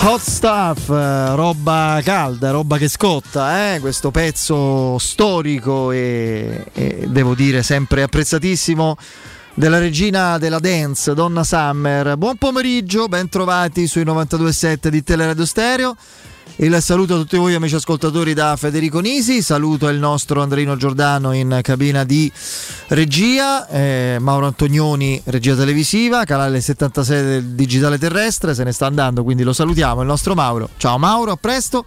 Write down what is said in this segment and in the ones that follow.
Hot Stuff, roba calda, roba che scotta, questo pezzo storico e devo dire sempre apprezzatissimo della regina della dance, Donna Summer. Buon pomeriggio, ben trovati sui 92.7 di Teleradio Stereo. Il saluto a tutti voi amici ascoltatori da Federico Nisi, saluto il nostro Andreino Giordano in cabina di regia, Mauro Antonioni regia televisiva, canale 76 del digitale terrestre, se ne sta andando, quindi lo salutiamo, il nostro Mauro. Ciao Mauro, a presto.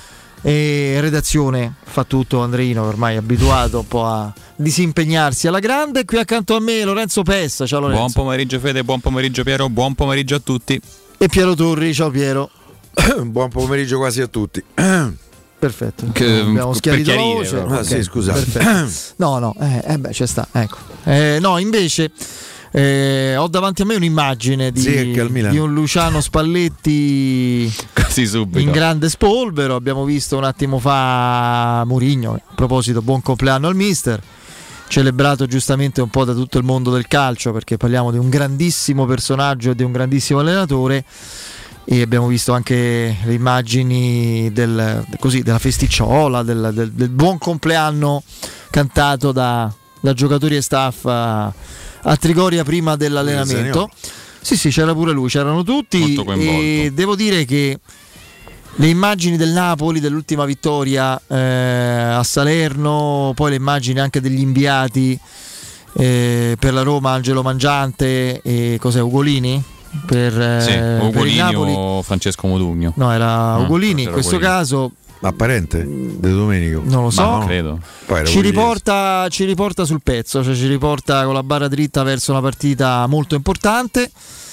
E redazione fa tutto Andreino, ormai abituato un po' a disimpegnarsi alla grande. Qui accanto a me Lorenzo Pessa. Ciao Lorenzo. Buon pomeriggio Fede, buon pomeriggio Piero, buon pomeriggio a tutti. E Piero Torri. Ciao Piero. Buon pomeriggio quasi a tutti. Perfetto. Abbiamo schiarito la voce. Okay. Sì, scusate. No, ci sta. Ecco. No, invece ho davanti a me un'immagine di un Luciano Spalletti così subito in grande spolvero. Abbiamo visto un attimo fa Mourinho, a proposito, buon compleanno al mister, celebrato giustamente un po' da tutto il mondo del calcio, perché parliamo di un grandissimo personaggio e di un grandissimo allenatore. E abbiamo visto anche le immagini della festicciola, del buon compleanno cantato da giocatori e staff a Trigoria prima dell'allenamento. Sì, c'era pure lui, c'erano tutti. E devo dire che le immagini del Napoli, dell'ultima vittoria a Salerno, poi le immagini anche degli inviati per la Roma, Angelo Mangiante e Ugolini? Per Ugolini il Napoli. O Francesco Modugno? No, era Ugolini in questo caso. Ma parente di Domenico? Non lo so, no, credo. Ci riporta sul pezzo, cioè ci riporta con la barra dritta verso una partita molto importante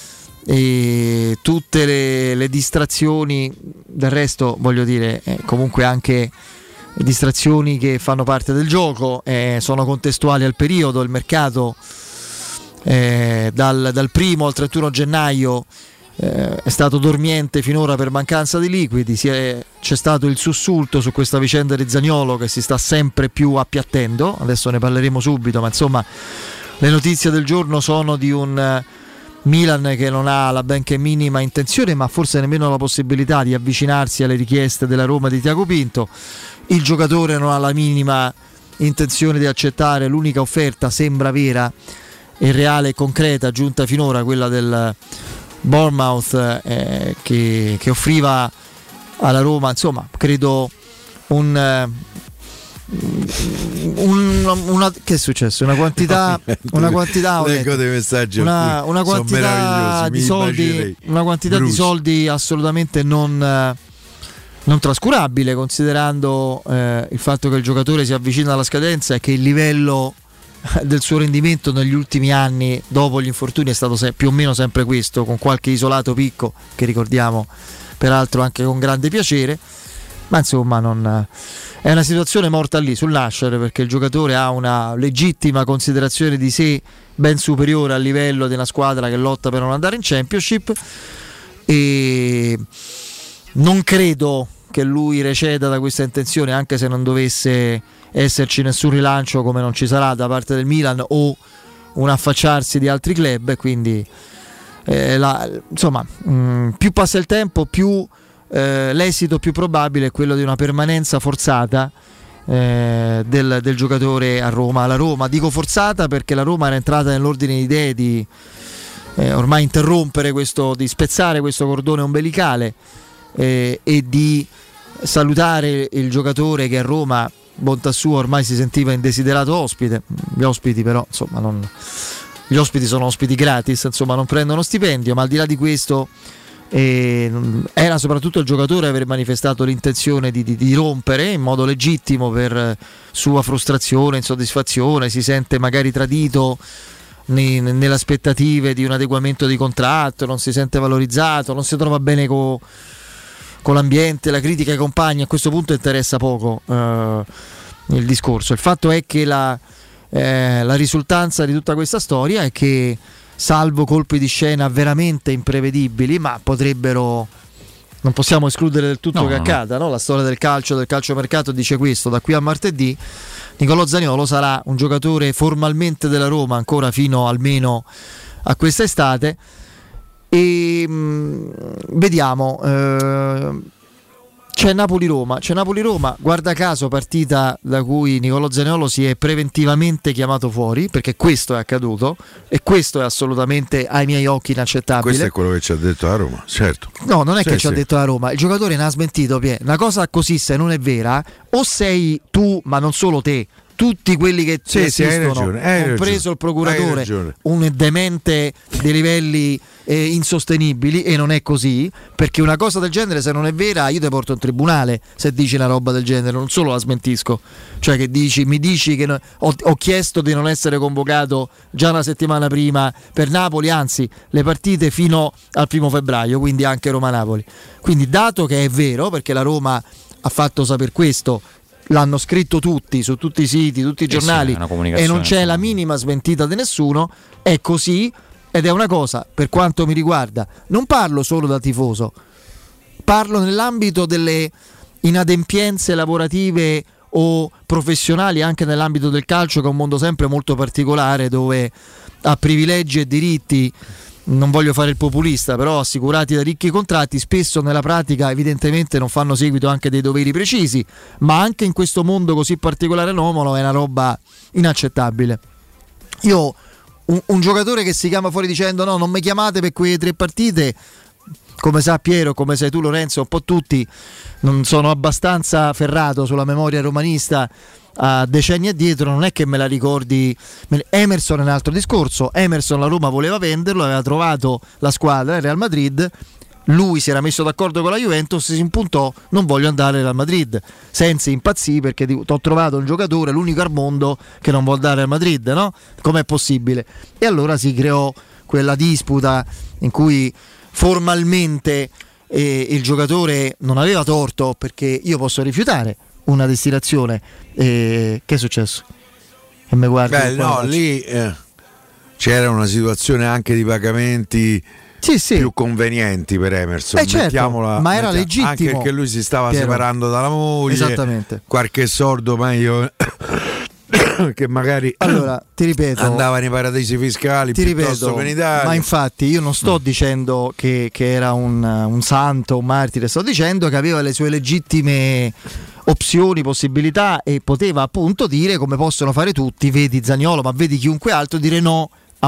e tutte le distrazioni del resto, voglio dire, comunque anche distrazioni che fanno parte del gioco, sono contestuali al periodo. Il mercato dal 1° al 31 gennaio è stato dormiente finora per mancanza di liquidi. C'è stato il sussulto su questa vicenda di Zaniolo che si sta sempre più appiattendo, adesso ne parleremo subito, ma insomma le notizie del giorno sono di un Milan che non ha la benché minima intenzione, ma forse nemmeno la possibilità di avvicinarsi alle richieste della Roma di Tiago Pinto. Il giocatore non ha la minima intenzione di accettare l'unica offerta, sembra vera e reale e concreta, giunta finora, quella del Bournemouth, che offriva alla Roma, insomma, credo una che è successo? Una quantità leggo dei messaggi, una quantità di soldi assolutamente non trascurabile, considerando il fatto che il giocatore si avvicina alla scadenza e che il livello del suo rendimento negli ultimi anni dopo gli infortuni è stato più o meno sempre questo, con qualche isolato picco che ricordiamo peraltro anche con grande piacere, ma insomma è una situazione morta lì sul nascere, perché il giocatore ha una legittima considerazione di sé ben superiore al livello di una squadra che lotta per non andare in Championship, e non credo che lui receda da questa intenzione, anche se non dovesse esserci nessun rilancio, come non ci sarà da parte del Milan o un affacciarsi di altri club. Quindi insomma, più passa il tempo, più l'esito più probabile è quello di una permanenza forzata del giocatore a Roma. La Roma, dico forzata perché la Roma era entrata nell'ordine di idee di ormai interrompere di spezzare questo cordone ombelicale e di salutare il giocatore che a Roma, bontà sua, ormai si sentiva indesiderato ospite. Gli ospiti però, insomma, gli ospiti sono ospiti gratis, insomma, non prendono stipendio, ma al di là di questo era soprattutto il giocatore aver manifestato l'intenzione di rompere in modo legittimo per sua frustrazione, insoddisfazione. Si sente magari tradito nelle aspettative di un adeguamento di contratto, non si sente valorizzato, non si trova bene con l'ambiente, la critica ai compagni. A questo punto interessa poco il discorso. Il fatto è che la risultanza di tutta questa storia è che, salvo colpi di scena veramente imprevedibili, ma non possiamo escludere del tutto che accada, no? La storia del calciomercato dice questo: da qui a martedì Nicolò Zaniolo sarà un giocatore formalmente della Roma ancora fino almeno a questa estate. E vediamo, c'è Napoli-Roma, guarda caso partita da cui Nicolò Zaniolo si è preventivamente chiamato fuori, perché questo è accaduto e questo è assolutamente ai miei occhi inaccettabile. Questo è quello che ci ha detto la Roma, certo. No, non è che ci ha detto la Roma, il giocatore ne ha smentito, una cosa così se non è vera, o sei tu, ma non solo te, tutti quelli che esistono, compreso il procuratore, un demente dei livelli insostenibili, e non è così, perché una cosa del genere se non è vera io ti porto in tribunale se dici una roba del genere, non solo la smentisco, cioè che mi dici che ho chiesto di non essere convocato già una settimana prima per Napoli, anzi le partite fino al 1 febbraio, quindi anche Roma-Napoli, quindi dato che è vero, perché la Roma ha fatto saper questo, l'hanno scritto tutti su tutti i siti, tutti i giornali, e non c'è la minima smentita di nessuno, è così, ed è una cosa, per quanto mi riguarda, non parlo solo da tifoso, parlo nell'ambito delle inadempienze lavorative o professionali, anche nell'ambito del calcio, che è un mondo sempre molto particolare, dove ha privilegi e diritti, non voglio fare il populista, però assicurati da ricchi contratti, spesso nella pratica evidentemente non fanno seguito anche dei doveri precisi, ma anche in questo mondo così particolare anomalo è una roba inaccettabile. Io un giocatore che si chiama fuori dicendo no, non mi chiamate per quelle 3 partite, come sa Piero, come sai tu Lorenzo, un po' tutti, non sono abbastanza ferrato sulla memoria romanista a decenni addietro, non è che me la ricordi. Emerson è un altro discorso. Emerson la Roma voleva venderlo, aveva trovato la squadra, il Real Madrid, lui si era messo d'accordo con la Juventus, si impuntò, non voglio andare al Real Madrid, senza impazzì perché ho trovato un giocatore, l'unico al mondo che non vuol dare al Madrid, no? Com'è possibile? E allora si creò quella disputa in cui formalmente il giocatore non aveva torto, perché io posso rifiutare una destinazione. Che è successo? Che mi guardi? No, lì c'era una situazione anche di pagamenti più convenienti per Emerson, certo, ma era legittimo, anche perché lui si stava separando dalla moglie, esattamente, qualche sordo meglio che magari, allora ti ripeto, andava nei paradisi fiscali piuttosto che in Italia. Ma infatti io non sto dicendo che era un santo, un martire, sto dicendo che aveva le sue legittime opzioni, possibilità, e poteva appunto dire, come possono fare tutti, vedi Zaniolo, ma vedi chiunque altro, dire no a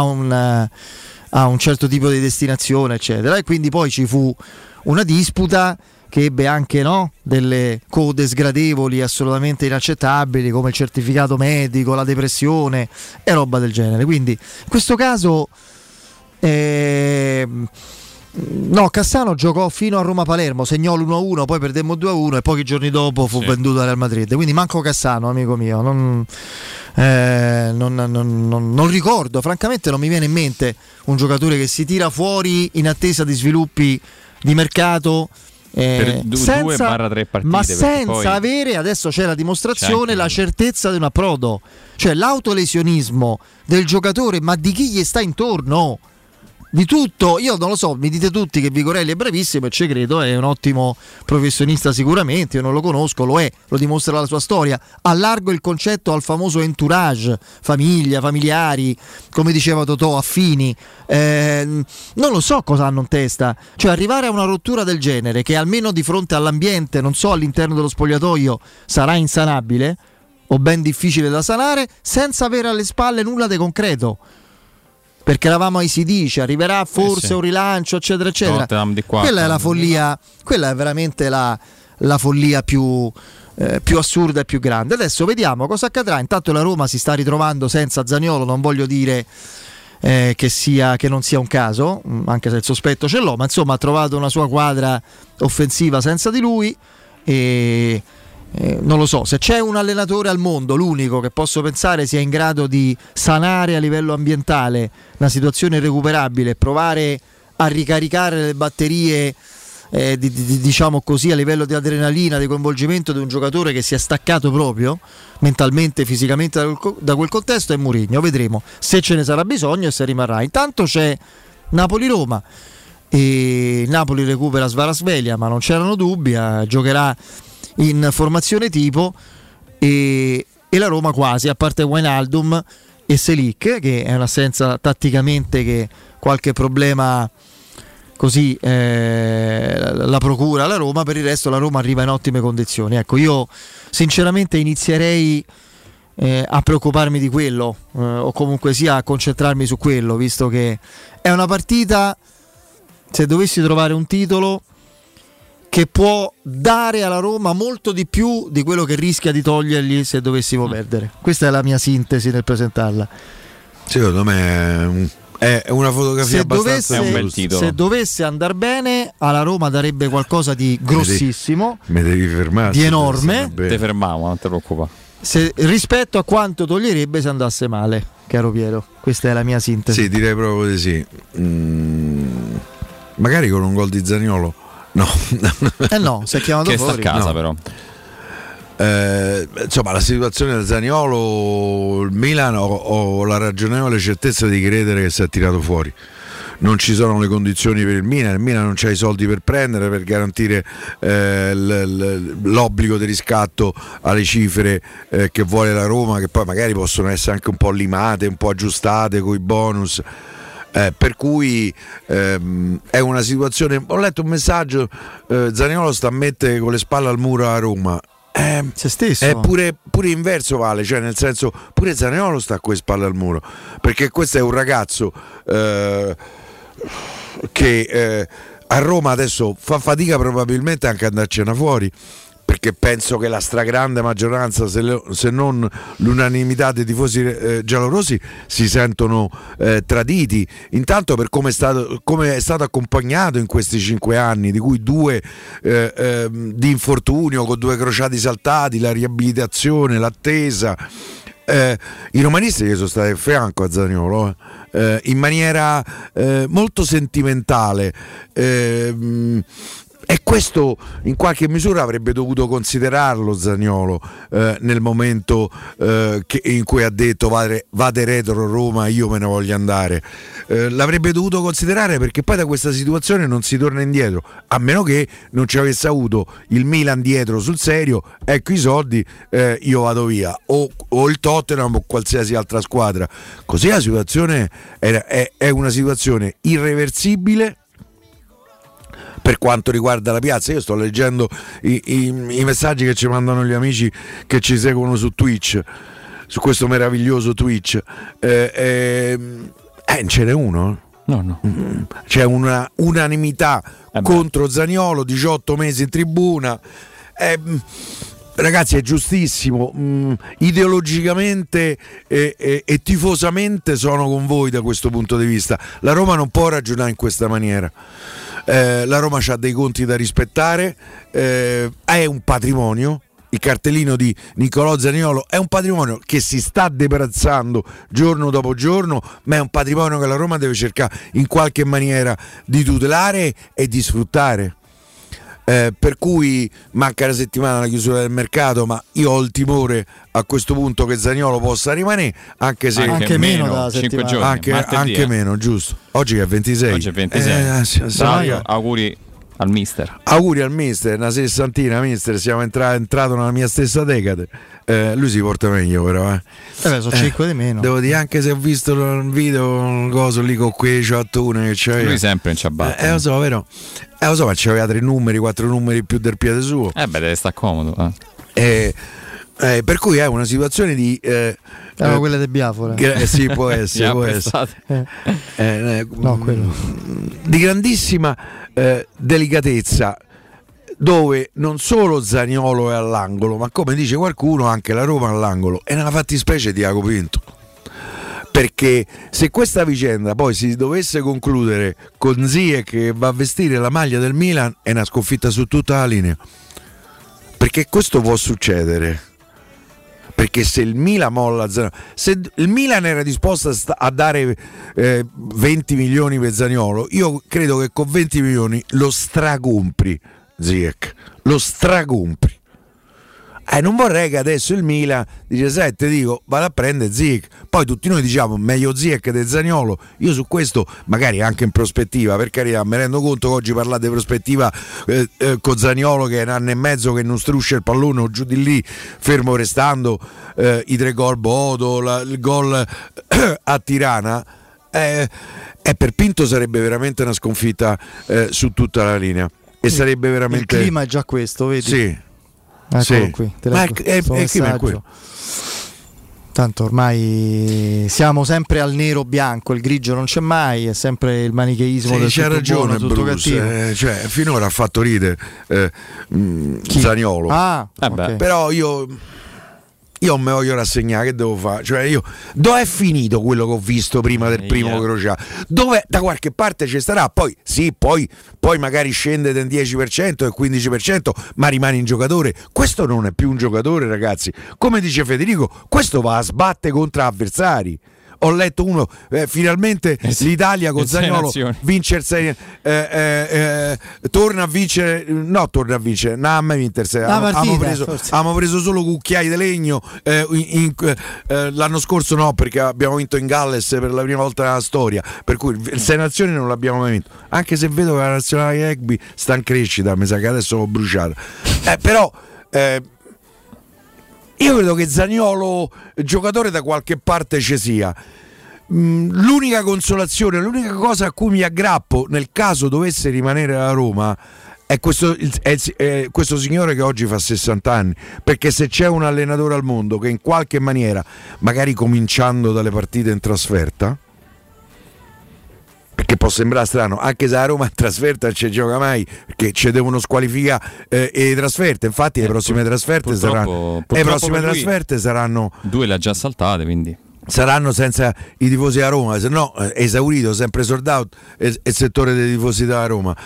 un certo tipo di destinazione, eccetera. E quindi poi ci fu una disputa che ebbe anche delle code sgradevoli assolutamente inaccettabili, come il certificato medico, la depressione e roba del genere. Quindi in questo caso Cassano giocò fino a Roma-Palermo, segnò l'1-1, poi perdemmo 2-1 e pochi giorni dopo fu venduto al Real Madrid. Quindi manco Cassano, amico mio, non ricordo, francamente non mi viene in mente un giocatore che si tira fuori in attesa di sviluppi di mercato, per 2/3 partite, ma senza avere, adesso c'è la dimostrazione, la certezza di un approdo, cioè l'autolesionismo del giocatore, ma di chi gli sta intorno, di tutto. Io non lo so, mi dite tutti che Vigorelli è bravissimo e ci credo, è un ottimo professionista sicuramente, io non lo conosco, lo è, lo dimostra la sua storia. Allargo il concetto al famoso entourage, famiglia, familiari, come diceva Totò, affini, non lo so cosa hanno in testa, cioè arrivare a una rottura del genere che almeno di fronte all'ambiente, non so, all'interno dello spogliatoio sarà insanabile o ben difficile da sanare, senza avere alle spalle nulla di concreto. Perché eravamo ai si dice, arriverà forse un rilancio, eccetera, eccetera. Quella è la follia, quella è veramente la follia più assurda e più grande. Adesso vediamo cosa accadrà. Intanto la Roma si sta ritrovando senza Zaniolo, non voglio dire che non sia un caso, anche se il sospetto ce l'ho, ma insomma ha trovato una sua quadra offensiva senza di lui e non lo so, se c'è un allenatore al mondo, l'unico che posso pensare sia in grado di sanare a livello ambientale una situazione irrecuperabile, provare a ricaricare le batterie diciamo così, a livello di adrenalina, di coinvolgimento di un giocatore che si è staccato proprio mentalmente, fisicamente da quel contesto, è Mourinho. Vedremo se ce ne sarà bisogno e se rimarrà. Intanto c'è Napoli-Roma e Napoli recupera Kvaratskhelia, ma non c'erano dubbi, giocherà in formazione tipo e la Roma quasi, a parte Wijnaldum e Selic, che è un'assenza tatticamente che qualche problema così la procura alla Roma. Per il resto la Roma arriva in ottime condizioni. Ecco, io sinceramente inizierei a preoccuparmi di quello, o comunque sia a concentrarmi su quello, visto che è una partita, se dovessi trovare un titolo, che può dare alla Roma molto di più di quello che rischia di togliergli se dovessimo perdere. Questa è la mia sintesi nel presentarla. Secondo me è una fotografia abbastanza. È un bel titolo. Se dovesse andare bene, alla Roma darebbe qualcosa di grossissimo, mi devi fermare, di enorme. Te fermavo, non te preoccupare. Rispetto a quanto toglierebbe se andasse male, caro Piero. Questa è la mia sintesi. Sì, direi proprio di sì. Magari con un gol di Zaniolo. No, no, si è chiamato che fuori. Sta a casa, no. Però. Insomma, la situazione del Zaniolo, il Milan ho la ragionevole certezza di credere che si è tirato fuori. Non ci sono le condizioni per il Milan non c'ha i soldi per prendere, per garantire l'obbligo di riscatto alle cifre che vuole la Roma, che poi magari possono essere anche un po' limate, un po' aggiustate con i bonus. Per cui è una situazione. Ho letto un messaggio, Zaniolo sta a mettere con le spalle al muro a Roma. Se stesso. È pure inverso vale, cioè nel senso pure Zaniolo sta con le spalle al muro, perché questo è un ragazzo che a Roma adesso fa fatica probabilmente anche andarcene fuori, perché penso che la stragrande maggioranza, se non l'unanimità dei tifosi giallorossi, si sentono traditi, intanto per come è stato accompagnato in questi 5 anni, di cui 2 di infortunio con 2 crociati saltati, la riabilitazione, l'attesa. I romanisti che sono stati a fianco a Zaniolo in maniera molto sentimentale, e questo in qualche misura avrebbe dovuto considerarlo Zaniolo nel momento in cui ha detto vade retro Roma, io me ne voglio andare. L'avrebbe dovuto considerare, perché poi da questa situazione non si torna indietro, a meno che non ci avesse avuto il Milan dietro sul serio, ecco i soldi, io vado via, o il Tottenham o qualsiasi altra squadra. Così la situazione è una situazione irreversibile. Per quanto riguarda la piazza, io sto leggendo i messaggi che ci mandano gli amici che ci seguono su Twitch, su questo meraviglioso Twitch. Ce n'è uno? No. C'è una unanimità contro Zaniolo, 18 mesi in tribuna. Ragazzi, è giustissimo. Ideologicamente e tifosamente sono con voi da questo punto di vista. La Roma non può ragionare in questa maniera. La Roma ha dei conti da rispettare, è un patrimonio. Il cartellino di Nicolò Zaniolo è un patrimonio che si sta deprezzando giorno dopo giorno, ma è un patrimonio che la Roma deve cercare in qualche maniera di tutelare e di sfruttare. Per cui manca una settimana alla chiusura del mercato, ma io ho il timore a questo punto che Zaniolo possa rimanere, anche se anche meno da 5 giorni, anche meno, giusto? Oggi è 26. Oggi è 26. Auguri al mister. Auguri al mister, una sessantina mister, siamo entrato nella mia stessa decade. Lui si porta meglio però. Sono 5 di meno. Devo dire, anche se ho visto un video, un coso lì con quei ciattone che c'aveva. Lui sempre in ciabatta. Lo so, vero? Lo so, ma c'aveva 3 numeri, 4 numeri più del piede suo. Deve stare comodo. Per cui è una situazione di quella del Biafora. Sì, può essere, può essere. No, quello. Di grandissima delicatezza, dove non solo Zaniolo è all'angolo, ma come dice qualcuno anche la Roma all'angolo, e nella fattispecie Tiago Pinto. Perché se questa vicenda poi si dovesse concludere con Ziyech che va a vestire la maglia del Milan, è una sconfitta su tutta la linea, perché questo può succedere. Perché se il Milan molla Zaniolo, se il Milan era disposto a dare 20 milioni per Zaniolo, io credo che con 20 milioni lo stracompri Ziyech, lo stracompri. Non vorrei che adesso il Milan dice: sai, te dico, vado a prendere Ziyech. Poi tutti noi diciamo meglio Ziyech del Zaniolo. Io su questo, magari anche in prospettiva, per carità, mi rendo conto che oggi parlate di prospettiva con Zaniolo che è 1 anno e mezzo che non struscia il pallone o giù di lì, fermo restando i 3 gol Bodo, il gol a Tirana. per Pinto sarebbe veramente una sconfitta su tutta la linea e sarebbe veramente il clima è già questo, vedi? Sì. Eccolo qui, ma il clima è quello. Tanto ormai siamo sempre al nero-bianco, il grigio non c'è mai, è sempre il manicheismo del c'ha tutto ragione buono, tutto cattivo. Cioè, finora ha fatto ridere Zaniolo. Okay. Però io mi voglio rassegnare, che devo fare? Cioè dove è finito quello che ho visto prima del primo crociato? Dove da qualche parte ci starà, poi magari scende del 10% e 15%, ma rimane in giocatore. Questo non è più un giocatore, ragazzi. Come dice Federico, questo va a sbattere contro avversari. Ho letto uno, finalmente l'Italia con Zaniolo vince il 6, torna a vincere, non ha mai vinto il 6, abbiamo preso solo cucchiai di legno l'anno scorso, no, perché abbiamo vinto in Galles per la prima volta nella storia, per cui il 6 Nazioni non l'abbiamo mai vinto, anche se vedo che la nazionale rugby sta in crescita, mi sa che adesso l'ho bruciata, però io credo che Zaniolo giocatore da qualche parte ci sia. L'unica consolazione, l'unica cosa a cui mi aggrappo nel caso dovesse rimanere a Roma è questo signore che oggi fa 60 anni, perché se c'è un allenatore al mondo che in qualche maniera, magari cominciando dalle partite in trasferta, perché può sembrare strano, anche se a Roma in trasferta non ci gioca mai, perché ci devono squalificare le trasferte, infatti le prossime trasferte saranno 2 le ha già saltate, quindi saranno senza i tifosi a Roma, se no esaurito, sempre sold out il settore dei tifosi da Roma.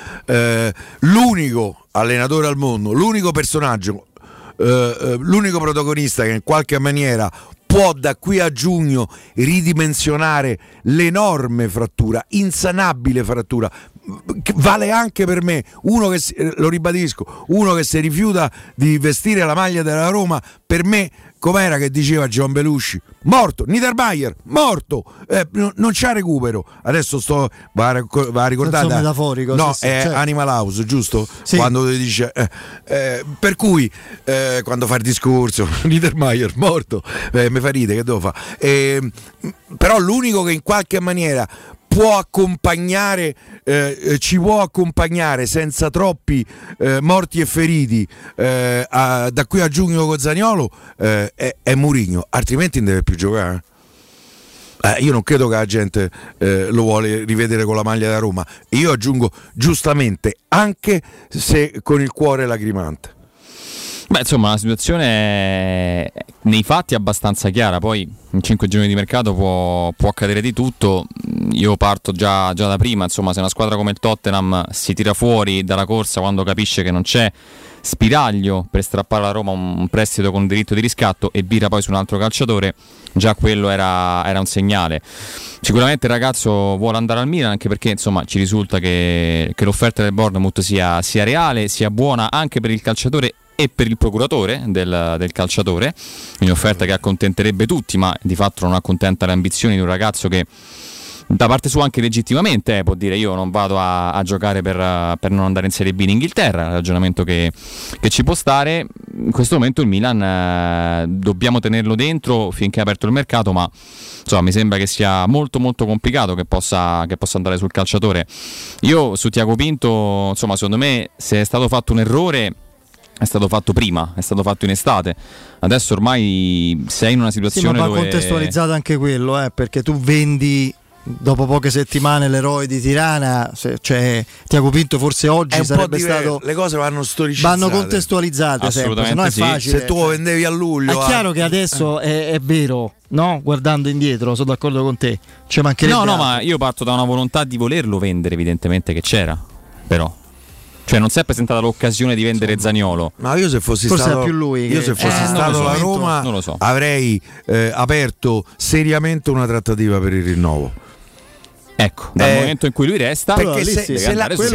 L'unico allenatore al mondo, l'unico personaggio, l'unico protagonista che in qualche maniera può da qui a giugno ridimensionare l'enorme frattura, insanabile frattura, vale anche per me, uno che lo ribadisco, uno che si rifiuta di vestire la maglia della Roma, per me, com'era che diceva John Belushi, morto, Niedermayer, morto, non c'è recupero. Adesso va a ricordare, metaforico, no, sì, è certo. Animal House, giusto? Sì. Quando dice per cui quando fa il discorso Niedermayer morto, mi fa ridere, che devo fare? Però l'unico che in qualche maniera può accompagnare, ci può accompagnare senza troppi morti e feriti da qui a giugno con Zaniolo, è Mourinho, altrimenti non deve più giocare. Io non credo che la gente lo vuole rivedere con la maglia della Roma. Io aggiungo giustamente, anche se con il cuore lacrimante. Beh, insomma, la situazione è nei fatti abbastanza chiara. Poi in 5 giorni di mercato può accadere di tutto. Io parto già da prima. Insomma, se una squadra come il Tottenham si tira fuori dalla corsa quando capisce che non c'è spiraglio per strappare alla Roma un prestito con diritto di riscatto e vira poi su un altro calciatore, già quello era un segnale. Sicuramente il ragazzo vuole andare al Milan, anche perché insomma ci risulta che l'offerta del Bournemouth sia reale, sia buona anche per il calciatore e per il procuratore del calciatore, un'offerta che accontenterebbe tutti, ma di fatto non accontenta le ambizioni di un ragazzo che da parte sua anche legittimamente può dire io non vado a giocare per non andare in Serie B in Inghilterra, è un ragionamento che ci può stare. In questo momento il Milan dobbiamo tenerlo dentro finché è aperto il mercato, ma insomma mi sembra che sia molto molto complicato che possa andare sul calciatore. Io su Tiago Pinto, insomma, secondo me se è stato fatto un errore è stato fatto prima, è stato fatto in estate. Adesso ormai sei in una situazione ma va dove contestualizzato anche quello, perché tu vendi dopo poche settimane l'eroe di Tirana, cioè Tiago Pinto forse oggi sarebbe stato, le cose vanno storicizzate, vanno contestualizzate sempre, se no è facile. Se tu lo vendevi a luglio è chiaro che adesso è vero, no? Guardando indietro sono d'accordo con te, ci mancherebbe no, ma io parto da una volontà di volerlo vendere, evidentemente, che c'era, però cioè non si è presentata l'occasione di vendere Zaniolo. Ma io se fossi forse stato è più lui io se fossi stato la Roma non lo so. Avrei aperto seriamente una trattativa per il rinnovo. Ecco, dal momento in cui lui resta, perché se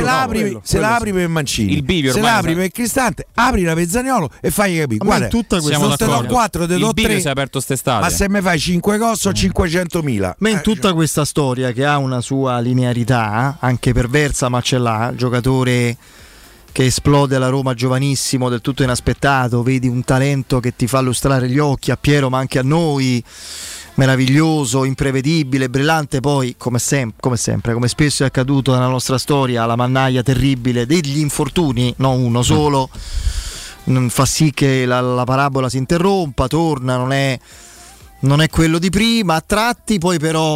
l'apri per Mancini, il bivio se l'apri per Cristante, aprila per Zaniolo e fai capire. Guarda, tutta questa non te do 4, te do 3. Il bivio si è aperto st'estate. Ma se mi fai 5 cose, ho 500.000. Ma in tutta questa storia che ha una sua linearità, anche perversa, ma ce l'ha, giocatore che esplode alla Roma giovanissimo, del tutto inaspettato, vedi un talento che ti fa lustrare gli occhi a Piero ma anche a noi, meraviglioso, imprevedibile, brillante, poi come sempre, come spesso è accaduto nella nostra storia, la mannaia terribile degli infortuni, non uno solo, fa sì che la parabola si interrompa, torna, non è quello di prima a tratti, poi però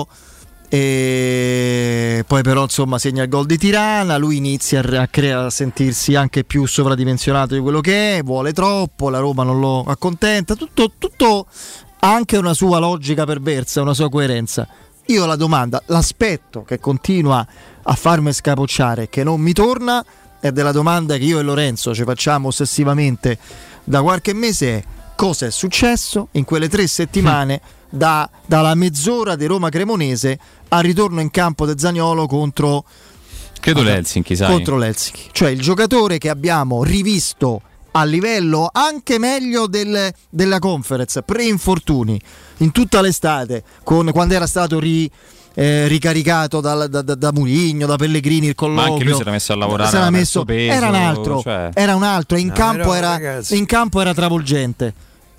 insomma segna il gol di Tirana, lui inizia a sentirsi anche più sovradimensionato di quello che è, vuole troppo, la Roma non lo accontenta, tutto ha anche una sua logica perversa, una sua coerenza. Io la domanda, l'aspetto che continua a farmi scapocciare, che non mi torna, è della domanda che io e Lorenzo ci facciamo ossessivamente da qualche mese, è: cosa è successo in quelle 3 settimane dalla mezz'ora di Roma Cremonese al ritorno in campo di Zaniolo contro l'Helsinki, sai? Contro l'Helsinki, cioè il giocatore che abbiamo rivisto a livello anche meglio della Conference pre-infortuni in tutta l'estate, quando era stato ricaricato da Mourinho, da Pellegrini, il colloquio. Ma anche lui si era messo a lavorare, peso, era un altro, e in campo era travolgente.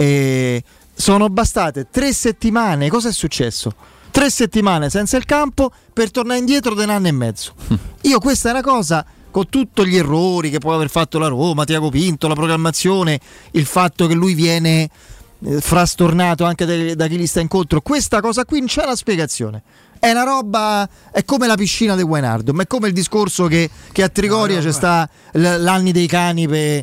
E sono bastate 3 settimane. Cosa è successo? 3 settimane senza il campo per tornare indietro di 1 anno e mezzo. Io questa è una cosa, con tutti gli errori che può aver fatto la Roma, Tiago Pinto, la programmazione, il fatto che lui viene frastornato anche da chi gli sta incontro, questa cosa qui non c'è la spiegazione. È una roba, è come la piscina di Wijnaldum, è come il discorso che a Trigoria c'è sta l'anni dei cani per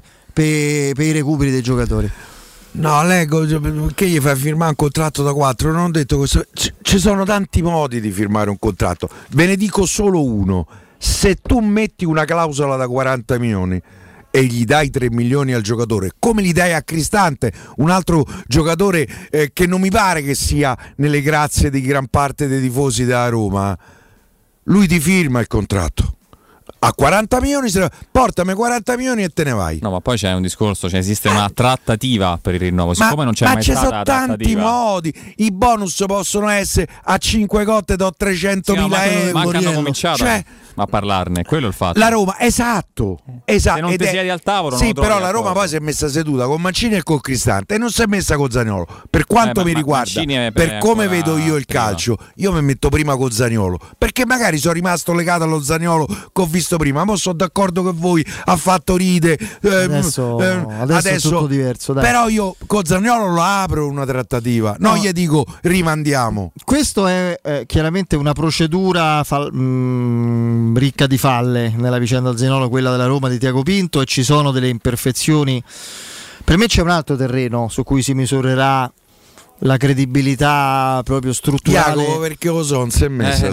i recuperi dei giocatori. No, leggo che gli fai firmare un contratto da 4. Non ho detto questo. Ci sono tanti modi di firmare un contratto. Ve ne dico solo uno: se tu metti una clausola da 40 milioni e gli dai 3 milioni al giocatore, come li dai a Cristante, un altro giocatore che non mi pare che sia nelle grazie di gran parte dei tifosi della Roma, lui ti firma il contratto a 40 milioni, portami 40 milioni e te ne vai. No, ma poi c'è un discorso, esiste una trattativa per il rinnovo, siccome non c'è mai stata la trattativa. Ma ci sono tanti modi, i bonus possono essere a 5 cotte do 300.000 euro. Ma hanno cominciato a parlarne, quello è il fatto. La Roma, esatto. Se non ti siedi al tavolo, sì, però la Roma poi si è messa seduta con Mancini e con Cristante e non si è messa con Zaniolo. Per quanto mi riguarda, per come vedo io il calcio, io mi metto prima con Zaniolo, perché magari sono rimasto legato allo Zaniolo che ho visto prima. Ma sono d'accordo che voi ha fatto ride adesso è tutto diverso, dai. Però io con Zaniolo lo apro una trattativa, non gli dico rimandiamo. Questo è chiaramente una procedura ricca di falle nella vicenda Zaniolo, quella della Roma di Tiago Pinto, e ci sono delle imperfezioni. Per me c'è un altro terreno su cui si misurerà la credibilità proprio strutturale. Jacopo, perché lo so, non si è messa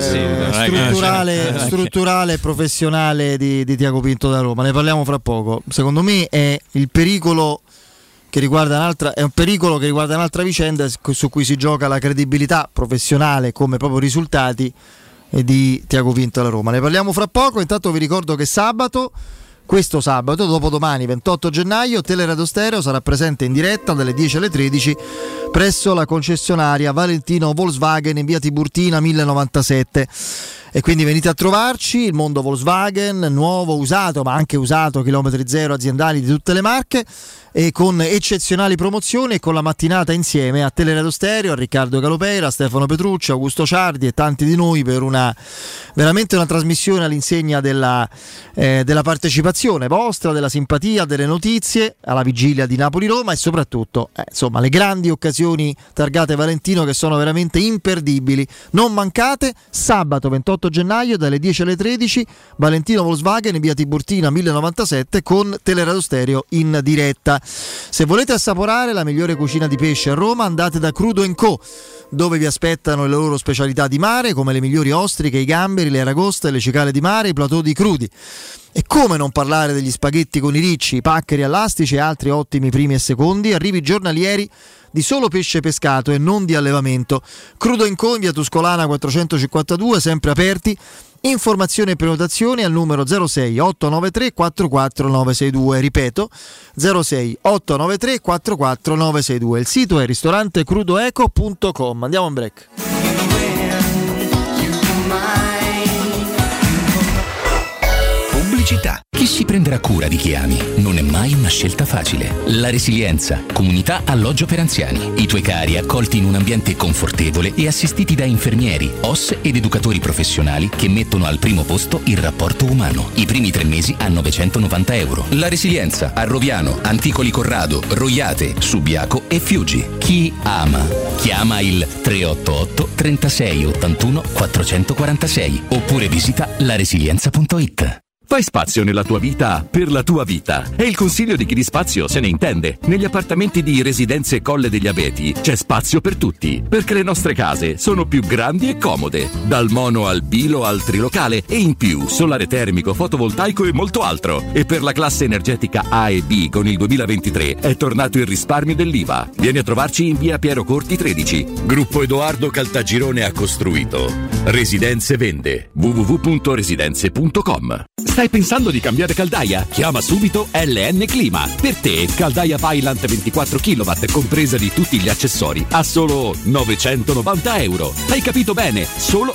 strutturale e professionale di Tiago Pinto da Roma. Ne parliamo fra poco. Secondo me è il pericolo che riguarda un'altra vicenda su cui si gioca la credibilità professionale come proprio risultati di Tiago Pinto alla Roma. Ne parliamo fra poco. Intanto vi ricordo che questo sabato, dopodomani 28 gennaio, Teleradio Stereo sarà presente in diretta dalle 10 alle 13 presso la concessionaria Valentino Volkswagen in via Tiburtina 1097. E quindi venite a trovarci. Il mondo Volkswagen, nuovo, usato, ma anche usato, chilometri zero, aziendali di tutte le marche, e con eccezionali promozioni, e con la mattinata insieme a Teleradio Stereo, a Riccardo Calopeira, a Stefano Petrucci, a Augusto Ciardi e tanti di noi per veramente una trasmissione all'insegna della partecipazione vostra, della simpatia, delle notizie alla vigilia di Napoli-Roma, e soprattutto insomma le grandi occasioni targate Valentino che sono veramente imperdibili. Non mancate, sabato 28 gennaio dalle 10 alle 13, Valentino Volkswagen in via Tiburtina 1097 con Teleradio Stereo in diretta. Se volete assaporare la migliore cucina di pesce a Roma, andate da Crudo & Co, dove vi aspettano le loro specialità di mare come le migliori ostriche, i gamberi, le aragoste, le cicale di mare, i plateau di crudi. E come non parlare degli spaghetti con i ricci, i paccheri all'astice e altri ottimi primi e secondi, arrivi giornalieri di solo pesce pescato e non di allevamento. Crudo & Co in via Tuscolana 452, sempre aperti. Informazioni e prenotazioni al numero 06 893 44962. Ripeto, 06 893 44962. Il sito è ristorantecrudoeco.com. Andiamo in break. Pubblicità. Chi si prenderà cura di chi ami non è mai una scelta facile. La Resilienza, comunità alloggio per anziani. I tuoi cari accolti in un ambiente confortevole e assistiti da infermieri, OS ed educatori professionali che mettono al primo posto il rapporto umano. I primi 3 mesi a €990. La Resilienza a Roviano, Anticoli Corrado, Roiate, Subiaco e Fiuggi. Chi ama? Chiama il 388 36 81 446 oppure visita laresilienza.it. Fai spazio nella tua vita per la tua vita. È il consiglio di chi di spazio se ne intende. Negli appartamenti di Residenze Colle degli Abeti c'è spazio per tutti, perché le nostre case sono più grandi e comode, dal mono al bilo al trilocale e in più solare termico, fotovoltaico e molto altro. E per la classe energetica A e B con il 2023 è tornato il risparmio dell'IVA. Vieni a trovarci in via Piero Corti 13. Gruppo Edoardo Caltagirone ha costruito. Residenze vende. www.residenze.com. Stai pensando di cambiare caldaia? Chiama subito LN Clima. Per te, caldaia Vaillant 24 kW, compresa di tutti gli accessori, a solo €990. Hai capito bene? Solo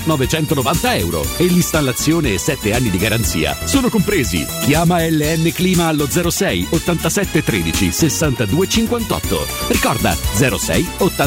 €990. E l'installazione e 7 anni di garanzia sono compresi. Chiama LN Clima allo 06 87 13 62 58. Ricorda, 06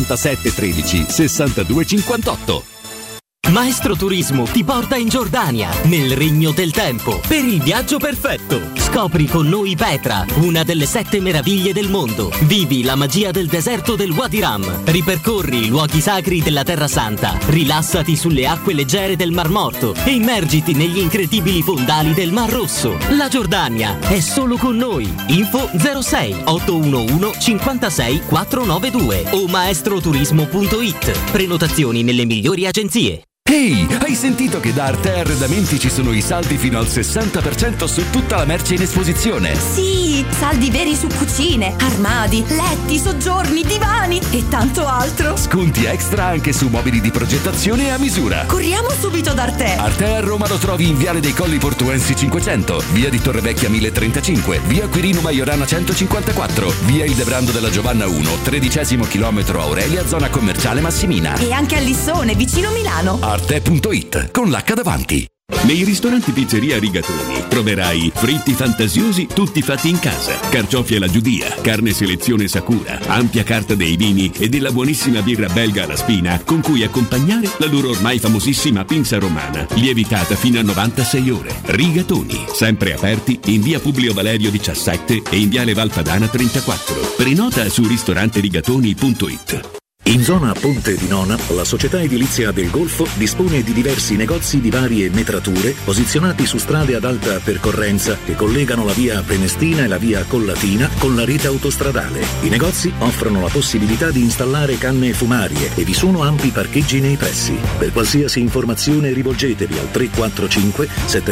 87 13 62 58. Maestro Turismo ti porta in Giordania, nel Regno del Tempo, per il viaggio perfetto. Scopri con noi Petra, una delle 7 meraviglie del mondo. Vivi la magia del deserto del Wadi Ram. Ripercorri i luoghi sacri della Terra Santa. Rilassati sulle acque leggere del Mar Morto e immergiti negli incredibili fondali del Mar Rosso. La Giordania è solo con noi. Info 06 811 56 492 o maestroturismo.it. Prenotazioni nelle migliori agenzie. Ehi, hai sentito che da Arte Arredamenti ci sono i saldi fino al 60% su tutta la merce in esposizione? Sì, saldi veri su cucine, armadi, letti, soggiorni, divani e tanto altro. Sconti extra anche su mobili di progettazione a misura. Corriamo subito da Arte. Arte a Roma lo trovi in Viale dei Colli Portuensi 500, via di Torrevecchia 1035, via Quirino Maiorana 154, via Il Debrando della Giovanna 1, 13° chilometro Aurelia, zona commerciale Massimina. E anche a Lissone, vicino Milano. Arte.it con l'H davanti. Nei ristoranti Pizzeria Rigatoni troverai fritti fantasiosi tutti fatti in casa, carciofi alla giudia, carne selezione Sakura, ampia carta dei vini e della buonissima birra belga alla spina con cui accompagnare la loro ormai famosissima pinza romana, lievitata fino a 96 ore. Rigatoni, sempre aperti in via Publio Valerio 17 e in viale Valpadana 34. Prenota su ristoranterigatoni.it. In zona Ponte di Nona, la società edilizia del Golfo dispone di diversi negozi di varie metrature posizionati su strade ad alta percorrenza che collegano la via Prenestina e la via Collatina con la rete autostradale. I negozi offrono la possibilità di installare canne fumarie e vi sono ampi parcheggi nei pressi. Per qualsiasi informazione rivolgetevi al 345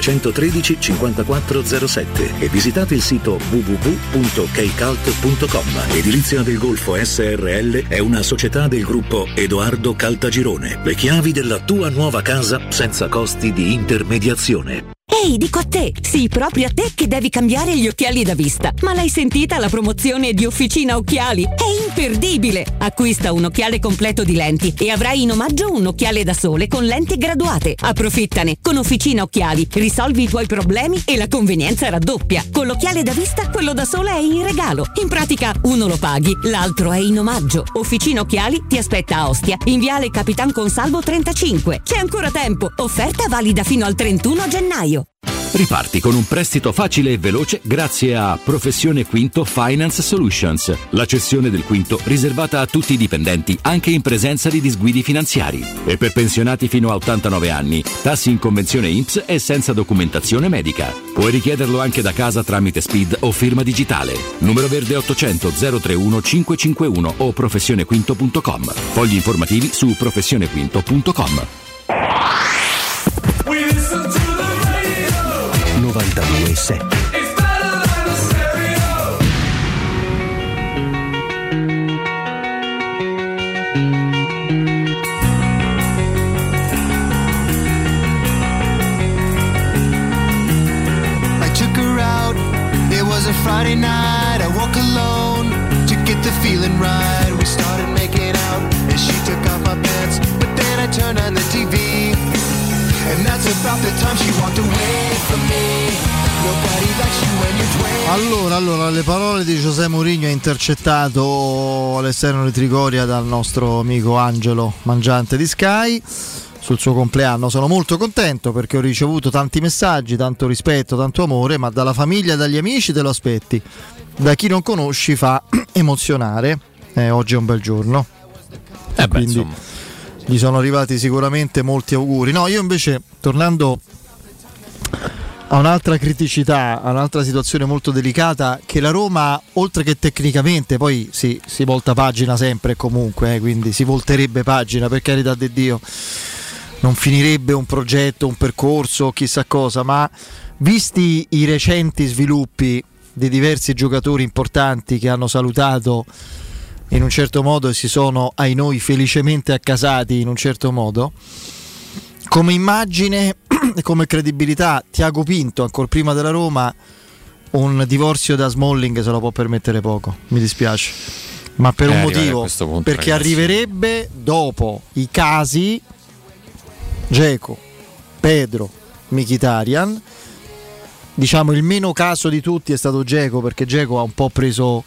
713 5407 e visitate il sito www.kcalt.com. Edilizia del Golfo SRL è una società del gruppo Edoardo Caltagirone. Le chiavi della tua nuova casa senza costi di intermediazione. Ehi, dico a te, sì, proprio a te che devi cambiare gli occhiali da vista. Ma l'hai sentita la promozione di Officina Occhiali? È imperdibile! Acquista un occhiale completo di lenti e avrai in omaggio un occhiale da sole con lenti graduate. Approfittane! Con Officina Occhiali risolvi i tuoi problemi e la convenienza raddoppia. Con l'occhiale da vista, quello da sole è in regalo. In pratica, uno lo paghi, l'altro è in omaggio. Officina Occhiali ti aspetta a Ostia, in viale Capitan Consalvo 35. C'è ancora tempo! Offerta valida fino al 31 gennaio. Riparti con un prestito facile e veloce grazie a Professione Quinto Finance Solutions, la cessione del quinto riservata a tutti i dipendenti anche in presenza di disguidi finanziari. E per pensionati fino a 89 anni, tassi in convenzione INPS e senza documentazione medica. Puoi richiederlo anche da casa tramite SPID o firma digitale. Numero verde 800 031 551 o professionequinto.com. Fogli informativi su professionequinto.com. 92.7. I took her out, it was a Friday night. I woke alone to get the feeling right. We started making out and she took off my pants, but then I turned on the TV. And that's about the time she walked away from me. Allora, le parole di José Mourinho ha intercettato all'esterno di Trigoria dal nostro amico Angelo Mangiante di Sky sul suo compleanno. Sono molto contento perché ho ricevuto tanti messaggi, tanto rispetto, tanto amore, ma dalla famiglia e dagli amici te lo aspetti, da chi non conosci fa emozionare. Oggi è un bel giorno, quindi gli sono arrivati sicuramente molti auguri. No, io invece, tornando a un'altra criticità, a un'altra situazione molto delicata, che la Roma, oltre che tecnicamente, poi si volta pagina sempre e comunque, quindi si volterebbe pagina, per carità di Dio, non finirebbe un progetto, un percorso, chissà cosa, ma visti i recenti sviluppi di diversi giocatori importanti che hanno salutato in un certo modo e si sono, ai noi, felicemente accasati in un certo modo, come immagine e come credibilità, Tiago Pinto, ancora prima della Roma, un divorzio da Smalling se lo può permettere poco, mi dispiace, ma per un motivo, punto, perché ragazzi, arriverebbe dopo i casi Dzeko, Pedro, Mkhitaryan. Diciamo il meno caso di tutti è stato Dzeko, perché Dzeko ha un po' preso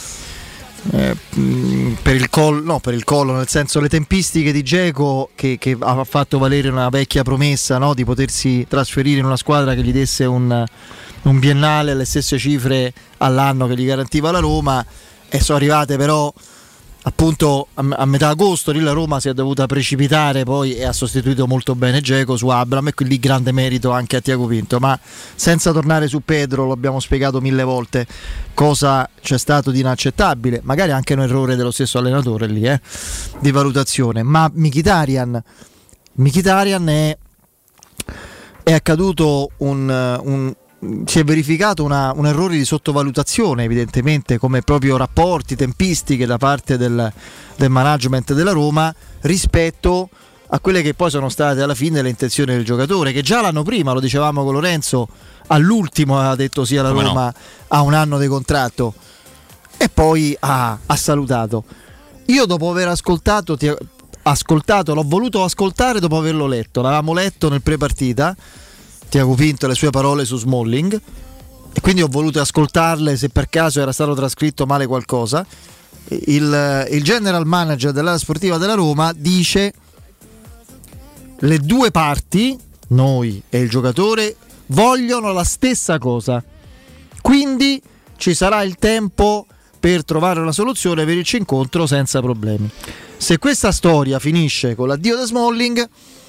per il collo, nel senso, le tempistiche di Dzeko che ha fatto valere una vecchia promessa, no? Di potersi trasferire in una squadra che gli desse un biennale alle stesse cifre all'anno che gli garantiva la Roma, e sono arrivate però appunto a metà agosto. Lì la Roma si è dovuta precipitare poi e ha sostituito molto bene Dzeko su Abraham, e quindi grande merito anche a Tiago Pinto. Ma senza tornare su Pedro, lo abbiamo spiegato 1000 volte cosa c'è stato di inaccettabile, magari anche un errore dello stesso allenatore lì di valutazione. Ma Mkhitaryan è accaduto si è verificato un errore di sottovalutazione, evidentemente, come proprio rapporti, tempistiche da parte del management della Roma rispetto a quelle che poi sono state alla fine le intenzioni del giocatore, che già l'anno prima, lo dicevamo con Lorenzo, all'ultimo aveva detto sì alla Roma, a un anno di contratto, e poi ha salutato. Io dopo aver ascoltato, l'ho voluto ascoltare dopo averlo letto, l'avevamo letto nel pre-partita, Tiago Pinto, le sue parole su Smalling, e quindi ho voluto ascoltarle se per caso era stato trascritto male qualcosa. Il general manager dell'area sportiva della Roma dice: le due parti, noi e il giocatore, vogliono la stessa cosa, quindi ci sarà il tempo per trovare una soluzione, per il incontro senza problemi. Se questa storia finisce con l'addio da Smalling,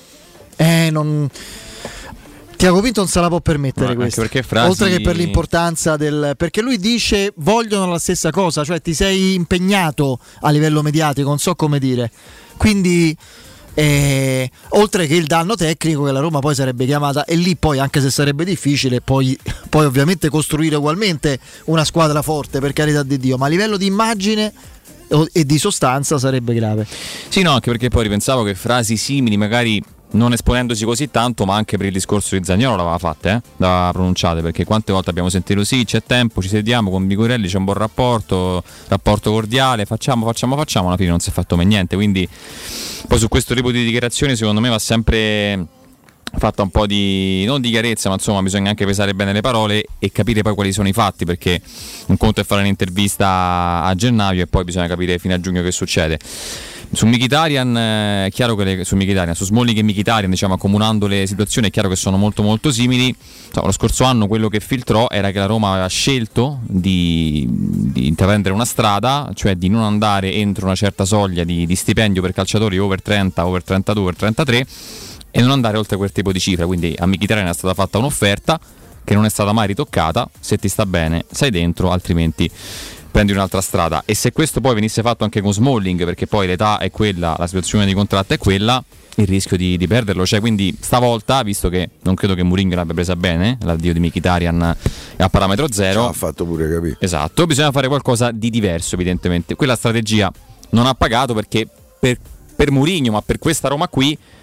Tiago Pinto non se la può permettere, questa, oltre che per l'importanza perché lui dice vogliono la stessa cosa, cioè ti sei impegnato a livello mediatico, non so come dire, quindi oltre che il danno tecnico che la Roma poi sarebbe chiamata, e lì poi, anche se sarebbe difficile, poi ovviamente costruire ugualmente una squadra forte, per carità di Dio, ma a livello di immagine e di sostanza sarebbe grave. Sì, no, anche perché poi ripensavo che frasi simili, magari non esponendosi così tanto, ma anche per il discorso di Zaniolo l'aveva fatte, l'aveva pronunciate, perché quante volte abbiamo sentito sì, c'è tempo, ci sediamo con Migurelli, c'è un buon rapporto cordiale, facciamo, alla fine non si è fatto mai niente. Quindi poi su questo tipo di dichiarazioni secondo me va sempre fatta un po' di, non di chiarezza, ma insomma bisogna anche pesare bene le parole e capire poi quali sono i fatti, perché un conto è fare un'intervista a gennaio e poi bisogna capire fino a giugno che succede. Su Mkhitaryan è chiaro che su Smalling e Mkhitaryan, diciamo, accomunando le situazioni, è chiaro che sono molto molto simili. Lo scorso anno quello che filtrò era che la Roma aveva scelto di intraprendere una strada, cioè di non andare entro una certa soglia di stipendio per calciatori over 30, over 32, over 33, e non andare oltre quel tipo di cifra. Quindi a Mkhitaryan è stata fatta un'offerta che non è stata mai ritoccata: se ti sta bene sei dentro, altrimenti prendi un'altra strada. E se questo poi venisse fatto anche con Smalling, perché poi l'età è quella, la situazione di contratto è quella, il rischio di perderlo c'è. Quindi stavolta, visto che non credo che Mourinho l'abbia presa bene l'addio di Mkhitaryan a parametro zero, ha fatto pure capire. Esatto, bisogna fare qualcosa di diverso, evidentemente. Quella strategia non ha pagato, perché per Mourinho, ma per questa Roma qui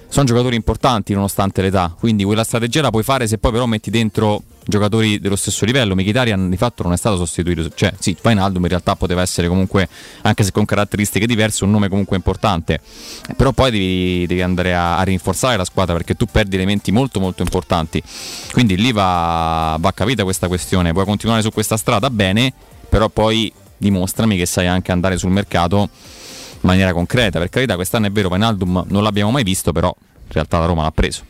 sono giocatori importanti nonostante l'età, quindi quella strategia la puoi fare se poi però metti dentro giocatori dello stesso livello. Mkhitaryan di fatto non è stato sostituito, cioè sì, Wijnaldum in realtà poteva essere comunque, anche se con caratteristiche diverse, un nome comunque importante, però poi devi andare a rinforzare la squadra, perché tu perdi elementi molto molto importanti, quindi lì va capita questa questione. Puoi continuare su questa strada, bene, però poi dimostrami che sai anche andare sul mercato in maniera concreta. Per carità, quest'anno è vero, Wijnaldum non l'abbiamo mai visto, però in realtà la Roma l'ha preso.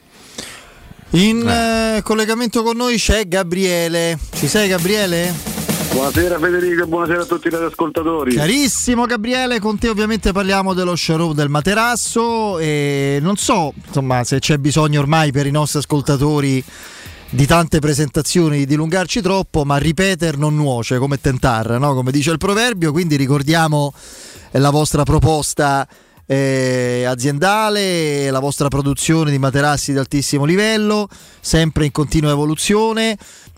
In collegamento con noi c'è Gabriele. Ci sei, Gabriele? Buonasera Federico e buonasera a tutti gli ascoltatori. Carissimo Gabriele, con te ovviamente parliamo dello showroom del Materasso e non so insomma se c'è bisogno ormai per i nostri ascoltatori di tante presentazioni, di dilungarci troppo, ma ripeter non nuoce, come tentar, no? Come dice il proverbio, quindi ricordiamo la vostra proposta aziendale, la vostra produzione di materassi di altissimo livello, sempre in continua evoluzione,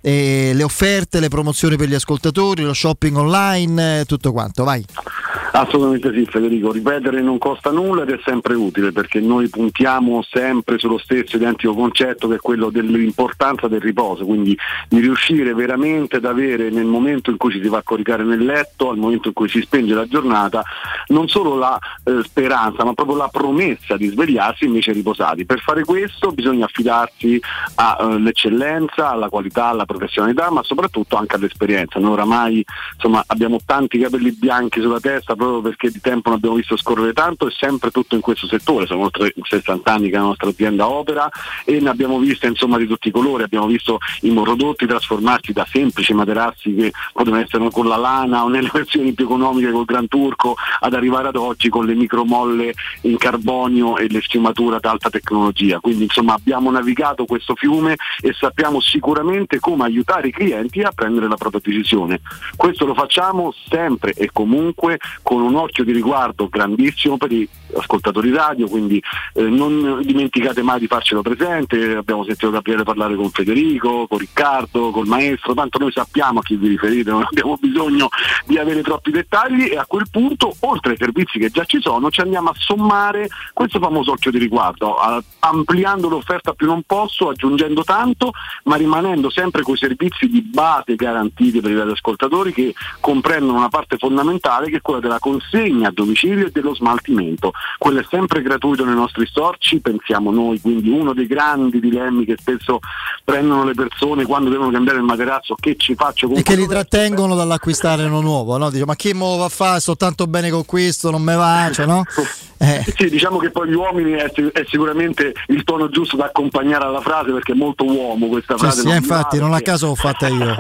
le offerte, le promozioni per gli ascoltatori, lo shopping online, tutto quanto, vai. Assolutamente sì Federico, ripetere non costa nulla ed è sempre utile, perché noi puntiamo sempre sullo stesso identico concetto, che è quello dell'importanza del riposo, quindi di riuscire veramente ad avere nel momento in cui ci si va a coricare nel letto, al momento in cui si spenge la giornata, non solo la speranza ma proprio la promessa di svegliarsi invece riposati. Per fare questo bisogna affidarsi all'eccellenza, alla qualità, alla professionalità, ma soprattutto anche all'esperienza. Noi oramai insomma abbiamo tanti capelli bianchi sulla testa proprio perché di tempo ne abbiamo visto scorrere tanto, e sempre tutto in questo settore. Sono oltre 60 anni che la nostra azienda opera e ne abbiamo viste insomma di tutti i colori. Abbiamo visto i prodotti trasformarsi da semplici materassi che potevano essere con la lana o nelle versioni più economiche col Gran Turco, ad arrivare ad oggi con le micromolle in carbonio e le schiumature ad alta tecnologia. Quindi insomma abbiamo navigato questo fiume e sappiamo sicuramente come aiutare i clienti a prendere la propria decisione. Questo lo facciamo sempre e comunque con un occhio di riguardo grandissimo per gli ascoltatori radio, quindi non dimenticate mai di farcelo presente. Abbiamo sentito Gabriele parlare con Federico, con Riccardo, col maestro, tanto noi sappiamo a chi vi riferite, non abbiamo bisogno di avere troppi dettagli, e a quel punto, oltre ai servizi che già ci sono, ci andiamo a sommare questo famoso occhio di riguardo, ampliando l'offerta più non posso, aggiungendo tanto, ma rimanendo sempre coi servizi di base garantiti per i radioascoltatori, che comprendono una parte fondamentale, che è quella della consegna a domicilio e dello smaltimento. Quello è sempre gratuito nei nostri store, ci pensiamo noi. Quindi uno dei grandi dilemmi che spesso prendono le persone quando devono cambiare il materasso, che ci faccio con, e che li trattengono dall'acquistare uno nuovo, no? Dice, ma che mo va a fare, sto tanto bene con questo, non me va, cioè, no? Sì, diciamo che poi gli uomini è sicuramente il tono giusto da accompagnare alla frase, perché è molto uomo questa frase. Sì, infatti non a caso l'ho fatta io.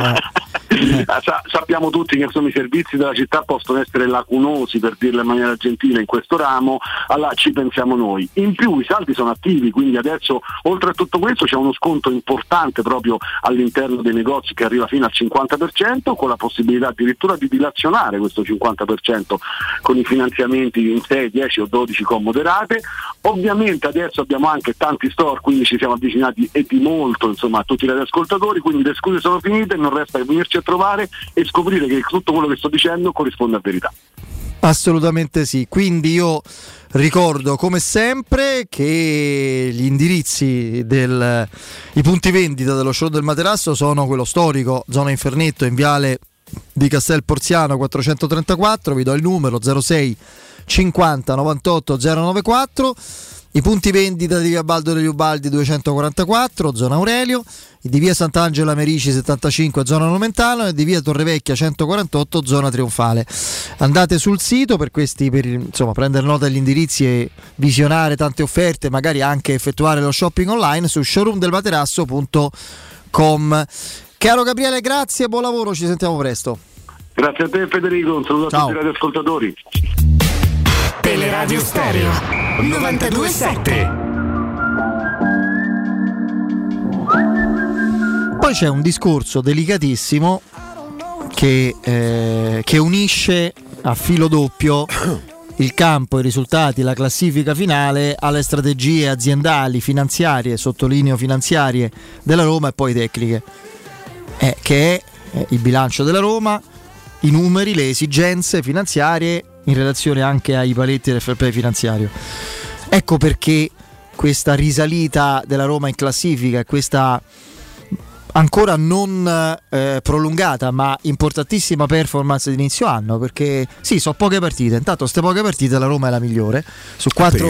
Sappiamo tutti che insomma i servizi della città possono essere lacunosi, per dirla in maniera gentile, in questo ramo. Allora ci pensiamo noi. In più i saldi sono attivi, quindi adesso oltre a tutto questo c'è uno sconto importante proprio all'interno dei negozi che arriva fino al 50%, con la possibilità addirittura di dilazionare questo 50% con i finanziamenti in 6, 10 o 12 comode rate. Ovviamente adesso abbiamo anche tanti store, quindi ci siamo avvicinati e di molto insomma a tutti gli ascoltatori, quindi le scuse sono finite, non resta che venirci a trovare e scoprire che tutto quello che sto dicendo corrisponde a verità. Assolutamente sì, quindi io ricordo come sempre che gli indirizzi i punti vendita dello show del Materasso sono quello storico, zona Infernetto, in viale di Castel Porziano 434, vi do il numero 06 50 98 094, i punti vendita di via Baldo degli Ubaldi 244, zona Aurelio, di via Sant'Angela Merici 75, zona Nomentano, e di via Torrevecchia 148, zona Trionfale. Andate sul sito per insomma prendere nota degli indirizzi e visionare tante offerte, magari anche effettuare lo shopping online su showroomdelmaterasso.com. Caro Gabriele, grazie e buon lavoro, ci sentiamo presto. Grazie a te Federico, un saluto a tutti i radioascoltatori. Teleradio Stereo 92.7. Poi c'è un discorso delicatissimo che unisce a filo doppio il campo, i risultati, la classifica finale alle strategie aziendali, finanziarie, sottolineo finanziarie, della Roma e poi tecniche, che è il bilancio della Roma, i numeri, le esigenze finanziarie in relazione anche ai paletti del fair play finanziario. Ecco perché questa risalita della Roma in classifica e questa ancora non prolungata ma importantissima performance di inizio anno, perché sì, sono poche partite, intanto queste poche partite la Roma è la migliore su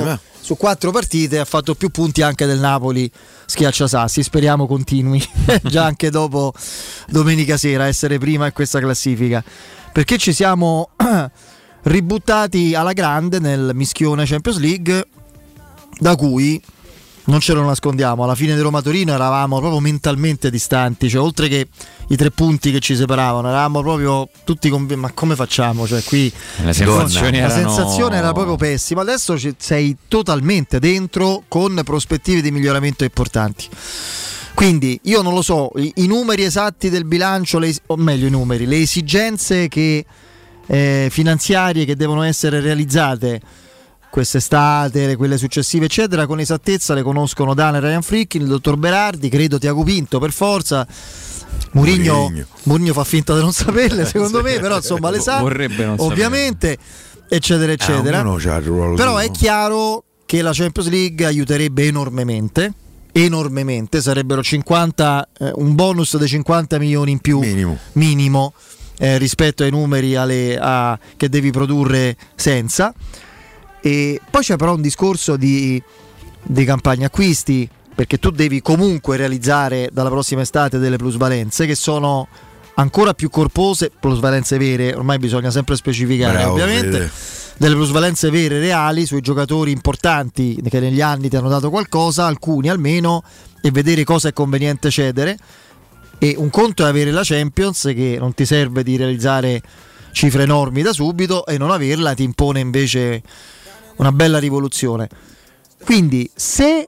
4 partite, ha fatto più punti anche del Napoli schiacciasassi, speriamo continui già anche dopo domenica sera essere prima in questa classifica, perché ci siamo ributtati alla grande nel mischione Champions League, da cui non ce lo nascondiamo, alla fine di Roma-Torino eravamo proprio mentalmente distanti, cioè oltre che i 3 punti che ci separavano eravamo proprio tutti ma come facciamo? Cioè qui la sensazione era proprio pessima. Adesso sei totalmente dentro con prospettive di miglioramento importanti. Quindi io non lo so, i numeri esatti del bilancio, o meglio i numeri, le esigenze che finanziarie che devono essere realizzate quest'estate, quelle successive eccetera, con esattezza le conoscono Dan e Ryan Frickin, il dottor Berardi, credo Tiago Pinto per forza. Mourinho fa finta di non saperle secondo me, però insomma le sa ovviamente eccetera eccetera. Però è chiaro che la Champions League aiuterebbe enormemente, sarebbero 50 un bonus di 50 milioni in più minimo rispetto ai numeri che devi produrre senza. E poi c'è però un discorso di campagna acquisti, perché tu devi comunque realizzare dalla prossima estate delle plusvalenze che sono ancora più corpose, plusvalenze vere, ormai bisogna sempre specificare ovviamente, delle plusvalenze vere reali sui giocatori importanti che negli anni ti hanno dato qualcosa, alcuni almeno, e vedere cosa è conveniente cedere. E un conto è avere la Champions, che non ti serve di realizzare cifre enormi da subito, e non averla ti impone invece una bella rivoluzione. Quindi se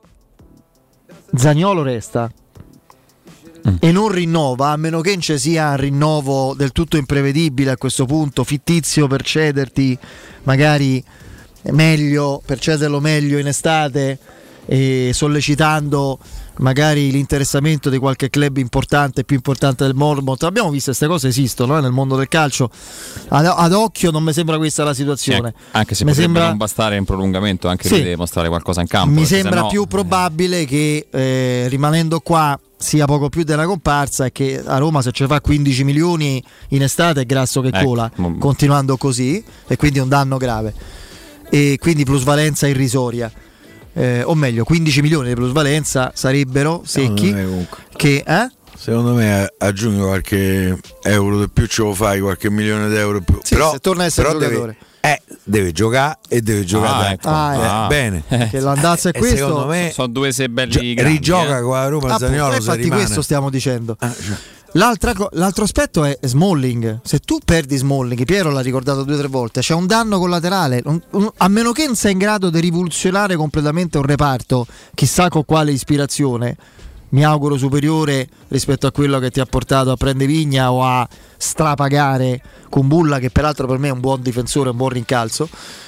Zaniolo resta e non rinnova, a meno che non ci sia un rinnovo del tutto imprevedibile a questo punto, fittizio per cederti magari meglio, per cederlo meglio in estate, e sollecitando magari l'interessamento di qualche club importante, più importante del Bournemouth. Abbiamo visto queste cose esistono nel mondo del calcio, ad occhio non mi sembra questa la situazione, anche se potrebbe non bastare in prolungamento, anche lui deve mostrare qualcosa in campo. Mi sembra più probabile che rimanendo qua sia poco più della comparsa, e che a Roma se ce fa 15 milioni in estate è grasso che cola, continuando così, e quindi un danno grave, e quindi plusvalenza irrisoria. O meglio 15 milioni di plusvalenza sarebbero secchi, che secondo me a giugno qualche euro di più ce lo fai, qualche milione di euro in più, però se torna a essere giocatore deve giocare, e deve giocare bene, che l'andazzo è questo. Secondo me sono due se belli grandi, rigioca con la Roma Zaniolo, infatti questo stiamo dicendo. L'altro aspetto è Smalling. Se tu perdi Smalling, Piero l'ha ricordato 2 o 3 volte, c'è un danno collaterale, a meno che non sei in grado di rivoluzionare completamente un reparto, chissà con quale ispirazione, mi auguro superiore rispetto a quello che ti ha portato a prendere Vigna o a strapagare Kumbulla, che peraltro per me è un buon difensore, un buon rincalzo.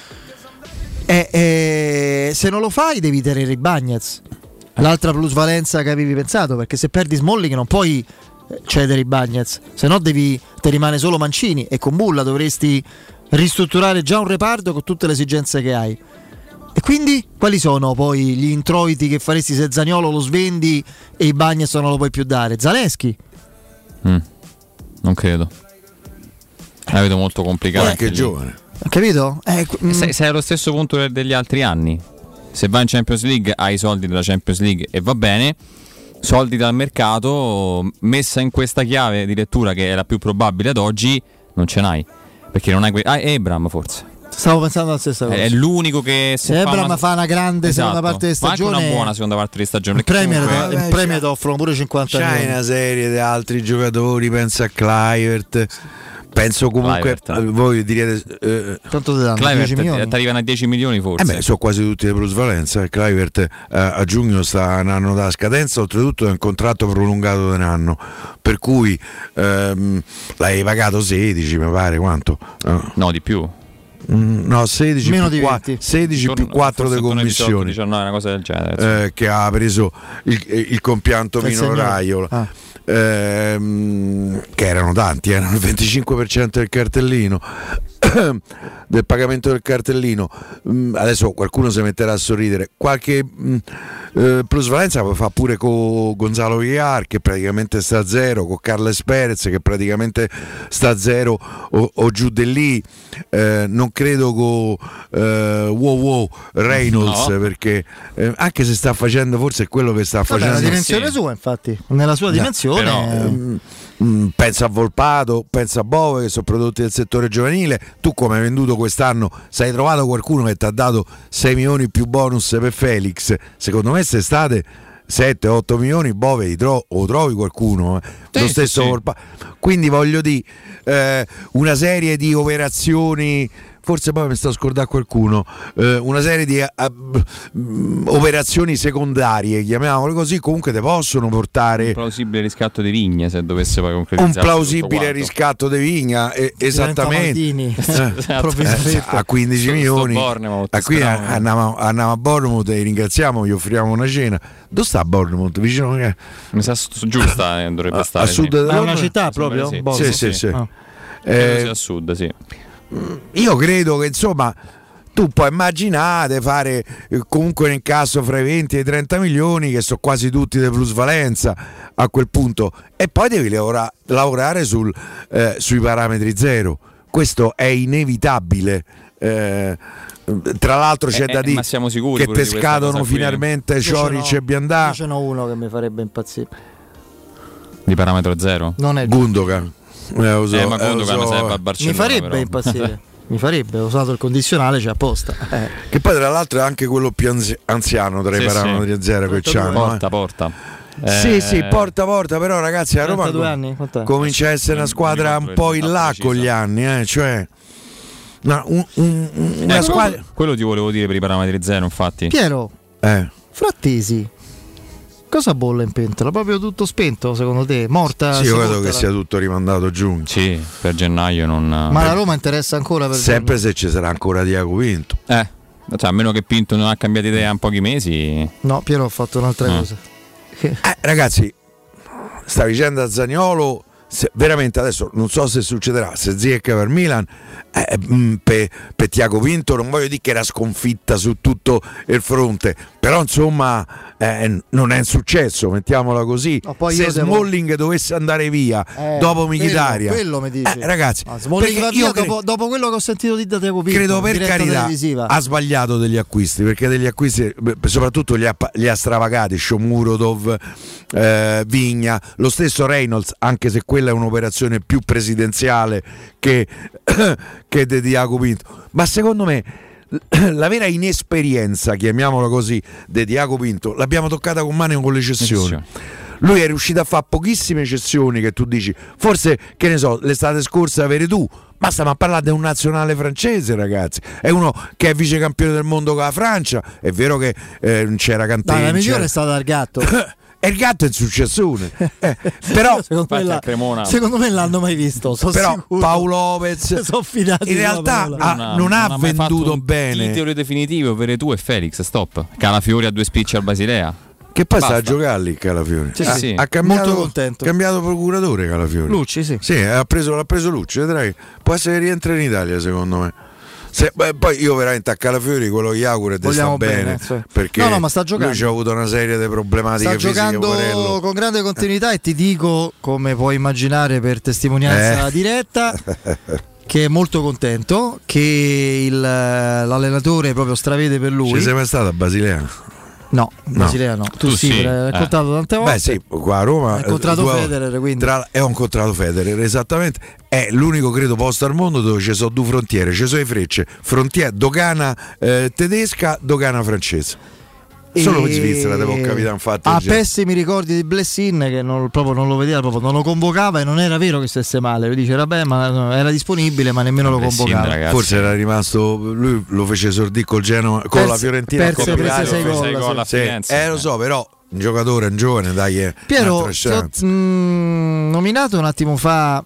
Se non lo fai devi tenere i Bagnez, l'altra plusvalenza che avevi pensato, perché se perdi Smalling non puoi cedere i Bagnez, se no ti rimane solo Mancini, e con Bulla dovresti ristrutturare già un reparto con tutte le esigenze che hai. E quindi quali sono poi gli introiti che faresti se Zaniolo lo svendi e i Bagnez non lo puoi più dare? Zaleschi? Non credo, la vedo molto complicata, anche giovane, capito? Sei allo stesso punto degli altri anni. Se vai in Champions League hai i soldi della Champions League e va bene, soldi dal mercato, messa in questa chiave di lettura che è la più probabile ad oggi, non ce n'hai, perché non hai Ebram forse. Stavo pensando alla stessa cosa. È l'unico che se Ebram fa una grande seconda parte di stagione, ma anche una buona seconda parte di stagione. Il Premier ti offrono pure 50 milioni. C'hai una serie di altri giocatori, pensa a Kluivert. Penso comunque voi direte quanto ti danno? 10 milioni? Ti arrivano a 10 milioni forse. Sono quasi tutti le plusvalenze. Kluivert a giugno sta un anno da scadenza, oltretutto è un contratto prolungato di un anno, per cui l'hai pagato 16 mi pare, quanto? No, di più. No, 16 meno più 4, 16 più 4 delle commissioni, 19, una cosa del genere, che ha preso il compianto minoraio. che erano tanti, erano il 25% del cartellino del pagamento del cartellino. Adesso qualcuno si metterà a sorridere, qualche plusvalenza fa pure con Gonzalo Villar che praticamente sta a zero, con Carles Perez che praticamente sta a zero o giù di lì, non credo con Reynolds, no. Perché anche se sta facendo, forse è quello che sta facendo la dimensione sua, infatti nella sua dimensione però, pensa a Volpato, pensa a Bove, che sono prodotti del settore giovanile. Tu come hai venduto quest'anno, se hai trovato qualcuno che ti ha dato 6 milioni più bonus per Felix, secondo me quest'estate 7-8 milioni Bove o trovi qualcuno, lo stesso Volpato. Quindi voglio dire, una serie di operazioni, forse poi mi sto a scordare qualcuno, una serie di operazioni secondarie, chiamiamole così, comunque te possono portare un plausibile riscatto di Vigna, se dovesse poi concretizzarsi. Un plausibile riscatto di Vigna, esattamente, a 15 milioni. A qui andiamo a Bournemouth e ringraziamo, gli offriamo una cena. Dove sta Bournemouth? Vicino mi sa giusta, dovrebbe stare a sud ma è una città proprio? Sì. A sud, sì. Io credo che insomma tu puoi immaginare fare comunque un incasso fra i 20 e i 30 milioni che sono quasi tutti di plusvalenza a quel punto, e poi devi lavorare sui parametri zero. Questo è inevitabile. Tra l'altro c'è da dire che te scadono finalmente Cioric e Biandà. Io ce n'ho uno che mi farebbe impazzire di parametro zero, non è Gundogan. Ma Gundogan serve a Barcellona, mi farebbe però impazzire. Mi farebbe, ho usato il condizionale, c'è apposta. Che poi tra l'altro è anche quello più anziano tra i parametri a zero che c'hanno. Porta. Sì, porta, però ragazzi la Roma anni? Comincia a essere una squadra un po' in là con gli anni, cioè una squadra. Quello ti volevo dire per i parametri zero, infatti. Piero, Frattesi, cosa bolle in pentola? Proprio tutto spento, secondo te? Morta? Sì, io credo che sia tutto rimandato giù. Sì, per gennaio non. Ma la Roma interessa ancora per sempre se ci sarà ancora Diago Pinto. Cioè, a meno che Pinto non ha cambiato idea in pochi mesi. No, Piero ha fatto un'altra cosa. Ragazzi, sta vicenda Zaniolo, veramente adesso non so se succederà, se Ziyech per Milan, per Tiago Pinto non voglio dire che era sconfitta su tutto il fronte, però insomma non è un successo, mettiamola così. No, se Smalling dovesse andare via dopo Mkhitaryan, quello mi dici. ragazzi, Smalling va via dopo quello che ho sentito di Tiago Pinto, credo per carità televisiva. Ha sbagliato degli acquisti, perché degli acquisti soprattutto li ha stravagati, Shomurodov, Vigna, lo stesso Reynolds, anche se quella è un'operazione più presidenziale che di Diago Pinto, ma secondo me la vera inesperienza, chiamiamola così, di Diago Pinto l'abbiamo toccata con mano con le cessioni. Lui è riuscito a fare pochissime cessioni che tu dici, forse, che ne so, l'estate scorsa avere tu, ma stiamo a parlare di un nazionale francese, ragazzi, è uno che è vice campione del mondo con la Francia, è vero che non c'era Kanté, la migliore è stata il Gatto. E il Gatto è un successone, però secondo me l'hanno mai visto. Però sicuro. Paolo Lopez in realtà non ha venduto bene. Il teoria definitivo per tu e Felix, stop. Calafiori a 2 spicci al Basilea. Che poi sta a giocare lì Calafiori. Sì. Ha cambiato procuratore Calafiori. Lucci, sì. L'ha preso Lucci, vedrai. Può essere che rientra in Italia, secondo me. Poi io veramente a Calafiori quello che gli auguro è di sta bene, perché ma sta giocando. Lui ci ha avuto una serie di problematiche fisiche. Sta giocando con grande continuità e ti dico, come puoi immaginare per testimonianza diretta, che è molto contento, che l'allenatore proprio stravede per lui. Ci sei mai stato a Basilea? No, Basilea no. Tu sì, l'hai incontrato tante volte. Beh sì, qua a Roma hai incontrato Federer, quindi. Ho incontrato Federer, esattamente. È l'unico, credo, posto al mondo dove ci sono 2 frontiere, ci sono le frecce, dogana tedesca, dogana francese. Solo in Svizzera devo capire, infatti. Ha pessimi ricordi di Blessin, che proprio non lo vedeva, proprio non lo convocava, e non era vero che stesse male. Lui dice vabbè, ma era disponibile, ma nemmeno lo convocava. Ragazzi. Forse era rimasto, lui lo fece esordire col Genoa, con la Fiorentina, perse 6 gol. Lo so, però un giocatore, un giovane, dai. Piero, nominato un attimo fa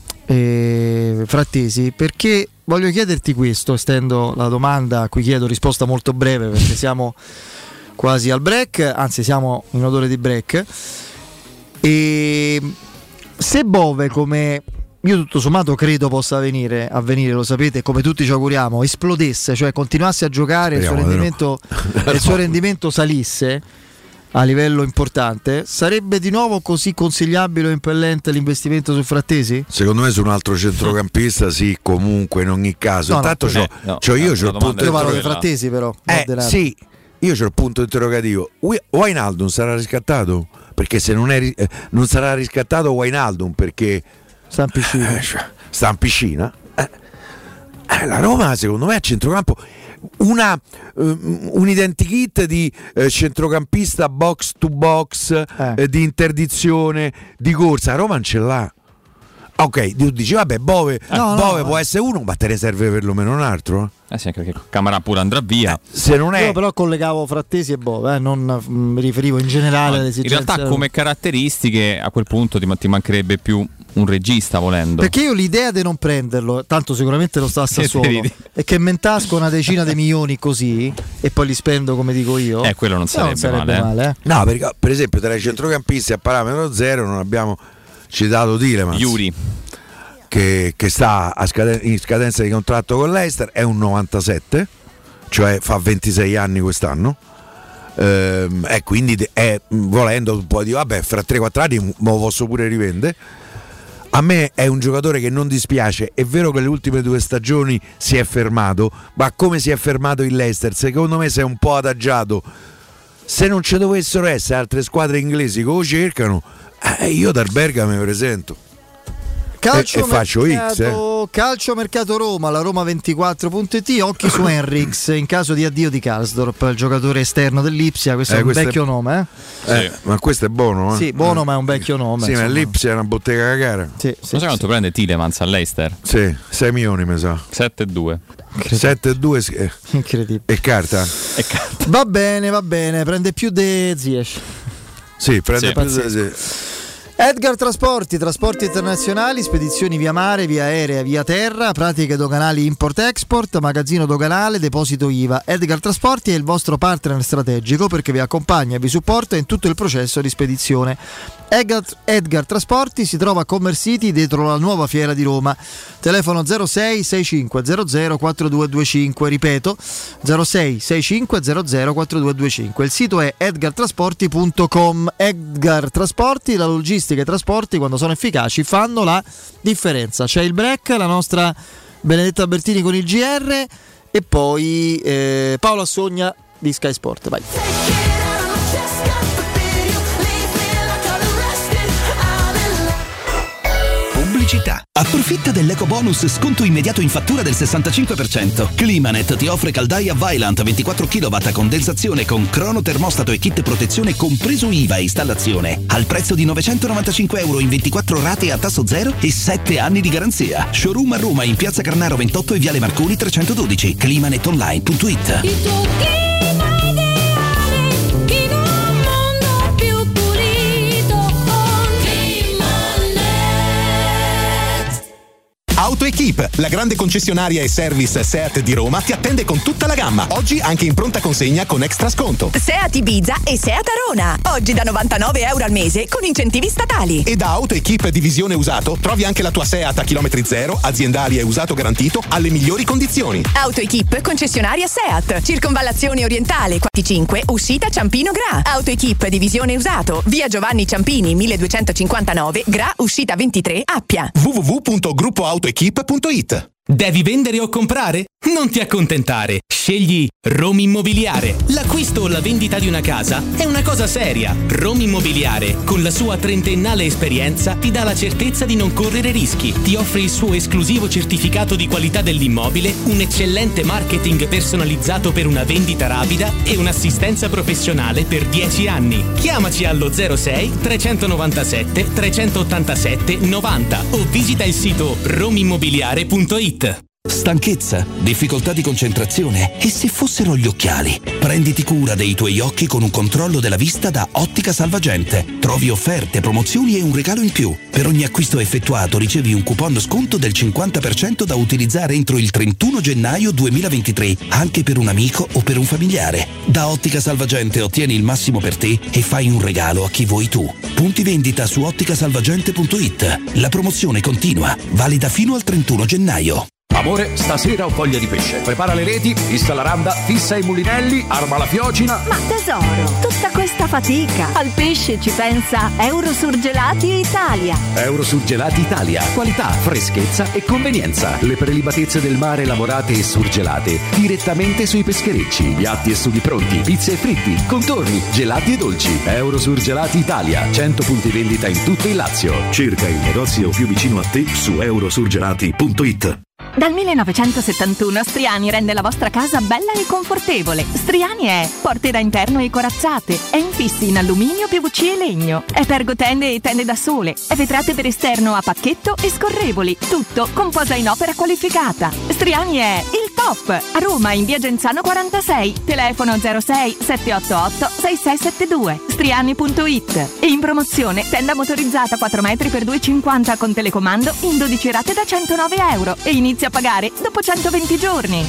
Frattesi, perché voglio chiederti questo, estendo la domanda a cui chiedo risposta molto breve, perché siamo quasi al break, anzi siamo in odore di break. E se Bove, come io tutto sommato credo possa avvenire, lo sapete, come tutti ci auguriamo, esplodesse, cioè continuasse a giocare e il suo rendimento salisse a livello importante, sarebbe di nuovo così consigliabile o impellente l'investimento su Frattesi? Secondo me su un altro centrocampista sì, comunque in ogni caso. Intanto io c'ho il punto. Io parlo di Frattesi però. Sì, io c'ho il punto interrogativo. Wijnaldum sarà riscattato? Perché se non sarà riscattato Wijnaldum perché sta in piscina. La Roma secondo me a centrocampo un identikit di centrocampista box to box, di interdizione, di corsa. Roma non ce l'ha. Ok, tu dici vabbè, Bove può essere uno, ma te ne serve perlomeno un altro. Sì, anche perché Camara pure andrà via. Se non è... Io però collegavo Frattesi e Bove, non mi riferivo in generale alle esigenze. In realtà come caratteristiche a quel punto ti mancherebbe più un regista, volendo. Perché io l'idea di non prenderlo, tanto sicuramente lo sta a Sassuolo, è che mentasco una decina di milioni così e poi li spendo come dico io. Quello non sarebbe male. No, perché per esempio tra i centrocampisti a parametro zero non abbiamo citato Tielemans, Yuri, che sta in scadenza di contratto con l'Leicester, è un 97, cioè fa 26 anni quest'anno, e quindi volendo un po' di vabbè, fra 3-4 anni me lo posso pure rivendere. A me è un giocatore che non dispiace. È vero che le ultime 2 stagioni si è fermato, ma come si è fermato il Leicester? Secondo me si è un po' adagiato. Se non ci dovessero essere altre squadre inglesi che lo cercano, io dal Bergamo mi presento e faccio X. Calcio mercato Roma, la Roma 24.it. Occhi su Henriks in caso di addio di Karsdorp, il giocatore esterno dell'Ipsia. Questo è un vecchio nome, sì. Ma questo è buono, Sì, buono, ma è un vecchio nome. Sì, ma l'Ipsia è una bottega cara. Sì, sai quanto prende Tielemans all'Leicester? Sì, 6 milioni mi sa. 7,2. 7,2 incredibile. E carta. Va bene, prende più di Ziyech. Sì, prende più di Edgar Trasporti internazionali, spedizioni via mare, via aerea, via terra, pratiche doganali import-export, magazzino doganale, deposito IVA. Edgar Trasporti è il vostro partner strategico perché vi accompagna e vi supporta in tutto il processo di spedizione. Edgar Trasporti si trova a Commercity dietro la nuova fiera di Roma. Telefono 06 65 00 4225, ripeto 06 65 00 4225. Il sito è edgartrasporti.com. Edgar Trasporti, la logistica e i trasporti quando sono efficaci fanno la differenza. C'è il break, la nostra Benedetta Bertini con il GR e poi Paolo Assogna di Sky Sport. Vai. Approfitta dell'eco bonus sconto immediato in fattura del 65%. Climanet ti offre caldaia Vaillant 24 kW a condensazione con crono termostato e kit protezione compreso IVA e installazione al prezzo di €995 in 24 rate a tasso zero e 7 anni di garanzia. Showroom a Roma in Piazza Carnaro 28 e Viale Marconi 312. Climanetonline.it. AutoEquip, la grande concessionaria e service Seat di Roma, ti attende con tutta la gamma. Oggi anche in pronta consegna con extra sconto. Seat Ibiza e Seat Arona. Oggi da €99 al mese con incentivi statali. E da AutoEquip Divisione Usato trovi anche la tua Seat a chilometri zero, aziendali e usato garantito alle migliori condizioni. AutoEquip concessionaria Seat. Circonvallazione orientale 45, uscita Ciampino Gra. AutoEquip Divisione Usato. Via Giovanni Ciampini 1259, Gra, uscita 23, Appia. www.gruppoautoequip.it. Devi vendere o comprare? Non ti accontentare. Scegli Roma Immobiliare. L'acquisto o la vendita di una casa è una cosa seria. Roma Immobiliare, con la sua trentennale esperienza, ti dà la certezza di non correre rischi. Ti offre il suo esclusivo certificato di qualità dell'immobile, un eccellente marketing personalizzato per una vendita rapida e un'assistenza professionale per 10 anni. Chiamaci allo 06 397 387 90 o visita il sito romimmobiliare.it. Stanchezza? Difficoltà di concentrazione? E se fossero gli occhiali? Prenditi cura dei tuoi occhi con un controllo della vista da Ottica Salvagente. Trovi offerte, promozioni e un regalo in più. Per ogni acquisto effettuato ricevi un coupon sconto del 50% da utilizzare entro il 31 gennaio 2023, anche per un amico o per un familiare. Da Ottica Salvagente ottieni il massimo per te e fai un regalo a chi vuoi tu. Punti vendita su otticasalvagente.it. La promozione continua, valida fino al 31 gennaio. Amore, stasera ho voglia di pesce. Prepara le reti, fissa la randa, fissa i mulinelli, arma la fiocina. Ma tesoro, tutta questa fatica. Al pesce ci pensa Eurosurgelati Italia. Eurosurgelati Italia. Qualità, freschezza e convenienza. Le prelibatezze del mare lavorate e surgelate direttamente sui pescherecci. Piatti e sughi pronti, pizze e fritti, contorni, gelati e dolci. Eurosurgelati Italia. 100 punti vendita in tutto il Lazio. Cerca il negozio più vicino a te su eurosurgelati.it. Dal 1971 Striani rende la vostra casa bella e confortevole. Striani è porte da interno e corazzate, è infissi in alluminio, PVC e legno, è pergotende e tende da sole, è vetrate per esterno a pacchetto e scorrevoli, tutto con posa in opera qualificata. Striani è il top! A Roma in via Genzano 46, telefono 06 788 6672, striani.it. E in promozione tenda motorizzata 4 metri per 2,50 con telecomando in 12 rate da €109 e inizia a pagare dopo 120 giorni.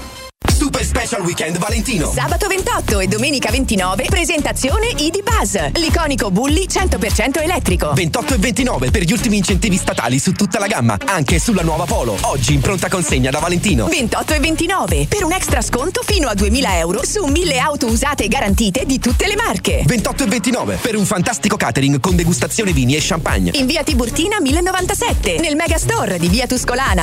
Super Special Weekend Valentino. Sabato 28 e domenica 29 presentazione ID Buzz, l'iconico Bulli 100% elettrico. 28 e 29 per gli ultimi incentivi statali su tutta la gamma, anche sulla nuova Polo, oggi in pronta consegna da Valentino. 28 e 29 per un extra sconto fino a €2000 su 1000 auto usate e garantite di tutte le marche. 28 e 29 per un fantastico catering con degustazione vini e champagne. In via Tiburtina 1097, nel Megastore di via Tuscolana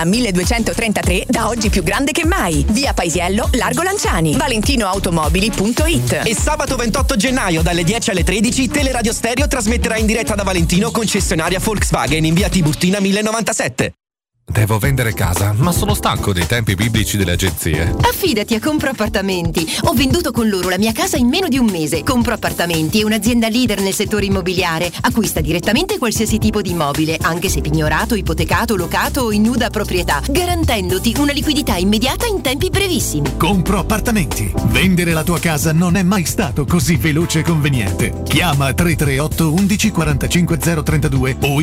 1233, da oggi più grande che mai. Via Paisiello, Largo Lanciani, valentinoautomobili.it. E sabato 28 gennaio dalle 10 alle 13 Teleradio Stereo trasmetterà in diretta da Valentino, concessionaria Volkswagen in via Tiburtina 1097. Devo vendere casa, ma sono stanco dei tempi biblici delle agenzie. Affidati a Compro Appartamenti. Ho venduto con loro la mia casa in meno di un mese. Compro Appartamenti è un'azienda leader nel settore immobiliare. Acquista direttamente qualsiasi tipo di immobile, anche se pignorato, ipotecato, locato o in nuda proprietà, garantendoti una liquidità immediata in tempi brevissimi. Compro Appartamenti. Vendere la tua casa non è mai stato così veloce e conveniente. Chiama 338 11 45 032 o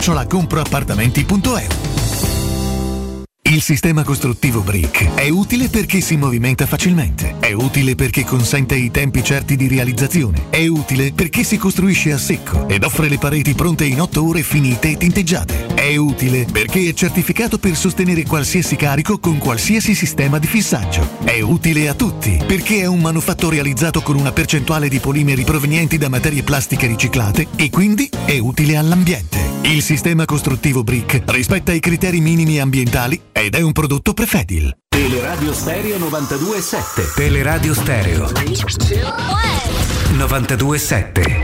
info@comproappartamenti.eu. Il sistema costruttivo Brick è utile perché si movimenta facilmente, è utile perché consente i tempi certi di realizzazione, è utile perché si costruisce a secco ed offre le pareti pronte in 8 ore finite e tinteggiate, è utile perché è certificato per sostenere qualsiasi carico con qualsiasi sistema di fissaggio, è utile a tutti perché è un manufatto realizzato con una percentuale di polimeri provenienti da materie plastiche riciclate e quindi è utile all'ambiente. Il sistema costruttivo Brick rispetta i criteri minimi ambientali ed è un prodotto Prefedil. Teleradio Stereo 92.7. Teleradio Stereo 92.7.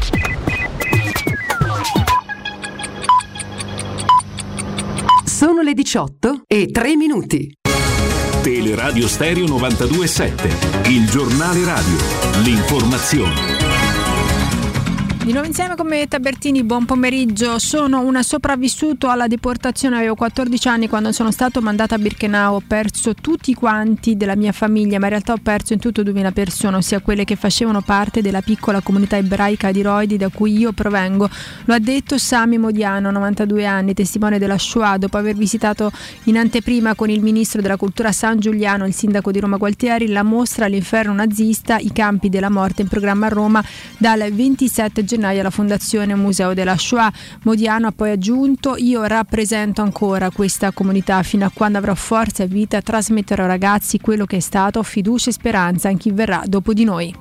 Sono le 18:03. Teleradio Stereo 92.7. Il giornale radio. L'informazione. Di nuovo insieme con me Tabertini, buon pomeriggio. Sono una sopravvissuto alla deportazione, avevo 14 anni quando sono stato mandato a Birkenau, ho perso tutti quanti della mia famiglia, ma in realtà ho perso in tutto 2000 persone, ossia quelle che facevano parte della piccola comunità ebraica di Roidi da cui io provengo. Lo ha detto Sami Modiano, 92 anni, testimone della Shoah, dopo aver visitato in anteprima con il ministro della cultura San Giuliano, il sindaco di Roma Gualtieri, la mostra L'inferno nazista, i campi della morte, in programma a Roma dal 27 gennaio alla Fondazione Museo della Shoah. Modiano ha poi aggiunto: io rappresento ancora questa comunità, fino a quando avrò forza e vita trasmetterò ai ragazzi quello che è stato, fiducia e speranza in chi verrà dopo di noi.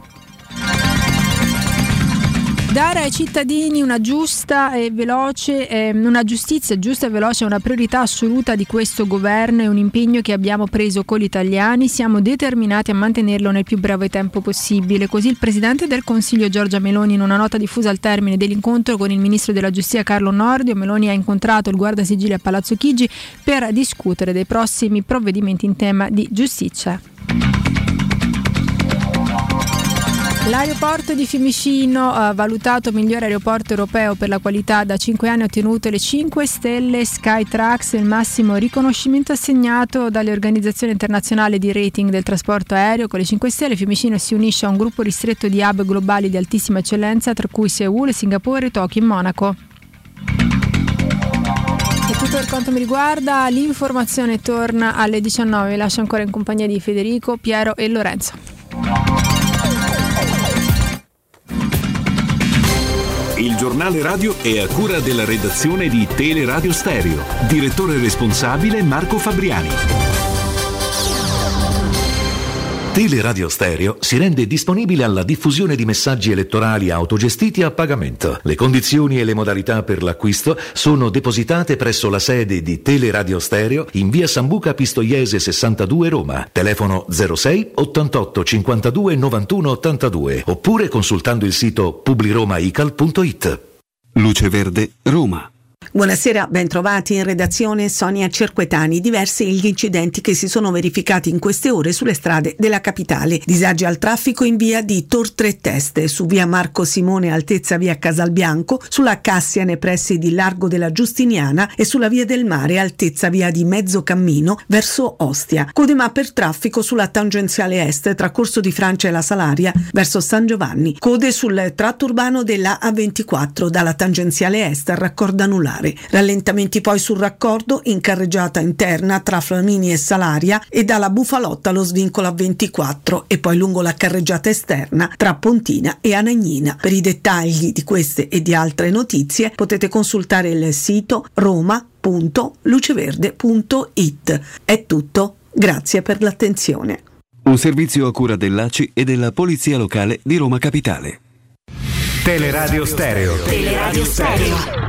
Dare ai cittadini una giustizia giusta e veloce è una priorità assoluta di questo governo e un impegno che abbiamo preso con gli italiani. Siamo determinati a mantenerlo nel più breve tempo possibile. Così il Presidente del Consiglio Giorgia Meloni, in una nota diffusa al termine dell'incontro con il Ministro della Giustizia Carlo Nordio, Meloni ha incontrato il Guardasigilli a Palazzo Chigi per discutere dei prossimi provvedimenti in tema di giustizia. L'aeroporto di Fiumicino, valutato migliore aeroporto europeo per la qualità, da 5 anni ha ottenuto le 5 stelle Skytrax, il massimo riconoscimento assegnato dalle organizzazioni internazionali di rating del trasporto aereo. Con le 5 stelle Fiumicino si unisce a un gruppo ristretto di hub globali di altissima eccellenza, tra cui Seul, Singapore, Tokyo e Monaco. È tutto per quanto mi riguarda, l'informazione torna alle 19, vi lascio ancora in compagnia di Federico, Piero e Lorenzo. Il giornale radio è a cura della redazione di Teleradio Stereo. Direttore responsabile Marco Fabriani. Teleradio Stereo si rende disponibile alla diffusione di messaggi elettorali autogestiti a pagamento. Le condizioni e le modalità per l'acquisto sono depositate presso la sede di Teleradio Stereo in via Sambuca Pistoiese 62 Roma. Telefono 06 88 52 91 82 oppure consultando il sito publiromaical.it. Luce Verde, Roma. Buonasera, ben trovati in redazione Sonia Cerquetani. Diversi gli incidenti che si sono verificati in queste ore sulle strade della capitale. Disagi al traffico in via di Tor Tre Teste, su via Marco Simone altezza via Casalbianco, sulla Cassia nei pressi di Largo della Giustiniana e sulla via del Mare altezza via di Mezzocammino verso Ostia. Code ma per traffico sulla tangenziale est tra Corso di Francia e la Salaria verso San Giovanni. Code sul tratto urbano della A24 dalla tangenziale est al raccordo anulare. Rallentamenti poi sul raccordo in carreggiata interna tra Flamini e Salaria e dalla Bufalotta allo svincolo A24 e poi lungo la carreggiata esterna tra Pontina e Anagnina. Per i dettagli di queste e di altre notizie potete consultare il sito roma.luceverde.it. È tutto, grazie per l'attenzione. Un servizio a cura dell'ACI e della Polizia Locale di Roma Capitale. Teleradio Stereo. Teleradio Stereo.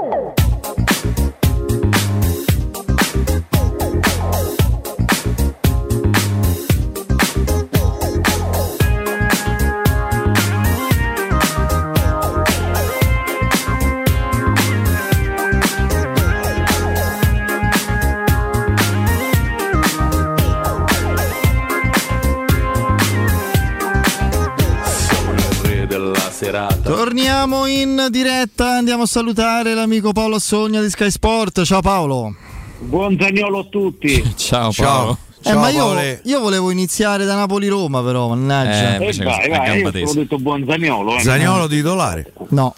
Torniamo in diretta, andiamo a salutare l'amico Paolo Assogna di Sky Sport. Ciao Paolo. Buon Zaniolo a tutti. Ciao Paolo. Ma io volevo iniziare da Napoli-Roma, però mannaggia. Vai, io ho detto buon Zaniolo. Zaniolo titolare? No,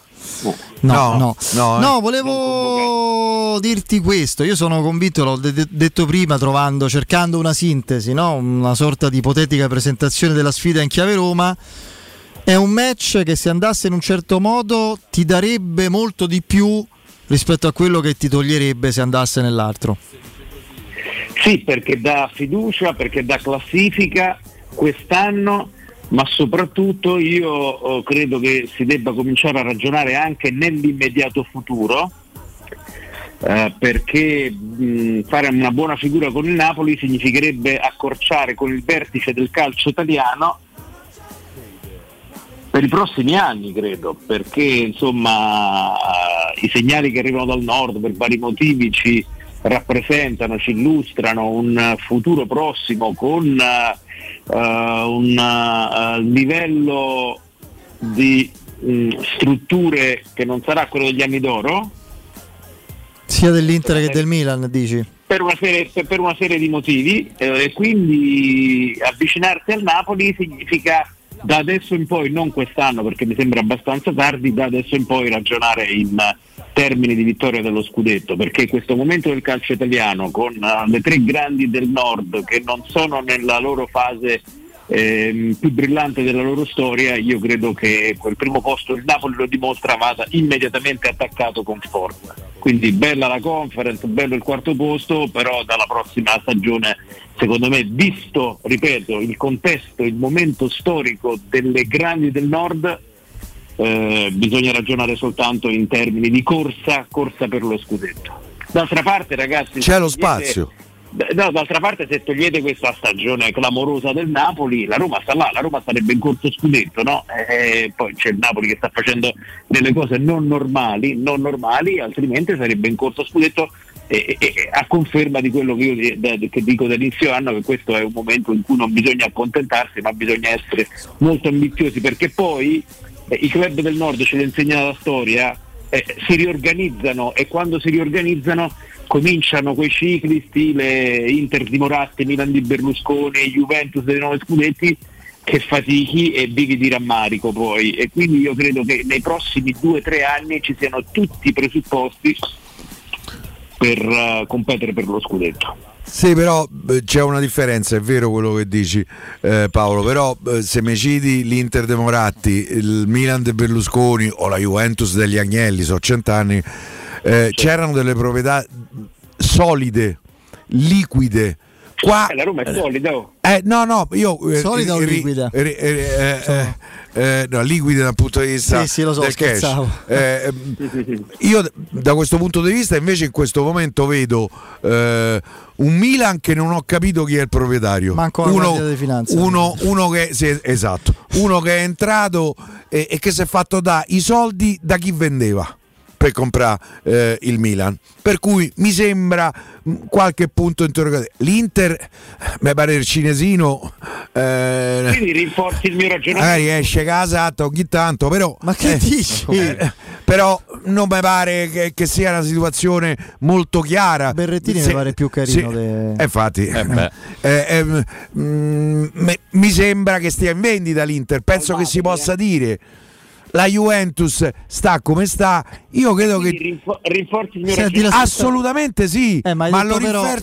volevo dirti questo. Io sono convinto, l'ho detto prima, cercando una sintesi, no? Una sorta di ipotetica presentazione della sfida in chiave Roma. È un match che, se andasse in un certo modo, ti darebbe molto di più rispetto a quello che ti toglierebbe se andasse nell'altro. Sì, perché dà fiducia, perché dà classifica quest'anno, ma soprattutto io credo che si debba cominciare a ragionare anche nell'immediato futuro, perché fare una buona figura con il Napoli significherebbe accorciare con il vertice del calcio italiano per i prossimi anni, credo, perché insomma i segnali che arrivano dal nord per vari motivi ci rappresentano, ci illustrano un futuro prossimo con un livello di strutture che non sarà quello degli anni d'oro, sia dell'Inter che del Milan, dici? Per una serie di motivi, e quindi avvicinarsi al Napoli significa da adesso in poi, non quest'anno perché mi sembra abbastanza tardi, da adesso in poi ragionare in termini di vittoria dello scudetto, perché questo momento del calcio italiano, con le tre grandi del nord che non sono nella loro fase più brillante della loro storia, io credo che quel primo posto il Napoli lo dimostra, vada immediatamente attaccato con forza. Quindi bella la Conference, bello il quarto posto, però dalla prossima stagione, secondo me, visto, ripeto, il contesto, il momento storico delle grandi del nord, bisogna ragionare soltanto in termini di corsa per lo scudetto. D'altra parte, ragazzi, c'è lo spazio. D'altra parte, se togliete questa stagione clamorosa del Napoli, la Roma sta là, la Roma sarebbe in corso scudetto, no? Poi c'è il Napoli che sta facendo delle cose non normali, altrimenti sarebbe in corso scudetto a conferma di quello che io che dico dall'inizio anno, che questo è un momento in cui non bisogna accontentarsi, ma bisogna essere molto ambiziosi, perché poi i club del nord, ce lo insegna la storia, si riorganizzano, e quando si riorganizzano cominciano quei cicli stile Inter di Moratti, Milan di Berlusconi, Juventus dei 9 scudetti, che fatichi e vivi di rammarico poi, e quindi io credo che nei prossimi 2-3 anni ci siano tutti i presupposti per competere per lo scudetto. Sì, però c'è una differenza, è vero quello che dici, Paolo, però se mi citi l'Inter de Moratti, il Milan de Berlusconi o la Juventus degli Agnelli, so 100 anni, c'erano delle proprietà solide, liquide. Qua la Roma è solida. No, io solida o liquida? No, liquida dal punto di vista lo so, del cash. Io da questo punto di vista invece in questo momento vedo un Milan che non ho capito chi è il proprietario. Manco la Guardia di Finanza. Uno che esatto, uno che è entrato e che si è fatto dare i soldi da chi vendeva per comprare il Milan, per cui mi sembra qualche punto interrogativo. L'Inter mi pare il cinesino, quindi rinforzi il mio ragionamento, magari esce casa ogni tanto, però ma che dici? Però non mi pare che sia una situazione molto chiara. Berrettini mi pare più carino infatti mi sembra che stia in vendita l'Inter, penso che si possa dire. La Juventus sta come sta, io credo che rinforzi il mio ragionamento. Assolutamente sì, ma lo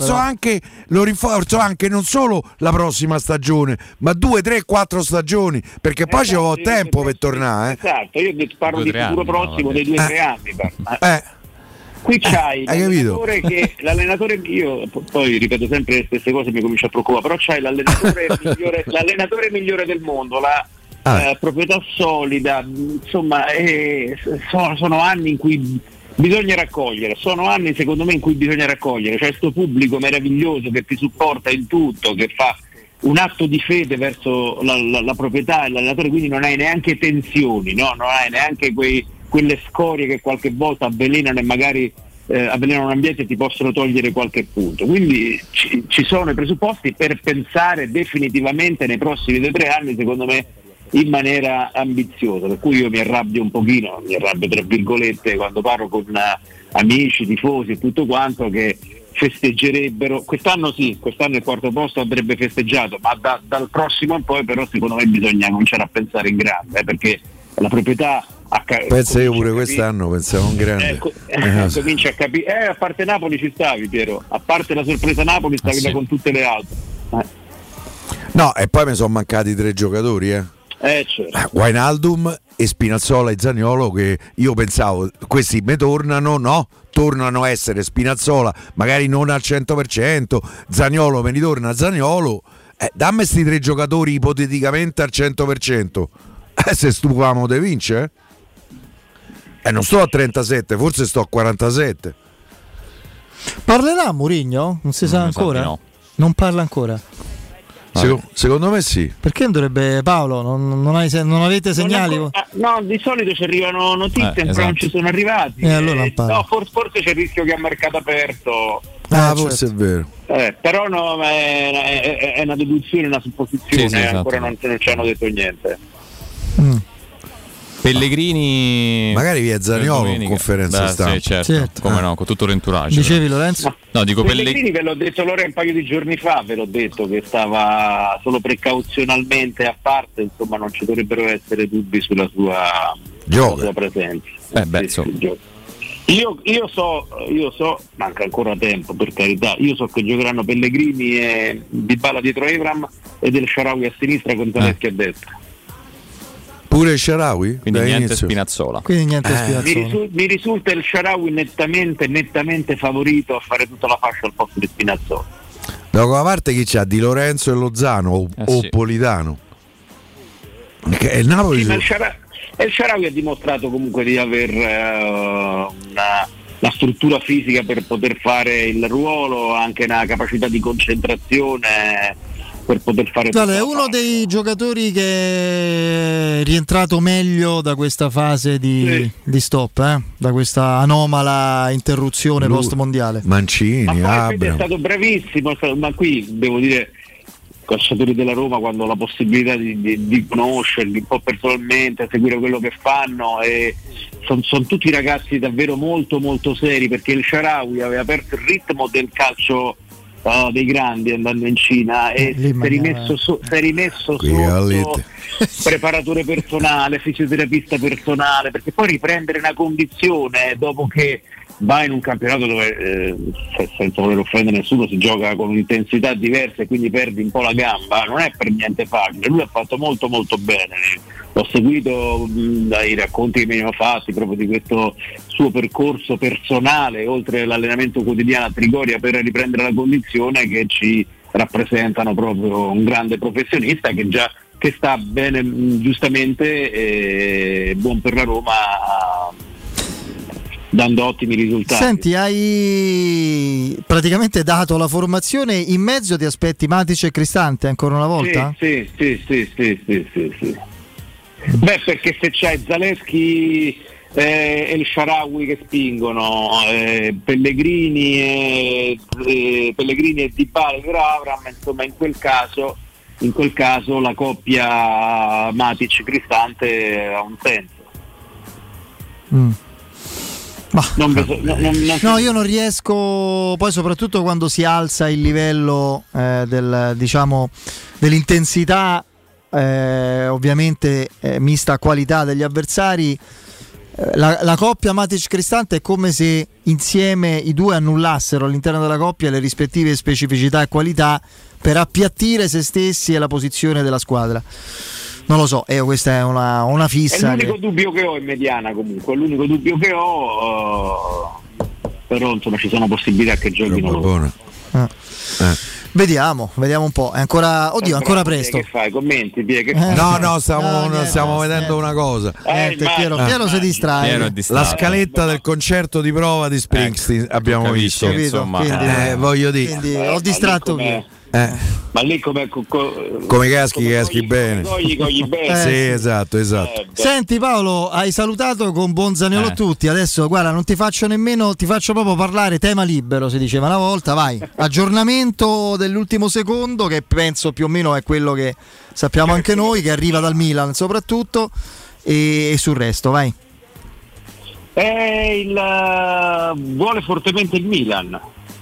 rinforzo anche non solo la prossima stagione, ma 2, 3, 4 stagioni, perché poi ci ho tempo per tornare. Esatto, io parlo di futuro prossimo dei 2-3 anni. Qui c'hai l'allenatore, io poi ripeto sempre le stesse cose, mi comincio a preoccupare, però c'hai l'allenatore migliore del mondo, la proprietà solida, insomma, sono anni in cui bisogna raccogliere, sono anni secondo me in cui bisogna raccogliere, cioè sto pubblico meraviglioso che ti supporta in tutto, che fa un atto di fede verso la proprietà e l'allenatore, quindi non hai neanche tensioni, no? Non hai neanche quelle scorie che qualche volta avvelenano e magari avvelenano un ambiente e ti possono togliere qualche punto, quindi ci sono i presupposti per pensare definitivamente nei prossimi 2-3 anni, secondo me, in maniera ambiziosa, per cui io mi arrabbio tra virgolette quando parlo con amici, tifosi e tutto quanto, che festeggerebbero quest'anno il quarto posto andrebbe festeggiato, ma dal prossimo in poi però secondo me bisogna cominciare a pensare in grande, perché la proprietà pensa, io pure quest'anno pensavo in grande, comincia a capire, a parte Napoli ci stavi, Piero, a parte la sorpresa Napoli stavi là con tutte le altre. No, e poi mi sono mancati 3 giocatori, certo. Wijnaldum e Spinazzola e Zaniolo, che io pensavo questi me tornano a essere Spinazzola magari non al 100%, Zaniolo me li torna Zaniolo, dammi sti 3 giocatori ipoteticamente al 100%, se stupamo de vince, non sto a 37, forse sto a 47. Parlerà Mourinho? Non si sa ancora? No. Non parla ancora? Secondo me sì. Perché non dovrebbe, Paolo? Non avete segnali? No, di solito ci arrivano notizie, però non ci sono arrivati. Allora forse c'è il rischio che a mercato aperto. Forse è vero. Però no, è una deduzione, una supposizione, sì, ancora non ci hanno detto niente. Pellegrini magari via Zaniolo in conferenza stampa. Sì, certo. Come no, con tutto l'entourage. Dicevi Lorenzo? No, dico Pellegrini ve l'ho detto allora un paio di giorni fa, ve l'ho detto che stava solo precauzionalmente a parte, insomma non ci dovrebbero essere dubbi sulla sua presenza. Io so, manca ancora tempo per carità, io so che giocheranno Pellegrini e Dybala dietro Evram e Del Shaarawy a sinistra con Zaleschi a destra. Pure Shaarawy? Quindi niente Spinazzola. Mi risulta il Shaarawy nettamente favorito a fare tutta la fascia al posto di Spinazzola. Da una parte chi c'ha? Di Lorenzo e Lozano o Politano? Perché il Napoli il Shaarawy ha dimostrato comunque di aver una struttura fisica per poter fare il ruolo, anche una capacità di concentrazione per poter fare. È uno dei giocatori che è rientrato meglio da questa fase di stop, da questa anomala interruzione post mondiale. Mancini, è stato bravissimo, ma qui devo dire, calciatori della Roma, quando ho la possibilità di conoscerli un po' personalmente, seguire quello che fanno, e sono tutti ragazzi davvero molto molto seri, perché il Shaarawy aveva aperto il ritmo del calcio dei grandi andando in Cina, e si è rimesso sotto preparatore personale, fisioterapista personale, perché poi riprendere una condizione dopo che va in un campionato dove senza voler offendere nessuno si gioca con un'intensità diversa e quindi perdi un po' la gamba, non è per niente facile. Lui ha fatto molto molto bene, l'ho seguito dai racconti che mi hanno fatti proprio di questo suo percorso personale, oltre all'allenamento quotidiano a Trigoria, per riprendere la condizione, che ci rappresentano proprio un grande professionista che sta bene, giustamente, buon per la Roma, dando ottimi risultati. Senti, hai praticamente dato la formazione, in mezzo ti aspetti Matic e Cristante ancora una volta? Sì. Beh, perché se c'hai Zalewski e il Shaarawy che spingono, Pellegrini e Dybala e Avram, insomma in quel caso la coppia Matic-Cristante ha un senso. No, io non riesco, poi soprattutto quando si alza il livello dell'intensità, ovviamente mista a qualità degli avversari, la coppia Matic-Cristante è come se insieme i due annullassero all'interno della coppia le rispettive specificità e qualità per appiattire se stessi e la posizione della squadra. Non lo so, questa è una fissa. È l'unico dubbio che ho in mediana, comunque, è l'unico dubbio che ho, però insomma ci sono possibilità che giochino loro. Vediamo un po', è ancora presto. Che fai? Commenti, che fai? No, stiamo vedendo una cosa. Piero si distrae. La scaletta del concerto di prova di Springsteen abbiamo visto. Quindi, voglio dire. Quindi ho distratto Piero. Ma lì come caschi bene. Cogli bene. Sì, esatto. Senti Paolo, hai salutato con buon Zaniolo tutti, adesso guarda, non ti faccio proprio parlare, tema libero si diceva una volta, vai. Aggiornamento dell'ultimo secondo, che penso più o meno è quello che sappiamo anche noi, che arriva dal Milan soprattutto, e sul resto, vai. Vuole fortemente il Milan.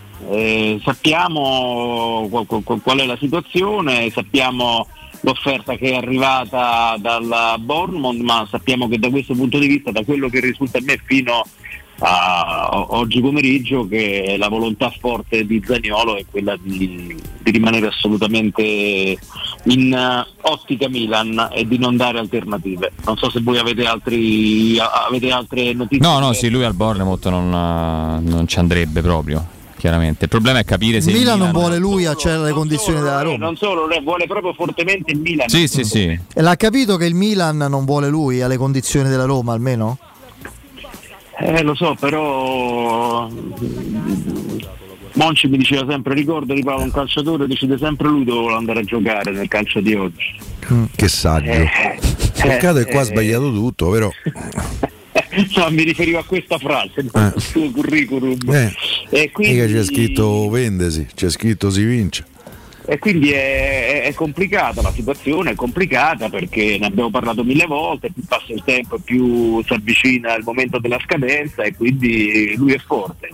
Sappiamo qual è la situazione, sappiamo l'offerta che è arrivata dal Bournemouth, ma sappiamo che da questo punto di vista, da quello che risulta a me fino a oggi pomeriggio, che la volontà forte di Zaniolo è quella di rimanere assolutamente in ottica Milan e di non dare alternative. Non so se voi avete altre notizie. No, sì, lui al Bournemouth non ci andrebbe proprio. Chiaramente il problema è capire se il Milan non vuole lui, accede alle condizioni della Roma. Non solo, vuole proprio fortemente il Milan. Sì. E l'ha capito che il Milan non vuole lui alle condizioni della Roma, almeno? Lo so, però Monci mi diceva sempre: ricorda di Paolo, un calciatore decide sempre lui dove vuole andare a giocare nel calcio di oggi. Che saggio. Peccato che qua ha sbagliato tutto, però. No, mi riferivo a questa frase nel suo curriculum. E quindi c'è scritto vendesi, c'è scritto si vince. E quindi è complicata la situazione, è complicata perché ne abbiamo parlato 1000 volte, più passa il tempo più si avvicina il momento della scadenza, e quindi lui è forte.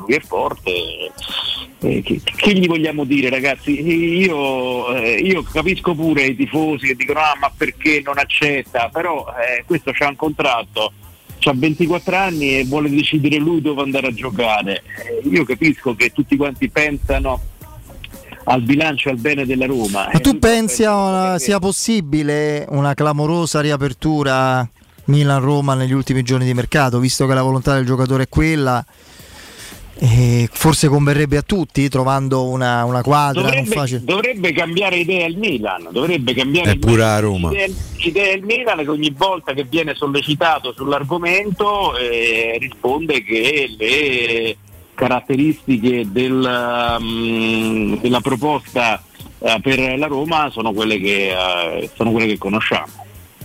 Che gli vogliamo dire, ragazzi? Io capisco pure i tifosi che dicono ma perché non accetta, però questo c'ha un contratto, c'ha 24 anni e vuole decidere lui dove andare a giocare. Io capisco che tutti quanti pensano al bilancio e al bene della Roma. Ma tu pensi sia possibile una clamorosa riapertura Milan-Roma negli ultimi giorni di mercato, visto che la volontà del giocatore è quella? Forse converrebbe a tutti, trovando una quadra non facile. Dovrebbe cambiare idea il Milan, pure a Roma. Idea il Milan, che ogni volta che viene sollecitato sull'argomento risponde che le caratteristiche della proposta per la Roma sono quelle che conosciamo.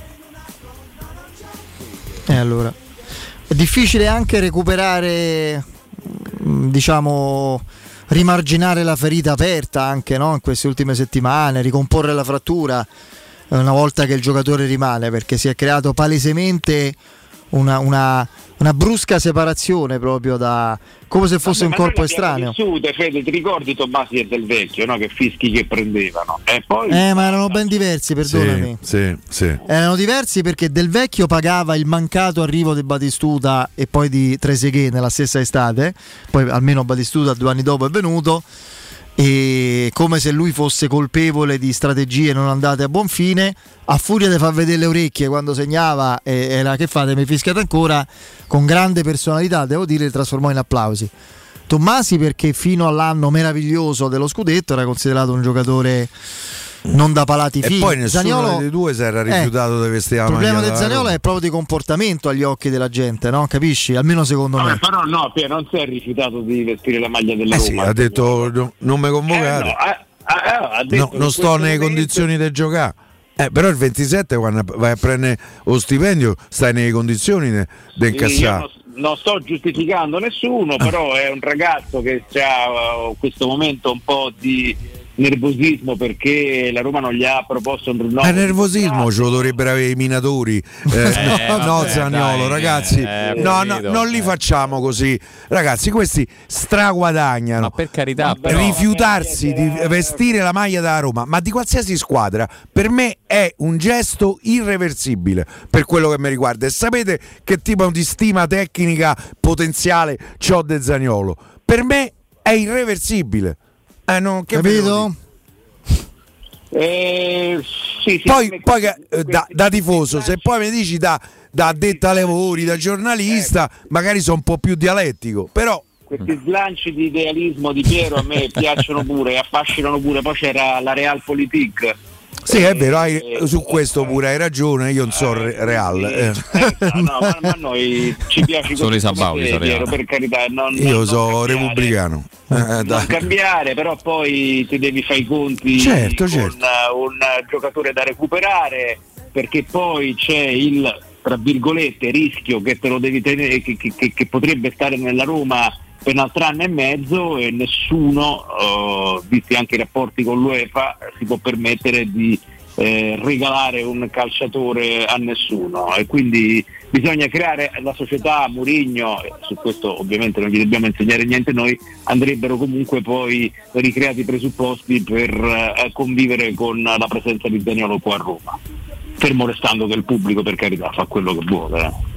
Allora è difficile anche recuperare, diciamo, rimarginare la ferita aperta anche, no? In queste ultime settimane, ricomporre la frattura una volta che il giocatore rimane, perché si è creato palesemente una brusca separazione, proprio da come se fosse un corpo estraneo. Fede, ti ricordi Tommasi e Del Vecchio, no? Che fischi che prendevano poi... ma erano ben diversi, perdonami. Sì. Erano diversi perché Del Vecchio pagava il mancato arrivo di Batistuta e poi di Trezeguet nella stessa estate, poi almeno Batistuta 2 anni dopo è venuto, e come se lui fosse colpevole di strategie non andate a buon fine, a furia di far vedere le orecchie quando segnava e la che fate, mi fischiate ancora, con grande personalità, devo dire, trasformò in applausi. Tommasi perché fino all'anno meraviglioso dello scudetto era considerato un giocatore non da palati fini. E poi nessuno Zaniolo, dei due si era rifiutato di vestire la maglia. Il problema di Zaniolo è proprio di comportamento agli occhi della gente, no? Capisci? Almeno secondo me. Però no, Pier, non si è rifiutato di vestire la maglia della Roma. Sì, ha detto non mi convocate. Ha detto non sto nelle condizioni di giocare. Però il 27 quando vai a prendere lo stipendio stai nelle condizioni di incassare. Non sto giustificando nessuno, però è un ragazzo che ha questo momento un po' di nervosismo perché la Roma non gli ha proposto un rinnovo. Nervosismo ce lo dovrebbero avere i minatori. Zaniolo, ragazzi, non li facciamo così. Ragazzi, questi straguadagnano. Ma per carità, rifiutarsi di vestire la maglia della Roma, ma di qualsiasi squadra, per me è un gesto irreversibile per quello che mi riguarda. E sapete che tipo di stima tecnica potenziale c'ho de Zaniolo? Per me è irreversibile. Capito? Sì, poi da tifoso, se poi mi dici da addetta ai lavori, da giornalista, magari sono un po' più dialettico, però questi slanci di idealismo di Piero a me piacciono pure, affascinano pure. Poi c'era la Realpolitik. Sì, è vero, su questo pure hai ragione, io non so Real. Ma a noi ci piace solo i Sabaudi, Piero, per carità. Io sono repubblicano. Non cambiare, però poi ti devi fare i conti certo. con un giocatore da recuperare, perché poi c'è il, tra virgolette, rischio che te lo devi tenere, che potrebbe stare nella Roma per un altro anno e mezzo, e nessuno, visti anche i rapporti con l'UEFA, si può permettere di regalare un calciatore a nessuno, e quindi bisogna creare la società. Mourinho, su questo ovviamente non gli dobbiamo insegnare niente noi, andrebbero comunque poi ricreati i presupposti per convivere con la presenza di Zaniolo qua a Roma, fermo restando che il pubblico, per carità, fa quello che vuole.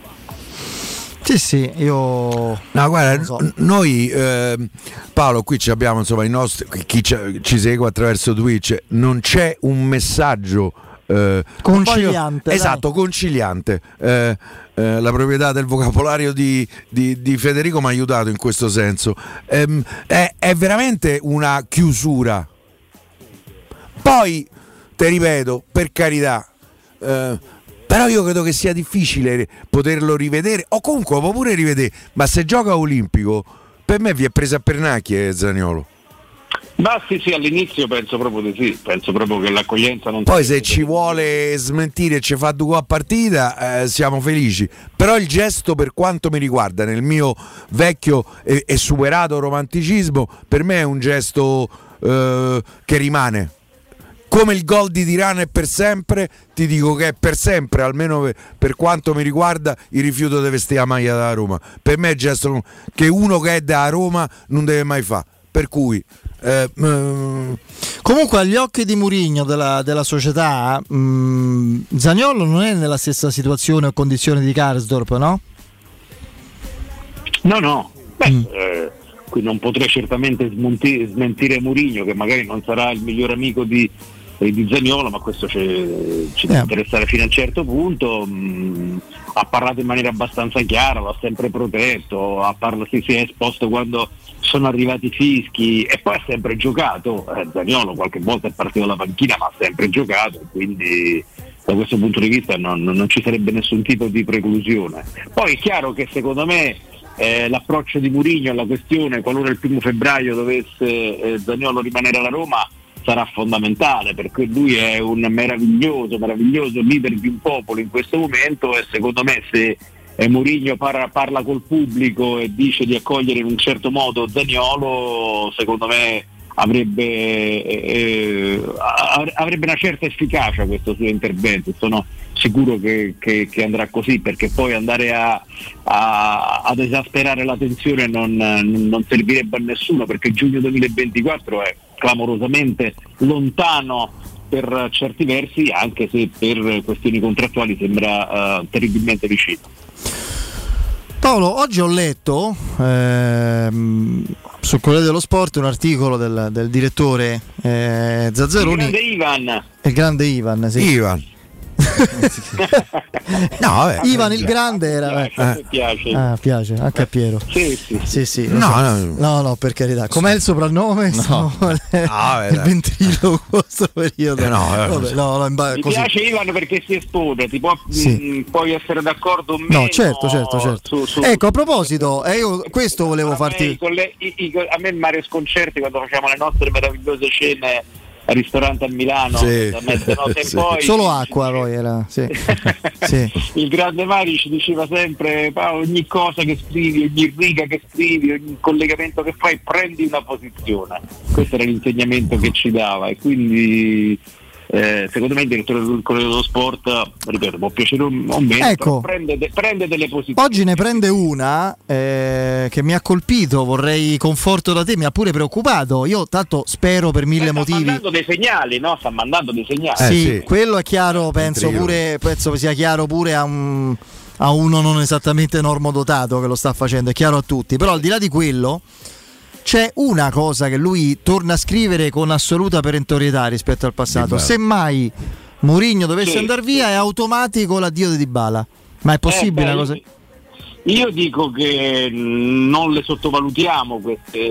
Sì, io... No, guarda, noi Paolo, qui abbiamo insomma i nostri, chi ci segue attraverso Twitch, non c'è un messaggio conciliante. Esatto, conciliante. La proprietà del vocabolario di Federico mi ha aiutato in questo senso. È veramente una chiusura. Poi, te ripeto, per carità, però io credo che sia difficile poterlo rivedere, o comunque può pure rivedere, ma se gioca olimpico, per me vi è presa a pernacchie Zaniolo. Ma sì, all'inizio penso proprio di sì, penso proprio che l'accoglienza non... Poi se ci vuole smentire e ci fa 2 gol a partita, siamo felici, però il gesto, per quanto mi riguarda, nel mio vecchio e superato romanticismo, per me è un gesto che rimane. Come il gol di Tirana è per sempre, ti dico che è per sempre, almeno per quanto mi riguarda, il rifiuto di vestire la maglia della Roma. Per me è il gesto che uno che è da Roma non deve mai fare. Per cui comunque agli occhi di Mourinho, della società, Zaniolo non è nella stessa situazione o condizione di Karsdorp, no? No. Qui non potrei certamente smentire Mourinho, che magari non sarà il miglior amico di Zaniolo, ma questo ci deve interessare fino a un certo punto. Ha parlato in maniera abbastanza chiara, l'ha sempre protetto, si è esposto quando sono arrivati i fischi, e poi ha sempre giocato. Zaniolo qualche volta è partito dalla panchina, ma ha sempre giocato, quindi da questo punto di vista non ci sarebbe nessun tipo di preclusione. Poi è chiaro che secondo me l'approccio di Mourinho alla questione, qualora il 1 febbraio dovesse Zaniolo rimanere alla Roma, sarà fondamentale, perché lui è un meraviglioso leader di un popolo in questo momento, e secondo me se Mourinho parla col pubblico e dice di accogliere in un certo modo Zaniolo, secondo me avrebbe una certa efficacia questo suo intervento. Sono sicuro che andrà così, perché poi andare ad esasperare la tensione non servirebbe a nessuno, perché giugno 2024 è clamorosamente lontano per certi versi, anche se per questioni contrattuali sembra terribilmente vicino. Paolo, oggi ho letto sul Corriere dello Sport un articolo del direttore Zazzaroni. Il grande Ivan, sì. Ivan. No, vabbè. Ivan il grande era. Piace. Piace anche a Piero. Sì. No, per carità. Com'è il soprannome? No. Il ventriloquo questo periodo. Mi piace Ivan perché si espone, puoi essere d'accordo o meno. No, certo. Ecco, a proposito, io questo volevo farti. A me Mario Sconcerti, quando facciamo le nostre meravigliose cene al ristorante a Milano, poi, solo acqua poi era il grande Mario ci diceva sempre: ogni cosa che scrivi, ogni riga che scrivi, ogni collegamento che fai, prendi una posizione. Questo era l'insegnamento che ci dava, e quindi secondo me il direttore del Corriere dello Sport, ripeto, può piacere o meno, ecco, prende delle posizioni. Oggi ne prende una che mi ha colpito, vorrei conforto da te, mi ha pure preoccupato. Io tanto spero per mille motivi. Sta mandando dei segnali, no? Sta mandando dei segnali. Sì, quello è chiaro, penso sia chiaro pure a uno non esattamente normodotato che lo sta facendo, è chiaro a tutti. Però al di là di quello c'è una cosa che lui torna a scrivere con assoluta perentorietà rispetto al passato: semmai Mourinho dovesse andare via è automatico l'addio di Dybala. Ma è possibile una cosa? Io dico che non le sottovalutiamo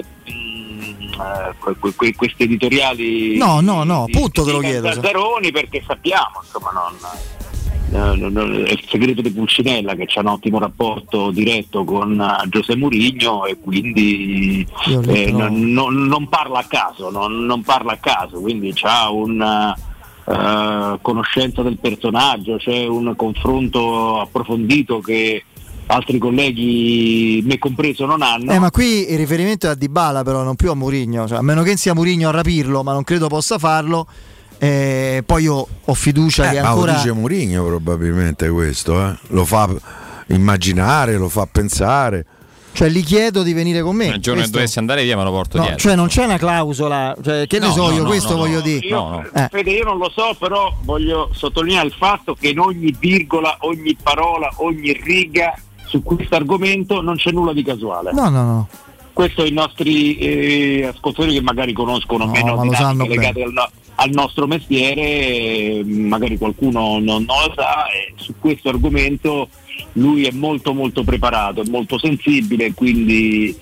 queste editoriali. No, punto te lo chiedo. Zazzaroni, perché sappiamo, insomma, è il segreto di Pulcinella che c'ha un ottimo rapporto diretto con José Mourinho, e quindi non parla a caso, non parla a caso, quindi c'ha una conoscenza del personaggio, c'è un confronto approfondito che altri colleghi, me compreso, non hanno. Ma qui il riferimento è a Dybala, però non più a Mourinho, a meno che sia Mourinho a rapirlo, ma non credo possa farlo. Poi io ho fiducia che ancora. Ma lo dice Mourinho probabilmente questo, lo fa immaginare, lo fa pensare. Cioè gli chiedo di venire con me. Il giorno che dovessi andare via me lo porto dietro. Cioè non c'è una clausola, che ne so io, questo voglio dire. Fede, io non lo so, però voglio sottolineare il fatto che in ogni virgola, ogni parola, ogni riga su questo argomento non c'è nulla di casuale. No. Questo i nostri ascoltatori, che magari conoscono meno dinamiche legate al nostro mestiere, magari qualcuno non lo sa, e su questo argomento lui è molto molto preparato, è molto sensibile, quindi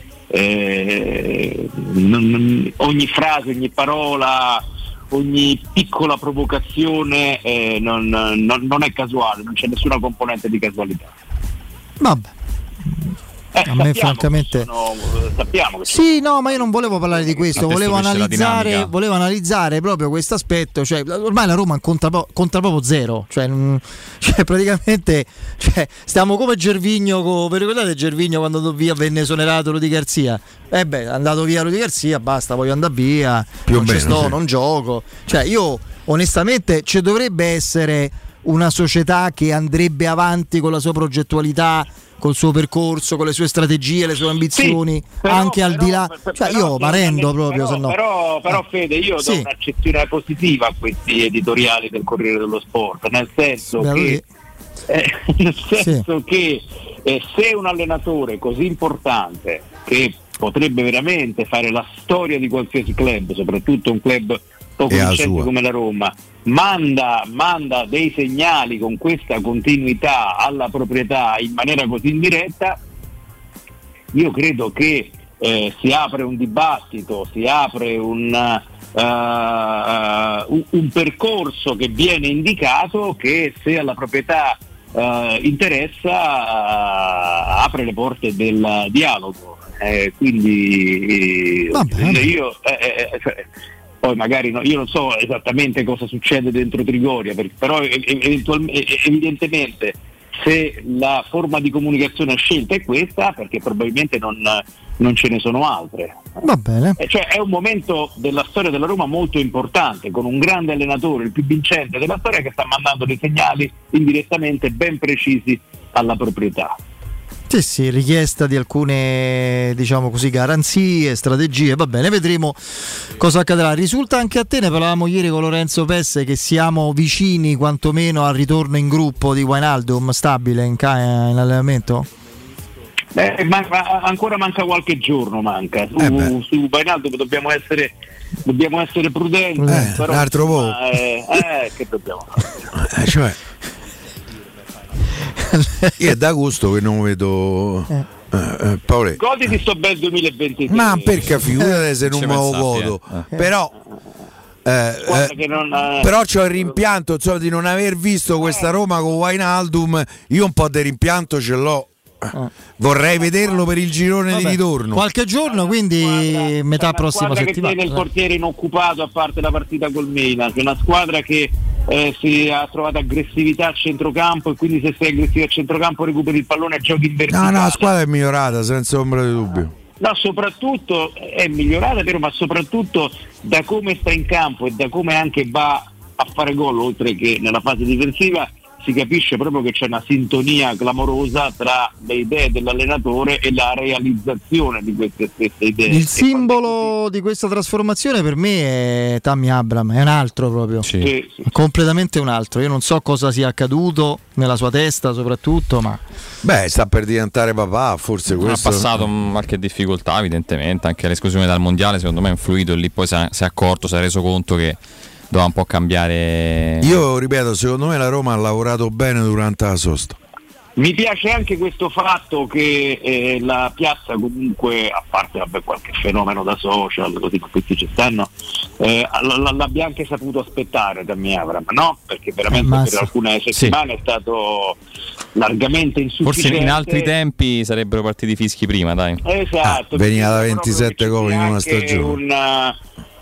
ogni frase, ogni parola, ogni piccola provocazione non è casuale, non c'è nessuna componente di casualità. Vabbè. A me francamente sappiamo che sì, no, ma io non volevo parlare di questo, volevo analizzare proprio questo aspetto. Cioè, ormai la Roma conta proprio zero, cioè praticamente stiamo come Gervinho, vi ricordate Gervinho quando venne esonerato Rudy Garcia? È andato via Rudy Garcia, basta, voglio andare via, non gioco. Cioè io onestamente ci dovrebbe essere una società che andrebbe avanti con la sua progettualità, col suo percorso, con le sue strategie, le sue ambizioni, anche al di là. Io m'arrendo proprio. Però Fede, io do un'accezione positiva a questi editoriali del Corriere dello Sport, nel senso che se un allenatore così importante, che potrebbe veramente fare la storia di qualsiasi club, soprattutto un club poco vincente come la Roma, manda dei segnali con questa continuità alla proprietà in maniera così indiretta, io credo che si apre un dibattito, si apre un percorso che viene indicato, che se alla proprietà interessa apre le porte del dialogo, quindi io poi magari io non so esattamente cosa succede dentro Trigoria, però evidentemente se la forma di comunicazione scelta è questa, perché probabilmente non ce ne sono altre. Va bene. Cioè è un momento della storia della Roma molto importante, con un grande allenatore, il più vincente della storia, che sta mandando dei segnali indirettamente ben precisi alla proprietà. Sì, richiesta di alcune, diciamo così, garanzie, strategie, va bene, vedremo cosa accadrà. Risulta anche a te, ne parlavamo ieri con Lorenzo Pesse, che siamo vicini quantomeno al ritorno in gruppo di Wijnaldum stabile in allenamento? Ancora manca qualche giorno, su Wijnaldum dobbiamo essere prudenti, però, un altro po'. Che dobbiamo fare? Cioè io è da gusto che non vedo Paolo. Goditi sto bel 2023. Ma perché figurate se non me lo godo. Però però c'ho il rimpianto, insomma, di non aver visto questa Roma con Wijnaldum. Io un po' di rimpianto ce l'ho. Vorrei vederlo per il girone di ritorno qualche giorno, quindi metà prossima settimana. Che tiene il portiere inoccupato, a parte la partita col Milan, che è una squadra che si ha trovato aggressività a centrocampo, e quindi se sei aggressivo a centrocampo recuperi il pallone e giochi in verticale. No, la squadra è migliorata senza ombra di dubbio. No, soprattutto è migliorata, vero, ma soprattutto da come sta in campo e da come anche va a fare gol, oltre che nella fase difensiva, si capisce proprio che c'è una sintonia clamorosa tra le idee dell'allenatore e la realizzazione di queste stesse idee. Il simbolo di questa trasformazione per me è Tammy Abraham, è un altro proprio, sì. Completamente un altro. Io non so cosa sia accaduto nella sua testa soprattutto, ma sta per diventare papà, forse questo. Ha passato qualche difficoltà evidentemente, anche l'esclusione dal mondiale secondo me ha influito, e lì poi si è accorto, si è reso conto che doveva un po' cambiare. Io ripeto, secondo me la Roma ha lavorato bene durante la sosta. Mi piace anche questo fatto che la piazza comunque, a parte qualche fenomeno da social, così, ma questi ci stanno, l'abbia anche saputo aspettare da Abraham, no? Perché veramente per alcune settimane è stato largamente insufficiente. Forse in altri tempi sarebbero partiti fischi prima, dai. Esatto. Veniva da 27 gol in una stagione.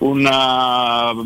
Una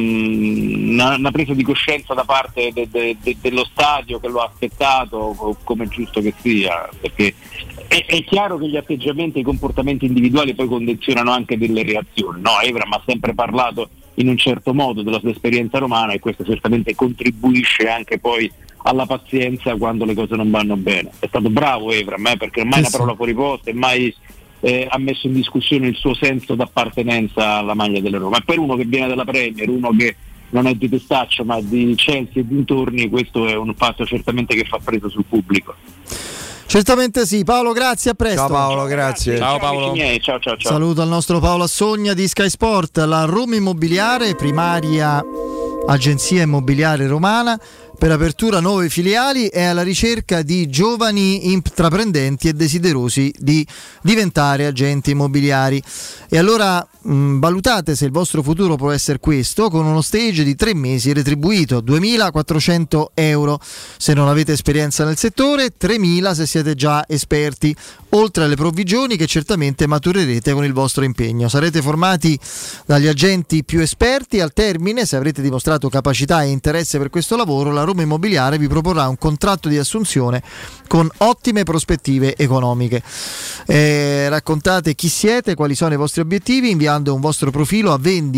presa di coscienza da parte dello stadio, che lo ha aspettato, come è giusto che sia, perché è chiaro che gli atteggiamenti e i comportamenti individuali poi condizionano anche delle reazioni, no? Evram ha sempre parlato in un certo modo della sua esperienza romana, e questo certamente contribuisce anche poi alla pazienza quando le cose non vanno bene. È stato bravo Evram, perché mai una parola fuori posto e mai ha messo in discussione il suo senso d'appartenenza alla maglia della Roma. E per uno che viene dalla Premier, uno che non è di Testaccio ma di Chelsea e dintorni, questo è un fatto certamente che fa preso sul pubblico. Certamente sì. Paolo, grazie, a presto. Ciao Paolo, grazie. Ciao Paolo. Ciao. Saluto al nostro Paolo Assogna di Sky Sport. La Roma Immobiliare, primaria agenzia immobiliare romana, per apertura nuove filiali, è alla ricerca di giovani intraprendenti e desiderosi di diventare agenti immobiliari. E allora valutate se il vostro futuro può essere questo, con uno stage di 3 mesi retribuito, 2.400 euro se non avete esperienza nel settore, 3.000 se siete già esperti, oltre alle provvigioni che certamente maturerete con il vostro impegno. Sarete formati dagli agenti più esperti. Al termine, se avrete dimostrato capacità e interesse per questo lavoro, la Roma Immobiliare vi proporrà un contratto di assunzione con ottime prospettive economiche. Raccontate chi siete, quali sono i vostri obiettivi, inviando un vostro profilo a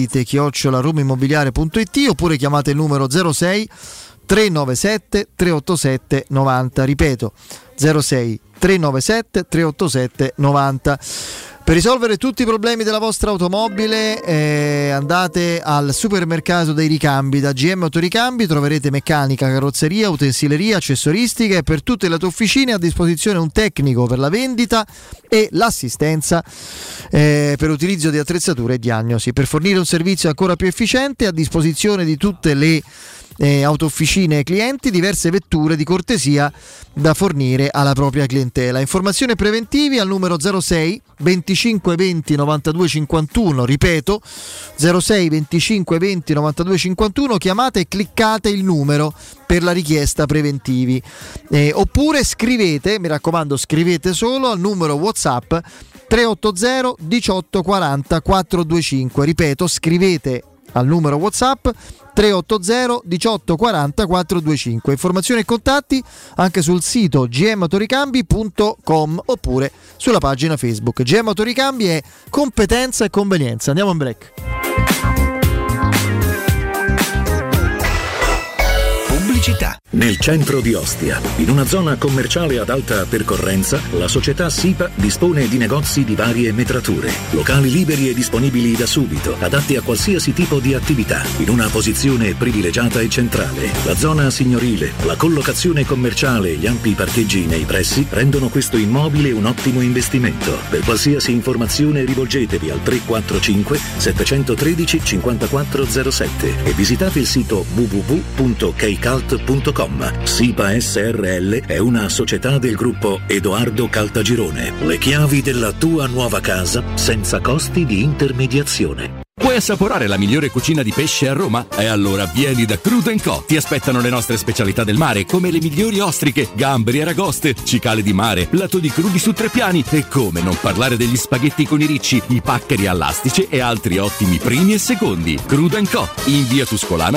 vendite@romaimmobiliare.it oppure chiamate il numero 06 397 387 90. Ripeto, 06 397 387 90. Per risolvere tutti i problemi della vostra automobile andate al supermercato dei ricambi. Da GM Autoricambi troverete meccanica, carrozzeria, utensileria, accessoristica, e per tutte le tue officine a disposizione un tecnico per la vendita e l'assistenza per utilizzo di attrezzature e diagnosi. Per fornire un servizio ancora più efficiente, a disposizione di tutte le autofficine e clienti, diverse vetture di cortesia da fornire alla propria clientela. Informazioni preventivi al numero 06 25 20 92 51, ripeto 06 25 20 92 51, chiamate e cliccate il numero per la richiesta preventivi, oppure scrivete, mi raccomando scrivete solo al numero WhatsApp 380 18 40 425, ripeto scrivete al numero WhatsApp 380 18 40 425. Informazioni e contatti anche sul sito gmautoricambi.com oppure sulla pagina Facebook. GM Autoricambi è competenza e convenienza. Andiamo in break. Pubblicità. Nel centro di Ostia, in una zona commerciale ad alta percorrenza, la società SIPA dispone di negozi di varie metrature, locali liberi e disponibili da subito, adatti a qualsiasi tipo di attività, in una posizione privilegiata e centrale. La zona signorile, la collocazione commerciale e gli ampi parcheggi nei pressi rendono questo immobile un ottimo investimento. Per qualsiasi informazione rivolgetevi al 345 713 5407 e visitate il sito www.kcalt.com. SIPA SRL è una società del gruppo Edoardo Caltagirone. Le chiavi della tua nuova casa senza costi di intermediazione. Vuoi assaporare la migliore cucina di pesce a Roma? E allora vieni da Crudo & Co. Ti aspettano le nostre specialità del mare, come le migliori ostriche, gamberi, aragoste, cicale di mare, plato di crudi su 3 piani e come non parlare degli spaghetti con i ricci, i paccheri all'astice e altri ottimi primi e secondi. Crudo & Co. in via Tuscolana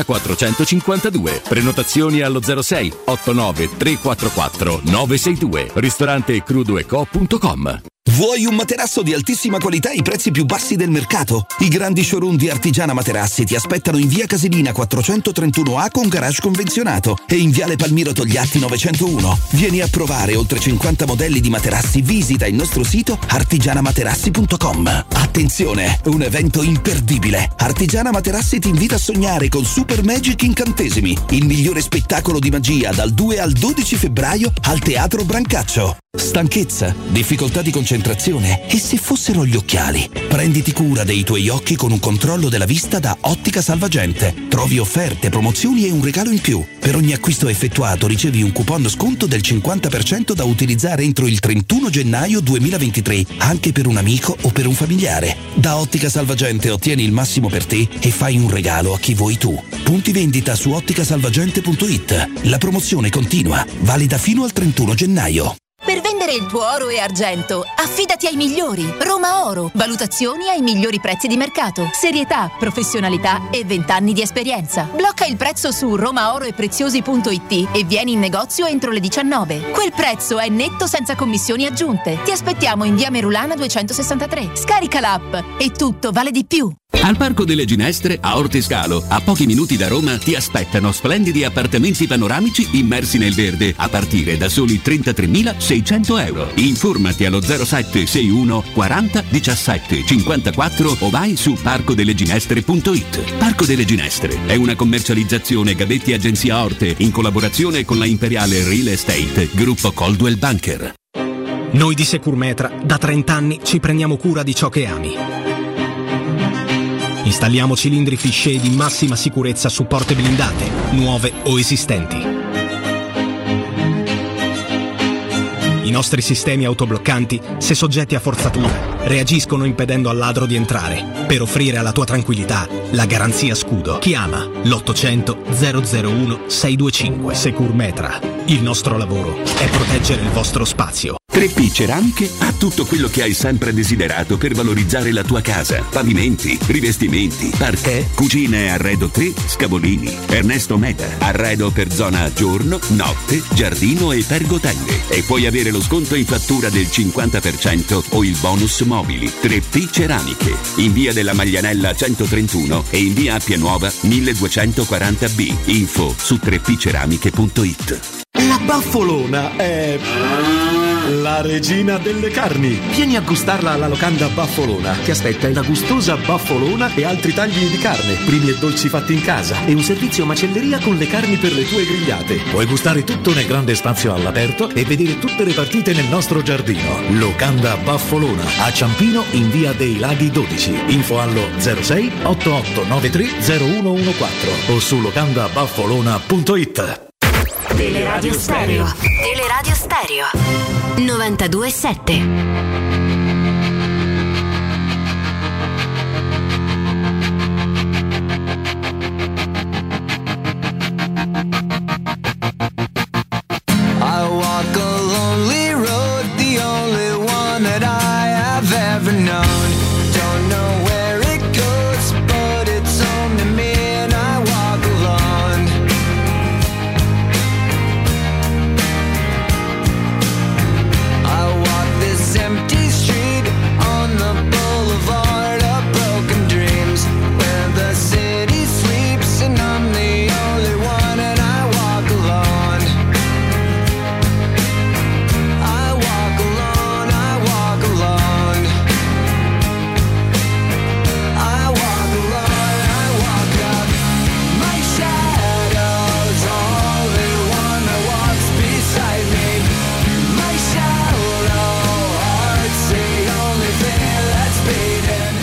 452. Prenotazioni allo 06 89 344 962. Ristorante crudoeco.com. Vuoi un materasso di altissima qualità e i prezzi più bassi del mercato? I grandi showroom di Artigiana Materassi ti aspettano in via Casilina 431A con garage convenzionato e in viale Palmiro Togliatti 901. Vieni a provare oltre 50 modelli di materassi, visita il nostro sito artigianamaterassi.com. Attenzione, un evento imperdibile. Artigiana Materassi ti invita a sognare con Super Magic Incantesimi, il migliore spettacolo di magia dal 2 al 12 febbraio al Teatro Brancaccio. Stanchezza, difficoltà di concentrazione e se fossero gli occhiali? Prenditi cura dei tuoi occhi con un controllo della vista da Ottica Salvagente. Trovi offerte, promozioni e un regalo in più. Per ogni acquisto effettuato ricevi un coupon sconto del 50% da utilizzare entro il 31 gennaio 2023, anche per un amico o per un familiare. Da Ottica Salvagente ottieni il massimo per te e fai un regalo a chi vuoi tu. Punti vendita su otticasalvagente.it. La promozione continua, valida fino al 31 gennaio. Per vendere il tuo oro e argento, affidati ai migliori. Roma Oro. Valutazioni ai migliori prezzi di mercato. Serietà, professionalità e 20 anni di esperienza. Blocca il prezzo su romaoroepreziosi.it e vieni in negozio entro le 19. Quel prezzo è netto senza commissioni aggiunte. Ti aspettiamo in via Merulana 263. Scarica l'app e tutto vale di più. Al Parco delle Ginestre, a Ortiscalo, a pochi minuti da Roma, ti aspettano splendidi appartamenti panoramici immersi nel verde a partire da soli 33.600 euro. Informati allo 0761 40 17 54 o vai su parcodelleginestre.it. Parco delle Ginestre è una commercializzazione Gavetti Agenzia Orte in collaborazione con la Imperiale Real Estate, gruppo Coldwell Banker. Noi di Securmetra da 30 anni ci prendiamo cura di ciò che ami. Installiamo cilindri Fichet di massima sicurezza su porte blindate, nuove o esistenti. I nostri sistemi autobloccanti, se soggetti a forzatura, reagiscono impedendo al ladro di entrare. Per offrire alla tua tranquillità la garanzia scudo. Chiama l'800 001 625. Securmetra. Il nostro lavoro è proteggere il vostro spazio. 3P Ceramiche ha tutto quello che hai sempre desiderato per valorizzare la tua casa. Pavimenti, rivestimenti, parquet, cucine e arredo 3, Scavolini. Ernesto Meda, arredo per zona giorno, notte, giardino e pergotelle. E puoi avere lo sconto in fattura del 50% o il bonus mobili. 3P Ceramiche, in via della Maglianella 131 e in via Appia Nuova 1240B. Info su 3pceramiche.it. La Baffolona è la regina delle carni. Vieni a gustarla alla locanda Baffolona. Ti aspetta una gustosa baffolona e altri tagli di carne, primi e dolci fatti in casa e un servizio macelleria con le carni per le tue grigliate. Puoi gustare tutto nel grande spazio all'aperto e vedere tutte le partite nel nostro giardino. Locanda Baffolona a Ciampino in via dei Laghi 12. Info allo 06 8893 0114 o su locandabaffolona.it. Teleradio Stereo. Teleradio Stereo 92.7. Known. Don't know where it goes, but it's only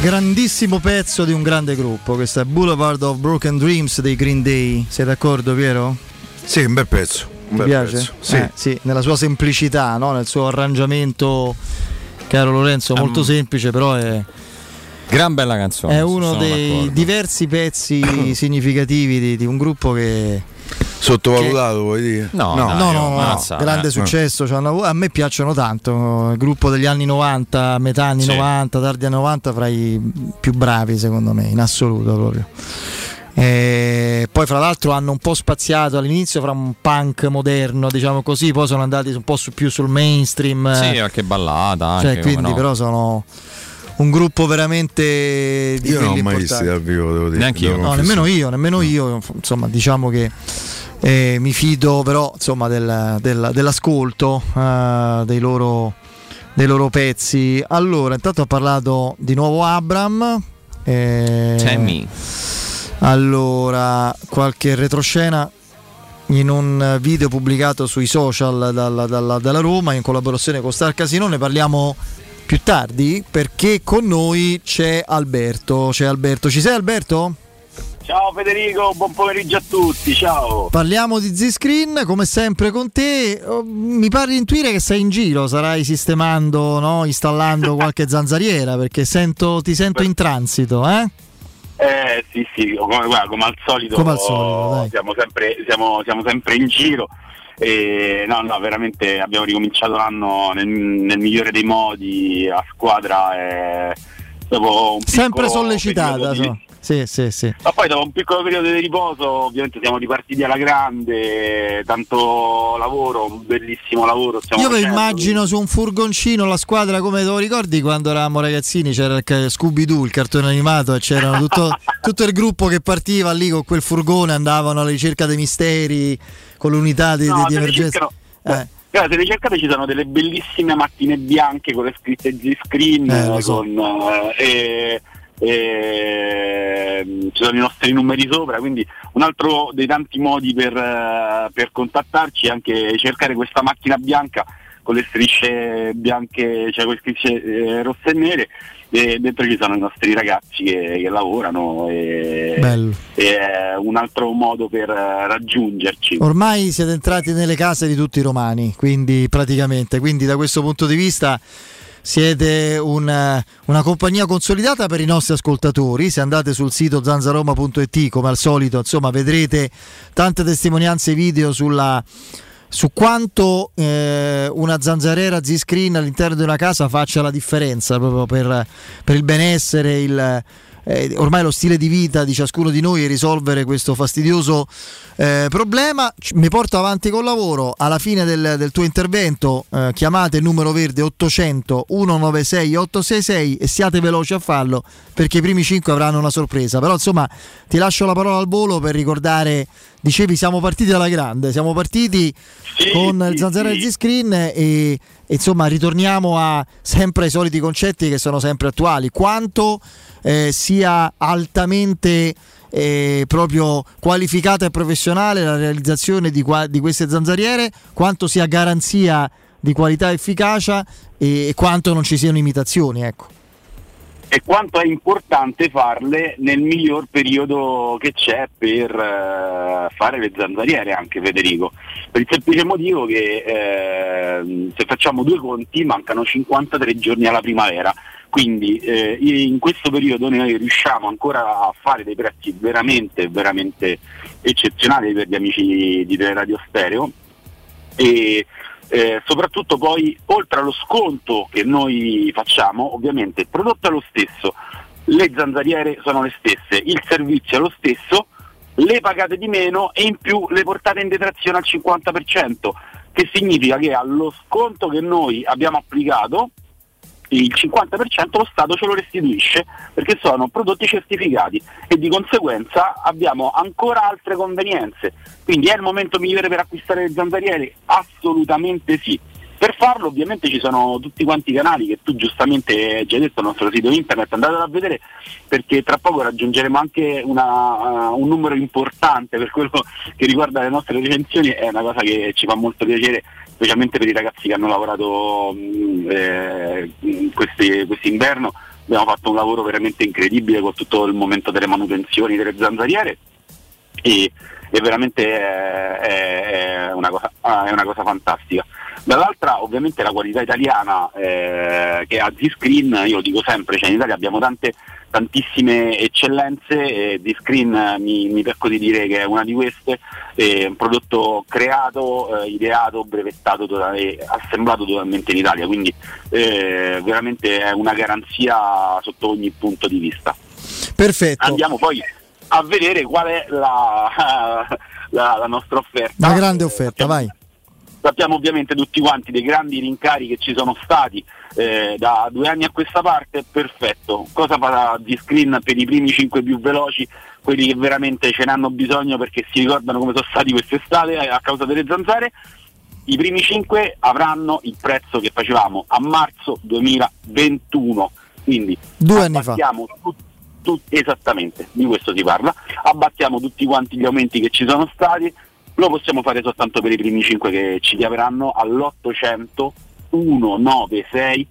grandissimo pezzo di un grande gruppo. Questo è Boulevard of Broken Dreams dei Green Day. Sei d'accordo, Piero? Sì, un bel pezzo. Ti piace? Sì. Sì, nella sua semplicità, no? Nel suo arrangiamento, caro Lorenzo, molto semplice, però è gran bella canzone. È uno dei diversi pezzi significativi di un gruppo che sottovalutato, vuoi dire? No, grande successo. Cioè, a me piacciono tanto. Il gruppo degli anni 90, metà anni 90, tardi anni 90, fra i più bravi secondo me, in assoluto proprio. Poi fra l'altro hanno un po' spaziato all'inizio fra un punk moderno, diciamo così, poi sono andati un po' più sul mainstream. Sì, qualche ballata anche, quindi no. Però sono un gruppo veramente io non ho mai visto dal vivo, devo dire. Neanche io. No, nemmeno io, insomma, diciamo che mi fido però, insomma, dell'ascolto dei loro pezzi. Allora, intanto ha parlato di nuovo Abram. Sammy. Allora, qualche retroscena in un video pubblicato sui social dalla Roma in collaborazione con Star Casino. Ne parliamo più tardi perché con noi c'è Alberto. Ci sei, Alberto? Ciao Federico, buon pomeriggio a tutti, ciao. Parliamo di Z-Screen come sempre con te. Mi pare di intuire che sei in giro, sarai sistemando, no? Installando qualche zanzariera, perché ti sento in transito, eh? Sì, come al solito, dai. Siamo sempre in giro. No, veramente abbiamo ricominciato l'anno nel migliore dei modi, a squadra, dopo un sempre sollecitata. Sì. Ma poi dopo un piccolo periodo di riposo ovviamente siamo ripartiti alla grande, tanto lavoro, un bellissimo lavoro. Io vi immagino su un furgoncino la squadra, come te lo ricordi quando eravamo ragazzini, c'era il Scooby-Doo, il cartone animato, e c'era tutto il gruppo che partiva lì con quel furgone, andavano alla ricerca dei misteri con l'unità di emergenza. Se ricercate ci sono delle bellissime macchine bianche con le scritte Z-Screen, ci sono i nostri numeri sopra, quindi un altro dei tanti modi per contattarci è anche cercare questa macchina bianca con le strisce bianche, cioè con le strisce rosse e nere, e dentro ci sono i nostri ragazzi che lavorano e è un altro modo per raggiungerci. Ormai siete entrati nelle case di tutti i romani, quindi da questo punto di vista siete una compagnia consolidata per i nostri ascoltatori. Se andate sul sito zanzaroma.it, come al solito, insomma, vedrete tante testimonianze video su quanto una zanzariera Z-Screen all'interno di una casa faccia la differenza proprio per il benessere, ormai lo stile di vita di ciascuno di noi, è risolvere questo fastidioso problema. Mi porto avanti col lavoro. Alla fine del tuo intervento chiamate il numero verde 800 196 866 e siate veloci a farlo, perché i primi 5 avranno una sorpresa. Però insomma ti lascio la parola al volo per ricordare. Dicevi, siamo partiti alla grande, siamo partiti con il zanzariera Z-Screen e insomma ritorniamo sempre ai soliti concetti che sono sempre attuali. Quanto sia altamente proprio qualificata e professionale la realizzazione di queste zanzariere, quanto sia garanzia di qualità e efficacia e quanto non ci siano imitazioni, ecco. E quanto è importante farle nel miglior periodo che c'è per fare le zanzariere, anche Federico, per il semplice motivo che se facciamo due conti mancano 53 giorni alla primavera, quindi in questo periodo noi riusciamo ancora a fare dei prezzi veramente, veramente eccezionali per gli amici di Teleradio Stereo e soprattutto poi, oltre allo sconto che noi facciamo, ovviamente il prodotto è lo stesso, le zanzariere sono le stesse, il servizio è lo stesso, le pagate di meno e in più le portate in detrazione al 50%, che significa che allo sconto che noi abbiamo applicato il 50% lo Stato ce lo restituisce, perché sono prodotti certificati e di conseguenza abbiamo ancora altre convenienze. Quindi è il momento migliore per acquistare le zanzariere? Assolutamente sì. Per farlo ovviamente ci sono tutti quanti i canali che tu giustamente hai già detto, il nostro sito internet, andatelo a vedere, perché tra poco raggiungeremo anche un numero importante per quello che riguarda le nostre recensioni. È una cosa che ci fa molto piacere, specialmente per i ragazzi che hanno lavorato quest'inverno, abbiamo fatto un lavoro veramente incredibile con tutto il momento delle manutenzioni delle zanzariere e veramente è una cosa fantastica. Dall'altra ovviamente la qualità italiana che ha Z-Screen, io lo dico sempre, cioè in Italia abbiamo tantissime eccellenze, Z-Screen mi perco di dire che è una di queste, un prodotto creato, ideato, brevettato e assemblato totalmente in Italia, quindi veramente è una garanzia sotto ogni punto di vista. Perfetto. Andiamo poi a vedere qual è la nostra offerta. Una grande offerta, vai. Sappiamo ovviamente tutti quanti dei grandi rincari che ci sono stati da 2 anni a questa parte. Perfetto. Cosa farà Z-Screen per i primi 5 più veloci, quelli che veramente ce n'hanno bisogno perché si ricordano come sono stati quest'estate a causa delle zanzare? I primi 5 avranno il prezzo che facevamo a marzo 2021, quindi 2 anni fa. Esattamente, di questo si parla. Abbattiamo tutti quanti gli aumenti che ci sono stati. Lo possiamo fare soltanto per i primi 5 che ci chiameranno all'800 196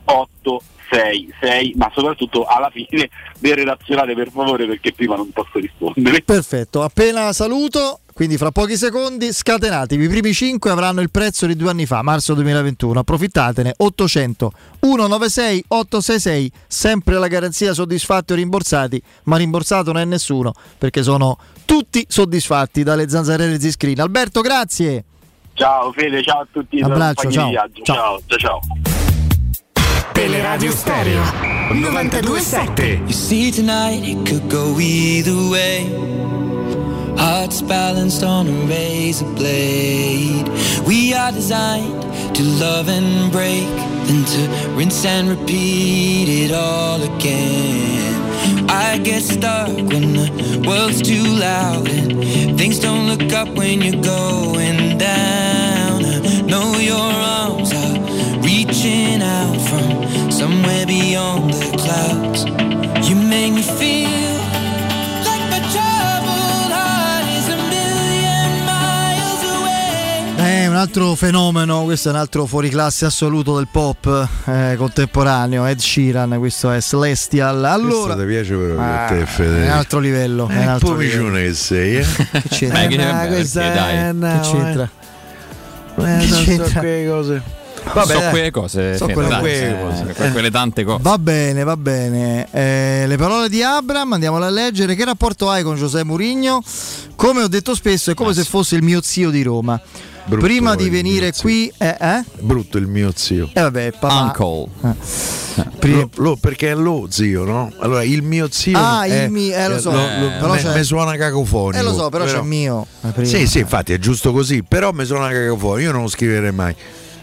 866, ma soprattutto alla fine del relazionare per favore, perché prima non posso rispondere. Perfetto, appena saluto, quindi fra pochi secondi scatenatevi, i primi 5 avranno il prezzo di 2 anni fa, marzo 2021, approfittatene. 800 196 866, sempre la garanzia soddisfatti o rimborsati, ma rimborsato non è nessuno perché sono tutti soddisfatti dalle zanzariere Z-Screen. Alberto, grazie. Ciao Fede, ciao a tutti. Un abbraccio, ciao. Ciao. Teleradio Stereo 92.7. You see tonight it could go either way. Hearts balanced on a razor blade. We are designed to love and break, then to rinse and repeat it all again. I get stuck when the world's too loud and things don't look up when you're going down. I know your arms are reaching out from somewhere beyond the clouds. You make me feel like my troubled heart is a million miles away. È un altro fenomeno, questo è un altro fuoriclasse assoluto del pop contemporaneo, Ed Sheeran, questo è Celestial. Allora, ti piace però a te, Fede? È un altro livello, è un altro livello. Che sei, Che c'entra? Che c'entra? Quelle cose. Vabbè, so quelle cose, quelle tante cose. Va bene. Le parole di Abram, andiamole a leggere. Che rapporto hai con José Mourinho? Come ho detto spesso, è come se fosse il mio zio di Roma. Brutto, prima di venire qui brutto il mio zio. Vabbè, papà. Uncle. Perché è lo zio, no? Allora il mio zio lo so, però mi suona cacofonico. Lo so, però c'è il mio. Sì, infatti è giusto così, però mi suona cacofonico, io non lo scriverei mai.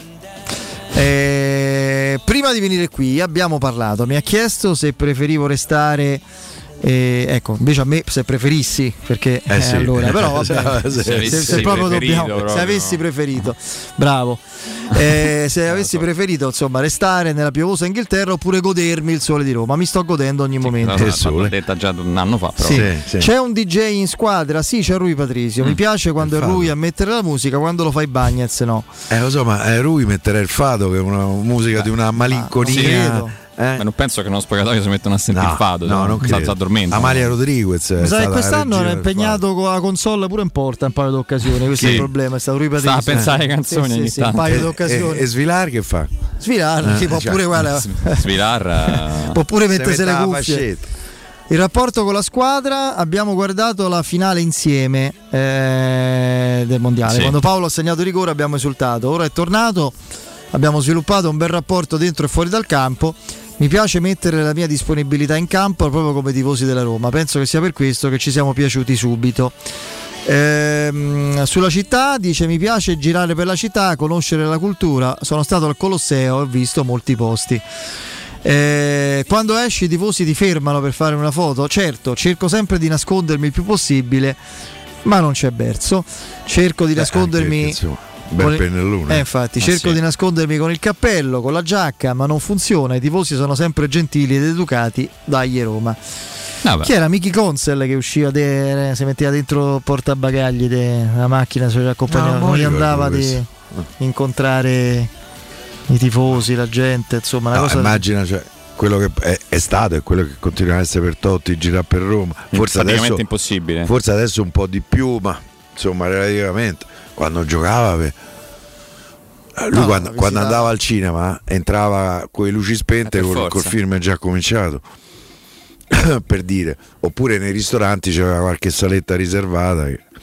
Prima di venire qui abbiamo parlato, mi ha chiesto se preferivo restare, ecco, invece a me se preferissi, perché sì. Allora, però vabbè, se proprio dobbiamo, se avessi preferito, bravo, se avessi preferito insomma restare nella piovosa Inghilterra oppure godermi il sole di Roma, mi sto godendo ogni momento. L'ho detta già un anno fa, però. Sì. C'è un DJ in squadra? Sì, c'è Rui Patrizio. Mi piace quando è Rui a mettere la musica, quando lo fa i Bagnez no. Lo so, ma Rui metterà il fado, che è una musica di una malinconia. Ma non penso che uno spogliatoio si mettano a sentire il fado, non si addormenta. Amalia Rodriguez mi sa che quest'anno era impegnato con la console pure in porta un paio di occasioni, questo è il problema, è stato Rui Patrizio. Sta a pensare alle canzoni ogni tanto. Un paio di occasioni. E Svilar che fa? Svilar, può pure guarda. Svilar può pure mettersi le cuffie. Il rapporto con la squadra, abbiamo guardato la finale insieme del mondiale. Quando Paolo ha segnato rigore abbiamo esultato, ora è tornato, abbiamo sviluppato un bel rapporto dentro e fuori dal campo. Mi piace mettere la mia disponibilità in campo proprio come tifosi della Roma, penso che sia per questo che ci siamo piaciuti subito. Sulla città dice: mi piace girare per la città, conoscere la cultura, sono stato al Colosseo, ho visto molti posti. Quando esci i tifosi ti fermano per fare una foto? Certo, cerco sempre di nascondermi il più possibile, ma non c'è verso, cerco di nascondermi bel pennellone. Infatti cerco di nascondermi con il cappello, con la giacca, ma non funziona, i tifosi sono sempre gentili ed educati. Dai Roma. Chi era? Michi Consel che usciva si metteva dentro il portabagagli della macchina, ci accompagnava, non gli andava di incontrare i tifosi, la gente, insomma una cosa. Immagina, cioè, quello che è stato e quello che continua a essere per Totti, girare per Roma. Forse adesso impossibile. Forse adesso un po' di più, ma insomma relativamente. Quando giocava lui quando andava al cinema entrava con le luci spente, col film già cominciato. Per dire, oppure nei ristoranti c'era qualche saletta riservata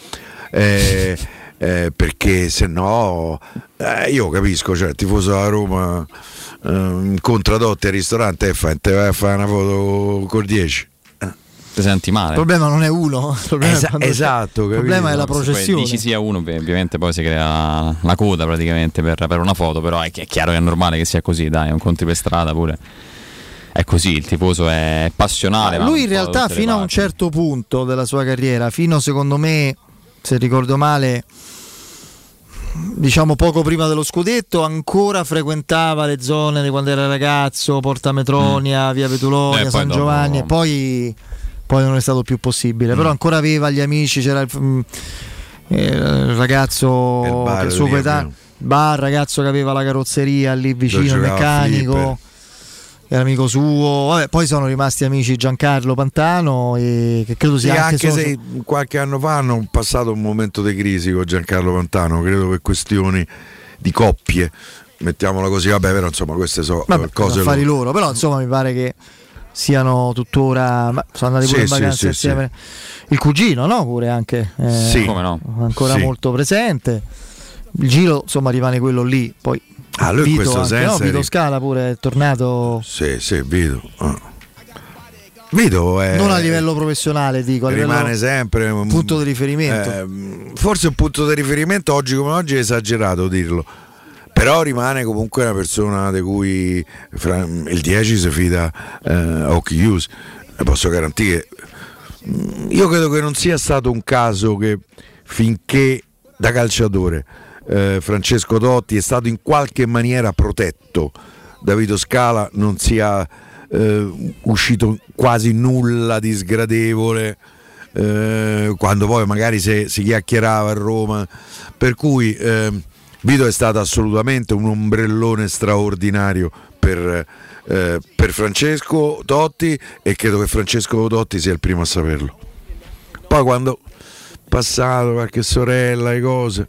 perché se no io capisco, cioè il tifoso della Roma incontra Totti al ristorante e vai a fare una foto col 10, ti senti male. Il problema non è uno, esatto, il problema è la processione. Dici sia uno, ovviamente poi si crea la coda praticamente per una foto, però è chiaro che è normale che sia così, dai, un conti per strada pure. È così, il tifoso è passionale. Lui in realtà fino a un certo punto della sua carriera, fino secondo me, se ricordo male, diciamo poco prima dello scudetto, ancora frequentava le zone di quando era ragazzo, Porta Metronia, Via Vetulonia, San Giovanni, e poi non è stato più possibile, però ancora aveva gli amici, c'era il ragazzo, il suo coetaneo, ragazzo che aveva la carrozzeria lì vicino, il meccanico, era amico suo. Vabbè, poi sono rimasti amici Giancarlo Pantano, e che credo sia anche se qualche anno fa hanno passato un momento di crisi con Giancarlo Pantano, credo per questioni di coppie, mettiamola così, vabbè, però insomma queste sono cose affari loro, però insomma mi pare che siano tuttora, sono andati pure in vacanza insieme. Il cugino, no? Pure anche come no? Ancora molto presente. Il giro insomma rimane quello lì, poi lui Vito, in questo anche, senso Vito Scala pure è tornato. Sì, Vito è, non a livello professionale, dico, a rimane sempre un punto di riferimento. Forse un punto di riferimento oggi come oggi è esagerato dirlo, però rimane comunque una persona di cui il 10 si fida a occhi chiusi. Posso garantire, io credo che non sia stato un caso che finché da calciatore Francesco Totti è stato in qualche maniera protetto da Vito Scala non sia uscito quasi nulla di sgradevole quando poi magari si chiacchierava a Roma, per cui Vito è stato assolutamente un ombrellone straordinario per Francesco Totti, e credo che Francesco Totti sia il primo a saperlo. Poi quando passato qualche sorella le cose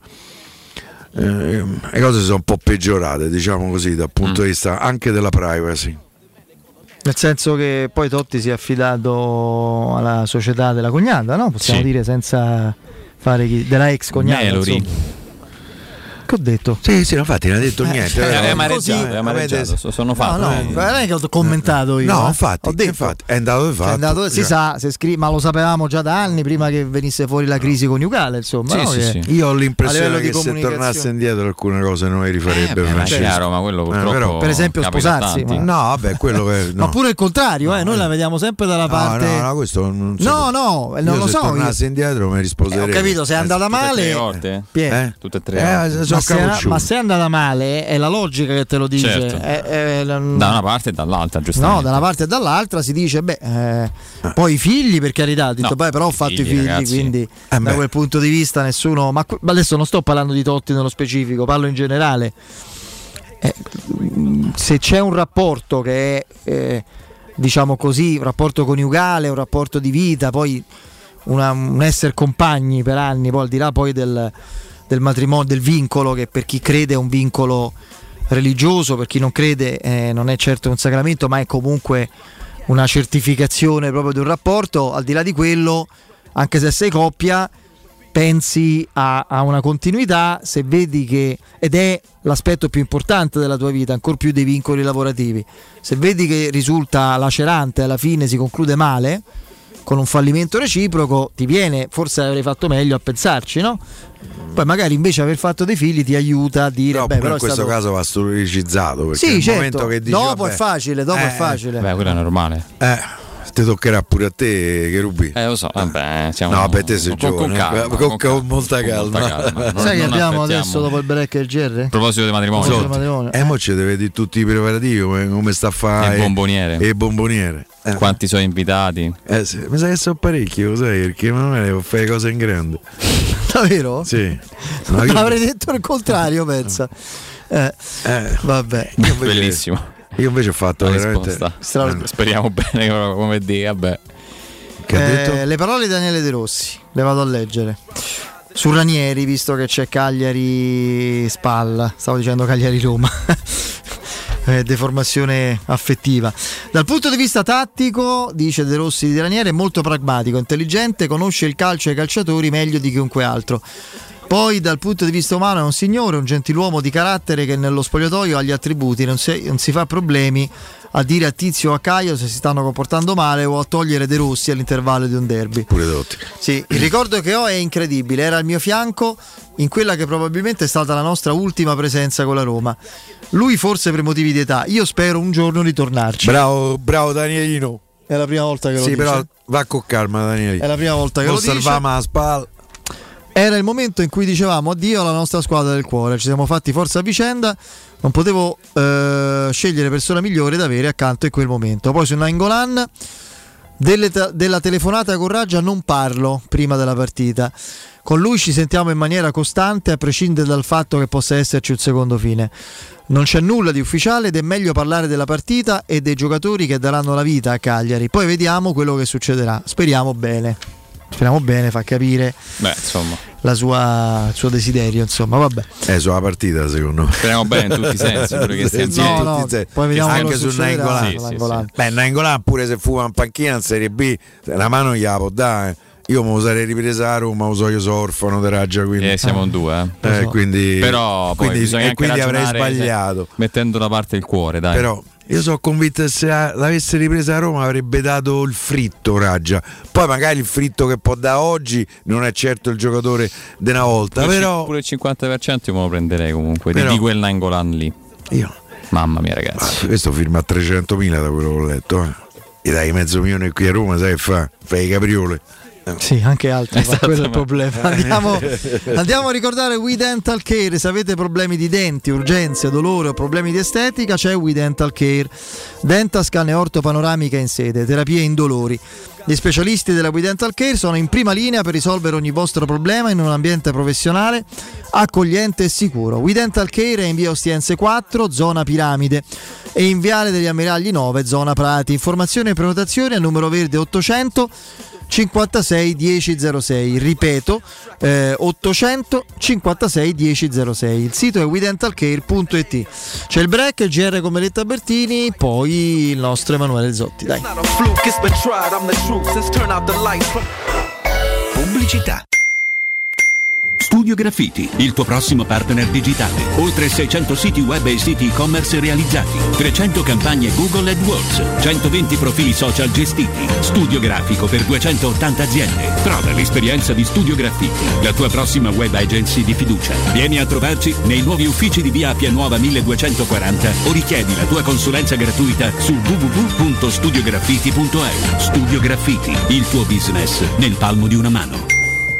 si sono un po' peggiorate, diciamo così, dal punto di vista anche della privacy, nel senso che poi Totti si è affidato alla società della cognata, no? Possiamo dire, senza fare della ex cognata, Melori. Che ho detto? Sì, infatti non ha detto niente. Sono fatto. Non è che ho commentato io. No, infatti, è andato di fatto. Si sa, ma lo sapevamo già da anni prima che venisse fuori la crisi coniugale, insomma. Sì. Io ho l'impressione che se tornasse indietro alcune cose non le rifarebbero. È chiaro, ma quello purtroppo per esempio sposarsi. No, vabbè, quello che ma pure il contrario, noi la vediamo sempre dalla parte. No, questo non non lo so. Se tornassi indietro mi risposerei. Ho capito, se è andata male. Tutte e tre. Ma se è andata male è la logica che te lo dice, certo. Da una parte e dall'altra, giustamente. No, da una parte e dall'altra si dice poi i figli, per carità, ho detto però ho fatto i figli, ragazzi. Quindi da quel punto di vista nessuno, ma adesso non sto parlando di Totti nello specifico, parlo in generale. Se c'è un rapporto che è diciamo così, un rapporto coniugale, un rapporto di vita, poi un essere compagni per anni, poi al di là poi del matrimonio, del vincolo, che per chi crede è un vincolo religioso, per chi non crede non è certo un sacramento, ma è comunque una certificazione proprio di un rapporto. Al di là di quello, anche se sei coppia, pensi a una continuità, se vedi che, ed è l'aspetto più importante della tua vita, ancor più dei vincoli lavorativi, se vedi che risulta lacerante, alla fine si conclude male, con un fallimento reciproco, ti viene, forse avrei fatto meglio a pensarci, no? Poi magari invece aver fatto dei figli ti aiuta a dire però in questo caso va storicizzato, perché sì, il certo. momento che dici, dopo è facile, è facile. Beh, quello è normale. Ti toccherà pure a te, Cherubì. Lo so, siamo no, per te sei giovane, con molta calma. Sai che abbiamo adesso dopo il break del GR? A proposito di matrimonio. Mo ci deve dire tutti i preparativi, come sta a fare e bomboniere. Quanti sono invitati? Sì. Mi sa che sono parecchi, lo sai, perché Emanuele devo fare cose in grande. Davvero? Sì. Avrei detto il contrario, pensa. Vabbè. Bellissimo. Io invece ho fatto veramente speriamo bene come dica, vabbè. Che ha detto? Le parole di Daniele De Rossi, le vado a leggere. Su Ranieri, visto che c'è Cagliari Spal, stavo dicendo Cagliari Roma. Deformazione affettiva. Dal punto di vista tattico, dice De Rossi di Ranieri, è molto pragmatico, intelligente, conosce il calcio e i calciatori meglio di chiunque altro. Poi dal punto di vista umano è un signore, un gentiluomo di carattere che nello spogliatoio ha gli attributi, non si fa problemi a dire a Tizio o a Caio se si stanno comportando male o a togliere De Rossi all'intervallo di un derby. Pure tutti. Sì, il ricordo che ho è incredibile, era al mio fianco in quella che probabilmente è stata la nostra ultima presenza con la Roma. Lui forse per motivi di età, io spero un giorno ritornarci. Bravo Danielino. È la prima volta che lo dice. Sì, però va con calma Danielino. È la prima volta che lo dice. Salviamo la spalla. Era il momento in cui dicevamo addio alla nostra squadra del cuore, ci siamo fatti forza a vicenda, non potevo scegliere persona migliore da avere accanto in quel momento. Poi su Nainggolan della telefonata con Raja non parlo prima della partita, con lui ci sentiamo in maniera costante a prescindere dal fatto che possa esserci un secondo fine. Non c'è nulla di ufficiale ed è meglio parlare della partita e dei giocatori che daranno la vita a Cagliari, poi vediamo quello che succederà, speriamo bene, fa capire il suo desiderio, insomma, vabbè. Sulla partita secondo me. Speriamo bene in tutti i sensi, pure che stia poi vediamo anche su Nainggolan. Beh, Nainggolan pure se fuma in panchina in Serie B, la mano gliela può dare. Io me lo sarei ripresa a Roma, io sono orfano di Raja, quindi siamo in due, quindi, però poi quindi avrei sbagliato, mettendo da parte il cuore, dai. Però io sono convinto che se l'avesse ripresa a Roma avrebbe dato il fritto Raja. Poi magari il fritto che può dare oggi non è certo il giocatore di una volta, però pure il 50% io me lo prenderei comunque di quel Nainggolan lì. Io mamma mia ragazzi, questo firma a 300.000 da quello che ho letto, Gli dai $500,000 qui a Roma, sai che fai i capriole. Sì, anche altri, ma quello è il problema. Andiamo a ricordare We Dental Care. Se avete problemi di denti, urgenze, dolore o problemi di estetica, c'è We Dental Care. Dentascan e ortopanoramica in sede, terapie indolori. Gli specialisti della We Dental Care sono in prima linea per risolvere ogni vostro problema in un ambiente professionale, accogliente e sicuro. We Dental Care è in via Ostiense 4, zona Piramide, e in viale degli Ammiragli 9, zona Prati. Informazioni e prenotazioni al numero verde 800 56 1006, ripeto 800 56 1006. Il sito è wedentalcare.it. C'è il break, il GR con Meletta Bertini, poi il nostro Emanuele Zotti. Dai. Pubblicità. Studio Graffiti, il tuo prossimo partner digitale. Oltre 600 siti web e siti e-commerce realizzati, 300 campagne Google AdWords, 120 profili social gestiti, studio grafico per 280 aziende. Prova l'esperienza di Studio Graffiti, la tua prossima web agency di fiducia. Vieni a trovarci nei nuovi uffici di via Appia Nuova 1240 o richiedi la tua consulenza gratuita su www.studiograffiti.eu. Studio Graffiti, il tuo business nel palmo di una mano.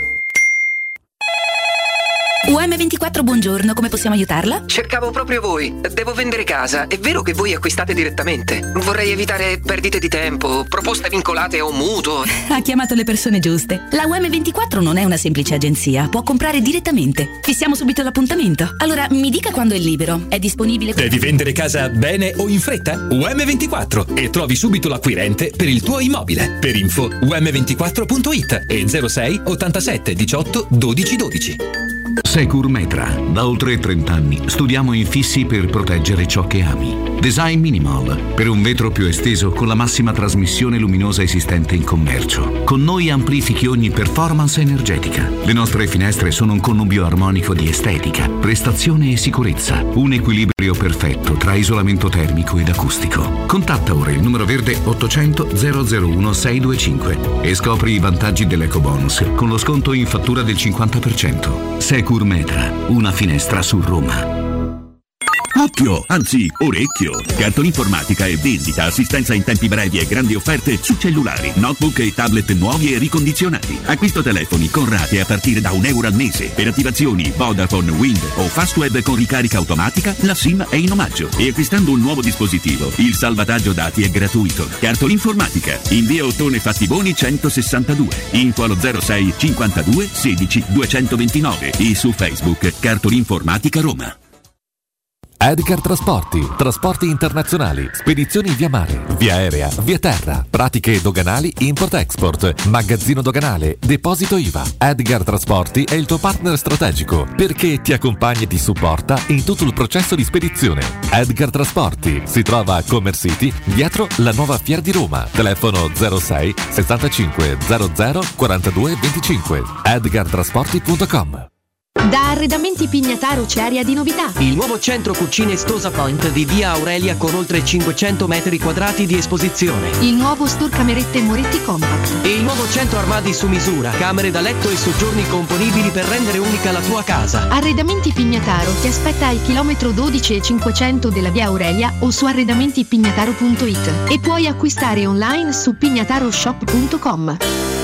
UM24, buongiorno, come possiamo aiutarla? Cercavo proprio voi. Devo vendere casa. È vero che voi acquistate direttamente? Vorrei evitare perdite di tempo, proposte vincolate a un mutuo. Ha chiamato le persone giuste. La UM24 non è una semplice agenzia, può comprare direttamente. Fissiamo subito l'appuntamento. Allora, mi dica quando è libero. È disponibile? Devi vendere casa bene o in fretta? UM24 e trovi subito l'acquirente per il tuo immobile. Per info um24.it e 06 87 18 12 12. Securmetra. Da oltre 30 anni studiamo infissi per proteggere ciò che ami. Design minimal, per un vetro più esteso con la massima trasmissione luminosa esistente in commercio. Con noi amplifichi ogni performance energetica. Le nostre finestre sono un connubio armonico di estetica, prestazione e sicurezza. Un equilibrio perfetto tra isolamento termico ed acustico. Contatta ora il numero verde 800 001 625 e scopri i vantaggi dell'ecobonus con lo sconto in fattura del 50%. Securmetra, una finestra su Roma. Occhio, anzi orecchio. Cartolinformatica e vendita, assistenza in tempi brevi e grandi offerte su cellulari, notebook e tablet nuovi e ricondizionati. Acquisto telefoni con rate a partire da €1 al mese. Per attivazioni Vodafone, Wind o Fastweb con ricarica automatica, la SIM è in omaggio. E acquistando un nuovo dispositivo, il salvataggio dati è gratuito. Cartolinformatica, in via Ottone Fattiboni 162. Info allo 06 52 16 229 e su Facebook Cartolinformatica Roma. Edgar Trasporti, trasporti internazionali, spedizioni via mare, via aerea, via terra, pratiche doganali, import-export, magazzino doganale, deposito IVA. Edgar Trasporti è il tuo partner strategico perché ti accompagna e ti supporta in tutto il processo di spedizione. Edgar Trasporti si trova a Commerce City, dietro la nuova Fiera di Roma. Telefono 06 65 00 42 25. edgartrasporti.com. Da Arredamenti Pignataro c'è aria di novità. Il nuovo centro cucine Stosa Point di via Aurelia con oltre 500 metri quadrati di esposizione. Il nuovo store camerette Moretti Compact. E il nuovo centro armadi su misura, camere da letto e soggiorni componibili per rendere unica la tua casa. Arredamenti Pignataro ti aspetta al chilometro 12 e 500 della via Aurelia o su arredamentipignataro.it e puoi acquistare online su pignataroshop.com.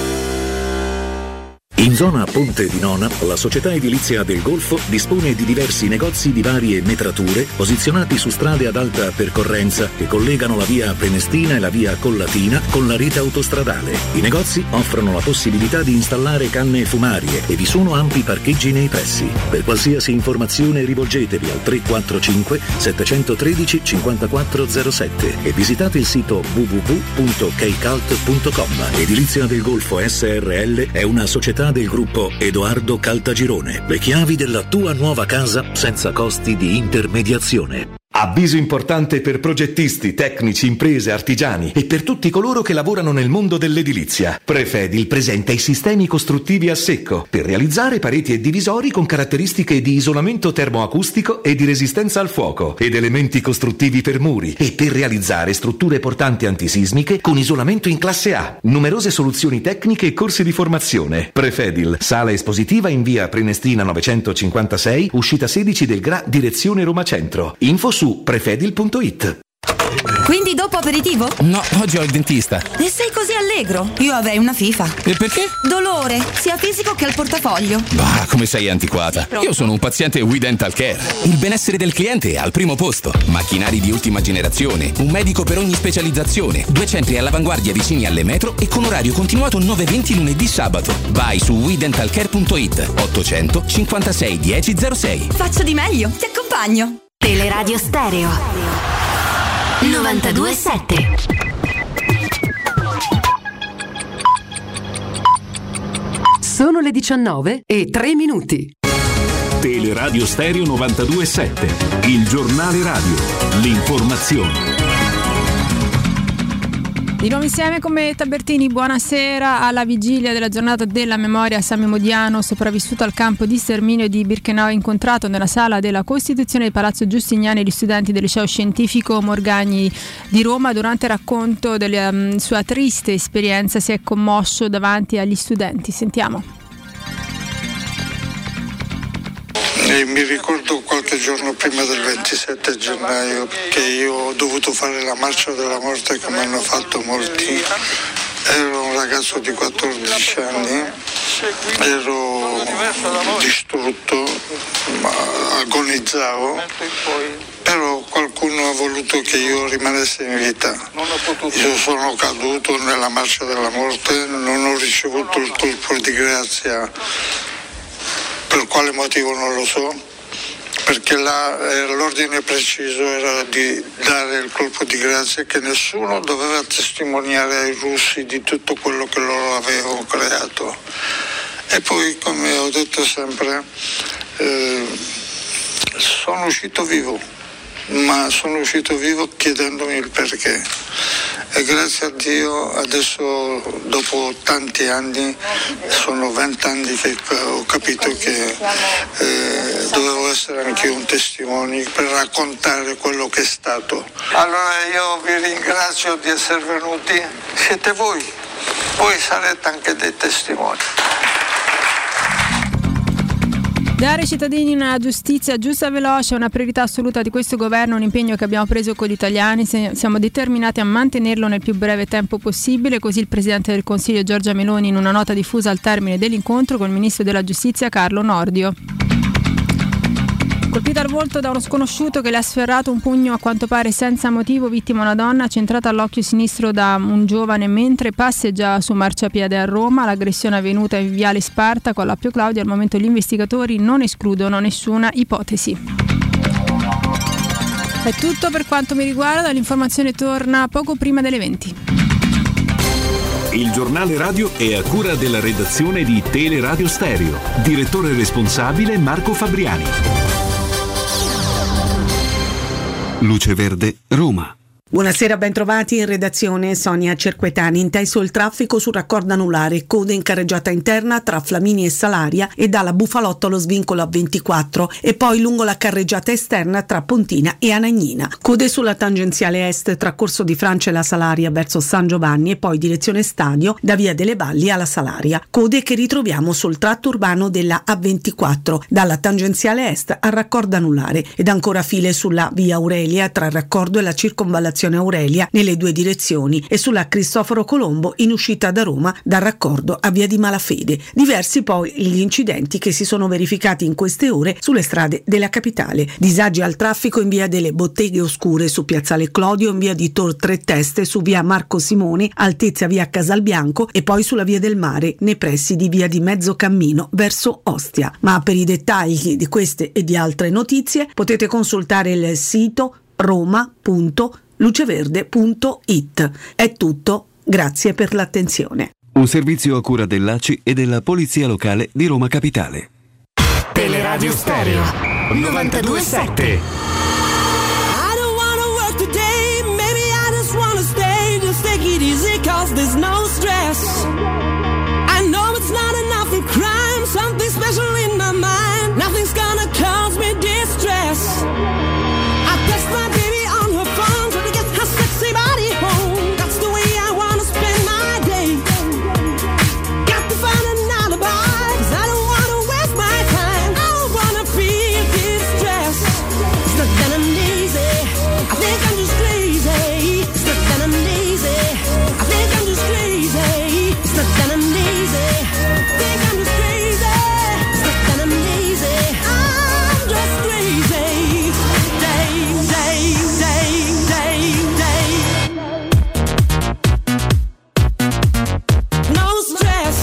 In zona Ponte di Nona, la società edilizia del Golfo dispone di diversi negozi di varie metrature posizionati su strade ad alta percorrenza che collegano la via Prenestina e la via Collatina con la rete autostradale. I negozi offrono la possibilità di installare canne fumarie e vi sono ampi parcheggi nei pressi. Per qualsiasi informazione rivolgetevi al 345 713 5407 e visitate il sito www.keicalt.com. Edilizia del Golfo SRL è una società del gruppo Edoardo Caltagirone. Le chiavi della tua nuova casa senza costi di intermediazione. Avviso importante per progettisti, tecnici, imprese, artigiani e per tutti coloro che lavorano nel mondo dell'edilizia. Prefedil presenta i sistemi costruttivi a secco per realizzare pareti e divisori con caratteristiche di isolamento termoacustico e di resistenza al fuoco ed elementi costruttivi per muri e per realizzare strutture portanti antisismiche con isolamento in classe A. Numerose soluzioni tecniche e corsi di formazione. Prefedil, sala espositiva in via Prenestina 956, uscita 16 del GRA, direzione Roma Centro. Info su prefedil.it. Quindi dopo aperitivo? No, oggi ho il dentista. E sei così allegro? Io avrei una FIFA. E perché? Dolore, sia fisico che al portafoglio. Bah, come sei antiquata. Io sono un paziente We Dental Care. Il benessere del cliente è al primo posto. Macchinari di ultima generazione, un medico per ogni specializzazione, 2 centri all'avanguardia vicini alle metro e con orario continuato 9-20 lunedì sabato. Vai su WeDentalCare.it 800 56 1006. Faccio di meglio, ti accompagno. Teleradio Stereo 92.7. Sono le 19:03. Teleradio Stereo 92.7, il giornale radio, l'informazione. Di nuovo insieme con me Tabertini, buonasera. Alla vigilia della giornata della memoria, Sammy Modiano, sopravvissuto al campo di sterminio di Birkenau, incontrato nella sala della Costituzione di Palazzo Giustiniani gli studenti del liceo scientifico Morgagni di Roma. Durante il racconto della sua triste esperienza si è commosso davanti agli studenti. Sentiamo. Mi ricordo qualche giorno prima del 27 gennaio che io ho dovuto fare la marcia della morte come hanno fatto molti. Ero un ragazzo di 14 anni, ero distrutto, agonizzavo, però qualcuno ha voluto che io rimanessi in vita. Io sono caduto nella marcia della morte, non ho ricevuto il colpo di grazia. Per quale motivo non lo so, perché l'ordine preciso era di dare il colpo di grazia, che nessuno doveva testimoniare ai russi di tutto quello che loro avevano creato. E poi, come ho detto sempre, sono uscito vivo, ma sono uscito vivo chiedendomi il perché. E grazie a Dio adesso, dopo tanti anni, sono 20 anni che ho capito che dovevo essere anche un testimone per raccontare quello che è stato. Allora io vi ringrazio di essere venuti, siete voi sarete anche dei testimoni. Dare ai cittadini una giustizia giusta e veloce è una priorità assoluta di questo governo, un impegno che abbiamo preso con gli italiani, siamo determinati a mantenerlo nel più breve tempo possibile, così il Presidente del Consiglio Giorgia Meloni in una nota diffusa al termine dell'incontro con il Ministro della Giustizia Carlo Nordio. Colpita al volto da uno sconosciuto che le ha sferrato un pugno a quanto pare senza motivo, vittima una donna centrata all'occhio sinistro da un giovane mentre passeggiava su marciapiede a Roma. L'aggressione è avvenuta in Viale Spartaco all'Appio Claudio. Al momento gli investigatori non escludono nessuna ipotesi. È tutto per quanto mi riguarda, l'informazione torna poco prima delle 20. Il giornale radio è a cura della redazione di Teleradio Stereo. Direttore responsabile Marco Fabriani. Luce Verde, Roma. Buonasera, ben trovati in redazione. Sonia Cerquetani. Inteso il traffico sul raccordo anulare, code in carreggiata interna tra Flamini e Salaria e dalla Bufalotto allo svincolo a 24 e poi lungo la carreggiata esterna tra Pontina e Anagnina. Code sulla tangenziale est tra Corso di Francia e la Salaria verso San Giovanni e poi direzione stadio da Via delle Valli alla Salaria. Code che ritroviamo sul tratto urbano della A24 dalla tangenziale est al raccordo anulare ed ancora file sulla Via Aurelia tra il raccordo e la circonvallazione Aurelia nelle due direzioni e sulla Cristoforo Colombo in uscita da Roma dal raccordo a Via di Malafede. Diversi poi gli incidenti che si sono verificati in queste ore sulle strade della capitale. Disagi al traffico in Via delle Botteghe Oscure su Piazzale Clodio, in Via di Tor Tre Teste su Via Marco Simone, altezza Via Casalbianco e poi sulla Via del Mare nei pressi di Via di Mezzocammino verso Ostia. Ma per i dettagli di queste e di altre notizie potete consultare il sito roma.luceverde.it. È tutto, grazie per l'attenzione. Un servizio a cura dell'ACI e della Polizia Locale di Roma Capitale. Teleradio Stereo 92.7. Take it easy, cause there's no stress. I know it's not enough for crime, something special in my mind. Nothing's gonna cause me distress. I text my baby on her phone, trying to get her sexy body home. That's the way I wanna spend my day. Got to find an alibi, cause I don't wanna waste my time. I don't wanna feel distress. It's not that I'm lazy, I think I'm just crazy. It's not that I'm lazy, I think I'm just crazy. It's not that I'm lazy, I think I'm just crazy. It's not that I'm lazy, I'm just crazy. Day, day, day, day, day. No stress.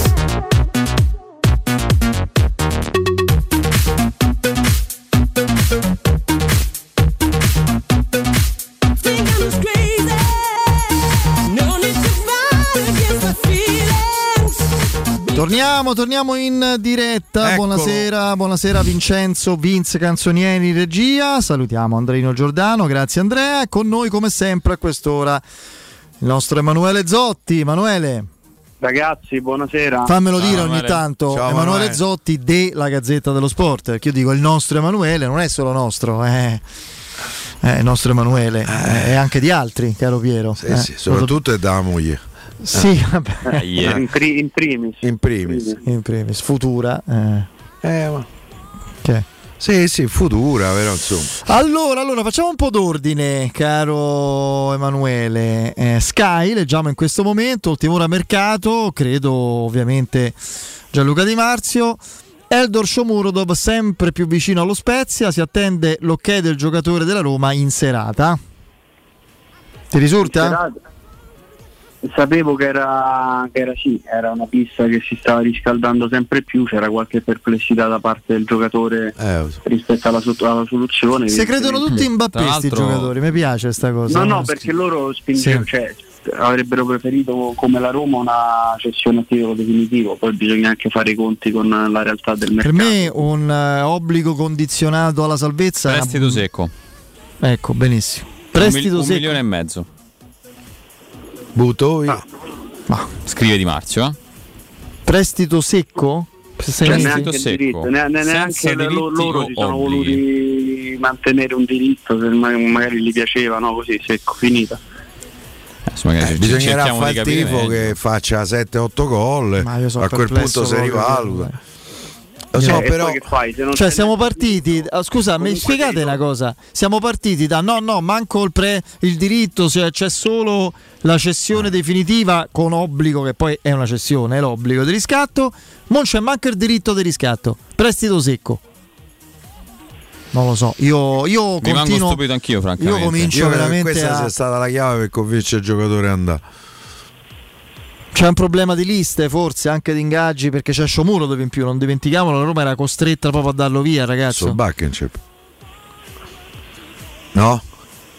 Think I'm just crazy. No need to fight against my feelings. Torniamo in diretta. Eccolo. Buonasera Vincenzo, Vince Canzonieri in regia. Salutiamo Andreino Giordano, grazie Andrea. Con noi come sempre a quest'ora il nostro Emanuele Zotti. Emanuele, Ragazzi, buonasera. fammelo dire Ciao, ogni Emanuele. tanto. Ciao, Emanuele Emanuele. Zotti della Gazzetta dello Sport, perché io dico il nostro Emanuele, non è solo nostro, è il nostro Emanuele, è anche di altri, caro Piero. Sì, soprattutto è da moglie. Sì, vabbè. In primis. In primis. Futura. Ma... Che? Sì, futura, però insomma. Allora, facciamo un po' d'ordine, caro Emanuele. Sky, leggiamo in questo momento, ultima ora mercato, credo ovviamente Gianluca Di Marzio. Eldor Shomurodov sempre più vicino allo Spezia, si attende l'ok del giocatore della Roma in serata. Ti risulta? Sapevo che era una pista che si stava riscaldando sempre più, c'era qualche perplessità da parte del giocatore rispetto alla soluzione. Si credono tutti in Mbappé sti giocatori, mi piace sta cosa. No, perché loro spingevano, cioè, avrebbero preferito come la Roma una cessione a titolo definitivo, poi bisogna anche fare i conti con la realtà del mercato. Per me un obbligo condizionato alla salvezza. Prestito secco. Ecco, benissimo. Prestito secco. 1,5 milioni. Butto via. Scrive Di Marzio, Prestito secco? Neanche secco. Neanche loro si sono voluti mantenere un diritto, se magari gli piaceva, no? Così secco, finita. Bisognerà fare il tifo che faccia 7-8 gol, a quel punto si rivaluta. Lo so, però che fai? Se non cioè siamo partiti, scusa, mi spiegate una cosa, siamo partiti da no, manco il diritto, cioè c'è solo la cessione definitiva con obbligo, che poi è una cessione, è l'obbligo di riscatto, non c'è manco il diritto di riscatto, prestito secco. Non lo so, io rimango continuo, stupito anch'io, francamente. Io comincio veramente questa sia stata la chiave per convincere il giocatore ad andare. C'è un problema di liste, forse anche di ingaggi, perché c'è Shomurodov in più, non dimentichiamolo, la Roma era costretta proprio a darlo via, ragazzo. Backenship. No?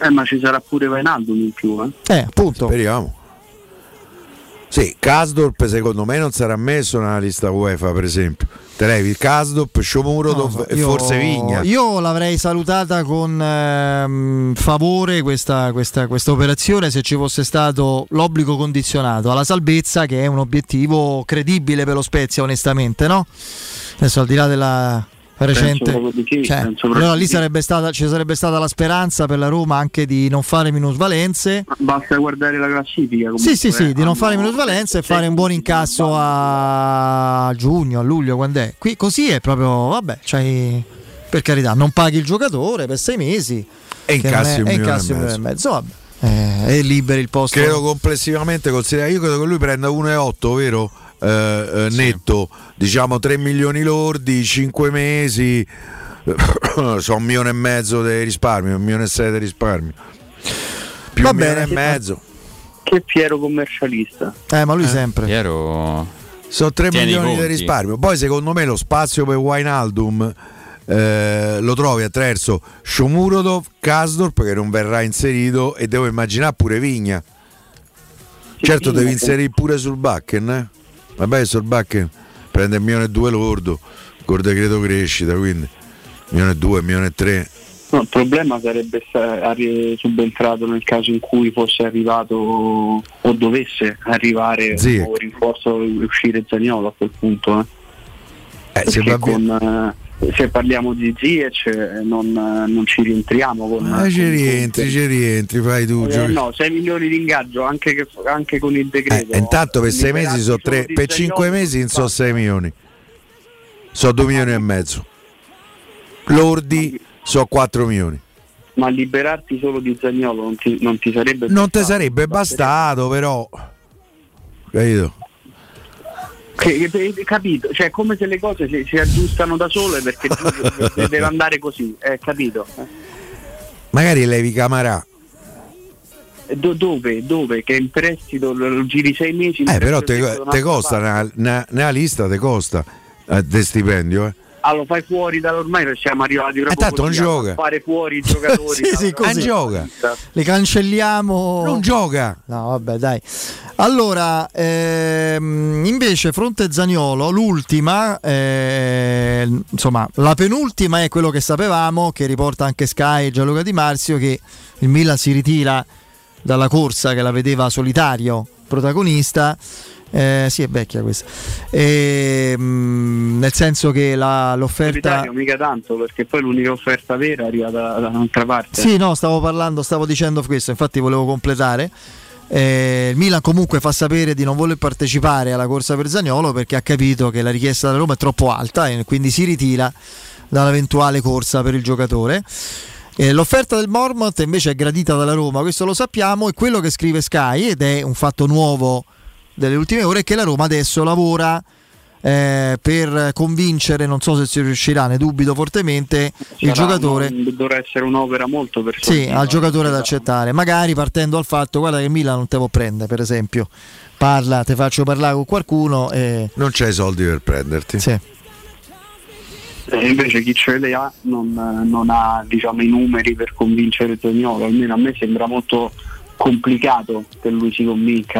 Ma ci sarà pure Wijnaldum in più, appunto. Speriamo. Sì, Karsdorp secondo me non sarà messo nella lista UEFA, per esempio. Te levi Karsdorp, Shomurodov e forse Vigna. Io l'avrei salutata con favore questa operazione se ci fosse stato l'obbligo condizionato alla salvezza, che è un obiettivo credibile per lo Spezia, onestamente, no? Adesso al di là della recente, allora lì ci sarebbe stata la speranza per la Roma anche di non fare minusvalenze. Basta guardare la classifica comunque, sì, di non fare minusvalenze e fare un buon incasso a giugno, a luglio, quando è qui, così è proprio, vabbè, per carità, non paghi il giocatore per 6 mesi e incassi un milione e mezzo, vabbè, e liberi il posto. Credo complessivamente, io credo che lui prenda 1,8, vero? Netto, diciamo 3 milioni lordi, 5 mesi, sono 1,5 milioni di risparmio, 1,6 milioni di risparmio, più 1,5 milioni. Che Piero commercialista, ma lui sempre Piero, sono 3 milioni di risparmio. Poi secondo me lo spazio per Wijnaldum lo trovi attraverso Shomurodov, Karsdorp, che non verrà inserito, e devo immaginare pure Vigna. Certo, devi inserire pure sul Bakken, Vabbè, sul Bakken prende 1,2 milioni lordo col decreto crescita, quindi 1,2 milioni, 1,3 milioni. No, il problema sarebbe subentrato nel caso in cui fosse arrivato o dovesse arrivare un nuovo rinforzo e uscire Zaniolo a quel punto. Se parliamo di Ziyech non ci rientriamo con ci rientri, fai tu. 6 milioni di ingaggio anche con il decreto. Intanto per 6 mesi sono 3, per 5 mesi non so 6 milioni, sono 2 milioni e mezzo lordi, sono 4 milioni. Ma liberarti solo di Zaniolo non ti sarebbe sarebbe bastato, però, capito? Capito, cioè come se le cose si aggiustano da sole perché deve andare così, capito? Magari levi Camarà. Dove? Che in prestito lo giri 6 mesi? Però te costa nella lista, te costa de stipendio, Allora fai fuori ormai siamo arrivati proprio così, a fare fuori i giocatori. così. Gioca. Li cancelliamo. Non gioca. No, vabbè, dai. Allora, invece fronte Zaniolo, l'ultima, insomma, la penultima è quello che sapevamo, che riporta anche Sky e Gianluca Di Marzio, che il Milan si ritira dalla corsa che la vedeva solitario protagonista. Sì, è vecchia questa, nel senso che l'offerta mica tanto, perché poi l'unica offerta vera arriva da un'altra parte. Sì, no, stavo dicendo questo, infatti volevo completare. Il Milan comunque fa sapere di non voler partecipare alla corsa per Zaniolo perché ha capito che la richiesta della Roma è troppo alta e quindi si ritira dall'eventuale corsa per il giocatore. L'offerta del Bournemouth invece è gradita dalla Roma, questo lo sappiamo, e quello che scrive Sky, ed è un fatto nuovo delle ultime ore, è che la Roma adesso lavora per convincere, non so se si riuscirà, ne dubito fortemente, il giocatore. Dovrà essere un'opera molto personale. Sì, al giocatore da accettare, magari partendo dal fatto, guarda che Milan non te può prendere, per esempio, te faccio parlare con qualcuno e non c'hai i soldi per prenderti. Sì. Invece chi ce li ha non ha, diciamo, i numeri per convincere Zaniolo. Almeno a me sembra molto complicato che lui si convinca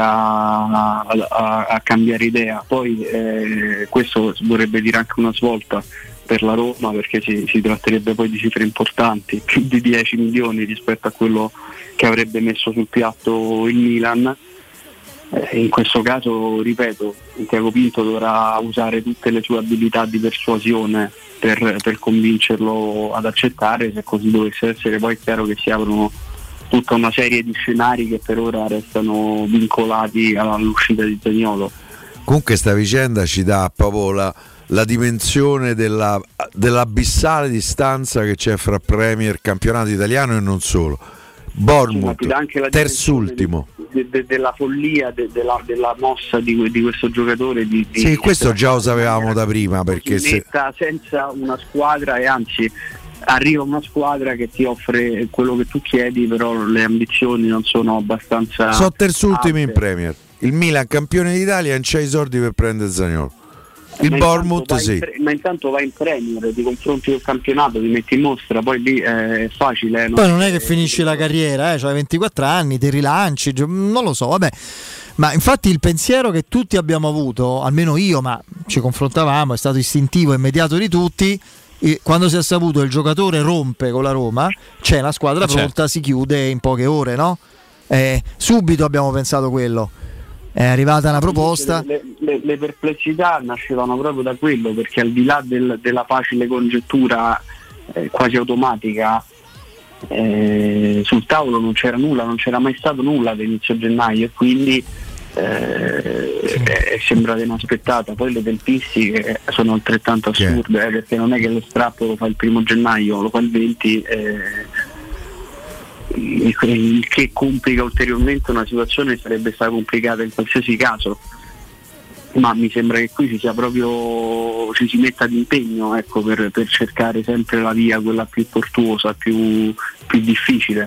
a cambiare idea. Poi questo vorrebbe dire anche una svolta per la Roma, perché si tratterebbe poi di cifre importanti, più di 10 milioni rispetto a quello che avrebbe messo sul piatto il Milan. In questo caso, ripeto, Tiago Pinto dovrà usare tutte le sue abilità di persuasione per convincerlo ad accettare. Se così dovesse essere, poi è chiaro che si aprono tutta una serie di scenari che per ora restano vincolati all'uscita di Zaniolo. Comunque sta vicenda ci dà proprio la dimensione dell'abissale distanza che c'è fra Premier, campionato italiano e non solo. Bournemouth, terzultimo. Della follia della mossa di questo giocatore sì, questo già lo sapevamo da prima, perché senza una squadra, e anzi arriva una squadra che ti offre quello che tu chiedi, però le ambizioni non sono abbastanza. Sono terzultimi in Premier. Il Milan campione d'Italia non c'ha i soldi per prendere Zaniolo. Il Bournemouth sì. Ma intanto vai in Premier, ti confronti col campionato, ti metti in mostra, poi lì è facile. Poi non è che finisci la carriera, cioè 24 anni, ti rilanci, non lo so, vabbè. Ma infatti il pensiero che tutti abbiamo avuto, almeno io, ma ci confrontavamo, è stato istintivo e immediato di tutti, quando si è saputo il giocatore rompe con la Roma, c'è la squadra pronta, si chiude in poche ore, no? Subito abbiamo pensato quello. È arrivata una proposta. Le perplessità nascevano proprio da quello, perché al di là della facile congettura quasi automatica, sul tavolo non c'era nulla, non c'era mai stato nulla ad inizio gennaio, e quindi è sembrata inaspettata. Poi le tempistiche sono altrettanto assurde, perché non è che lo strappo lo fa il 1 gennaio, lo fa il 20, il che complica ulteriormente una situazione che sarebbe stata complicata in qualsiasi caso. Ma mi sembra che qui ci si metta d'impegno, ecco, per cercare sempre la via quella più tortuosa, più difficile.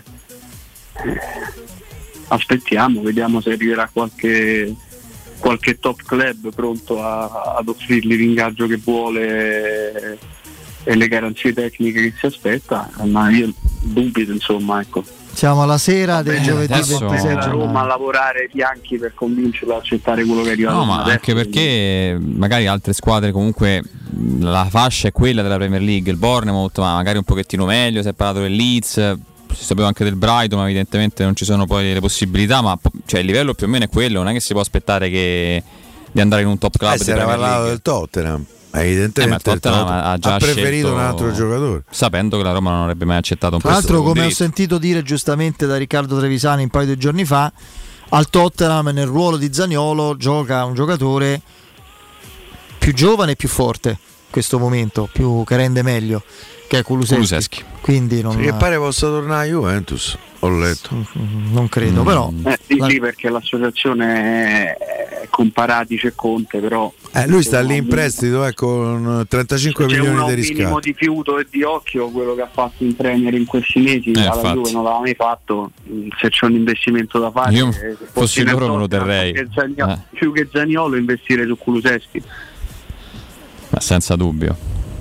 Aspettiamo, vediamo se arriverà qualche top club pronto ad offrirgli l'ingaggio che vuole e le garanzie tecniche che si aspetta, ma io dubito, insomma, ecco. Siamo alla sera del giovedì 26 a Roma a lavorare ai fianchi per convincerlo ad accettare quello che arriva. No, ma anche perché magari altre squadre, comunque la fascia è quella della Premier League, il Bournemouth, ma magari un pochettino meglio, si è parlato del Leeds, si sapeva anche del Brighton, ma evidentemente non ci sono poi le possibilità, ma cioè, il livello più o meno è quello, non è che si può aspettare di andare in un top club. Si era parlato del Tottenham. Evidentemente il Tottenham ha già preferito un altro giocatore, sapendo che la Roma non avrebbe mai accettato un prestito. Tra l'altro, come ho sentito dire giustamente da Riccardo Trevisani un paio di giorni fa, al Tottenham nel ruolo di Zaniolo gioca un giocatore più giovane e più forte in questo momento, più che rende meglio, che è Kulusevski. Quindi non che pare possa tornare a Juventus, ho letto. Non credo, però sì, perché l'associazione è con Paratici e Conte, però lui sta lì in prestito, con 35 milioni di riscatti. C'è un minimo di fiuto e di occhio quello che ha fatto in Premier in questi mesi, alla Juve non l'aveva mai fatto. Se c'è un investimento da fare, io fossi loro me lo terrei. Più che Zaniolo investire su Kulusevski. Ma senza dubbio.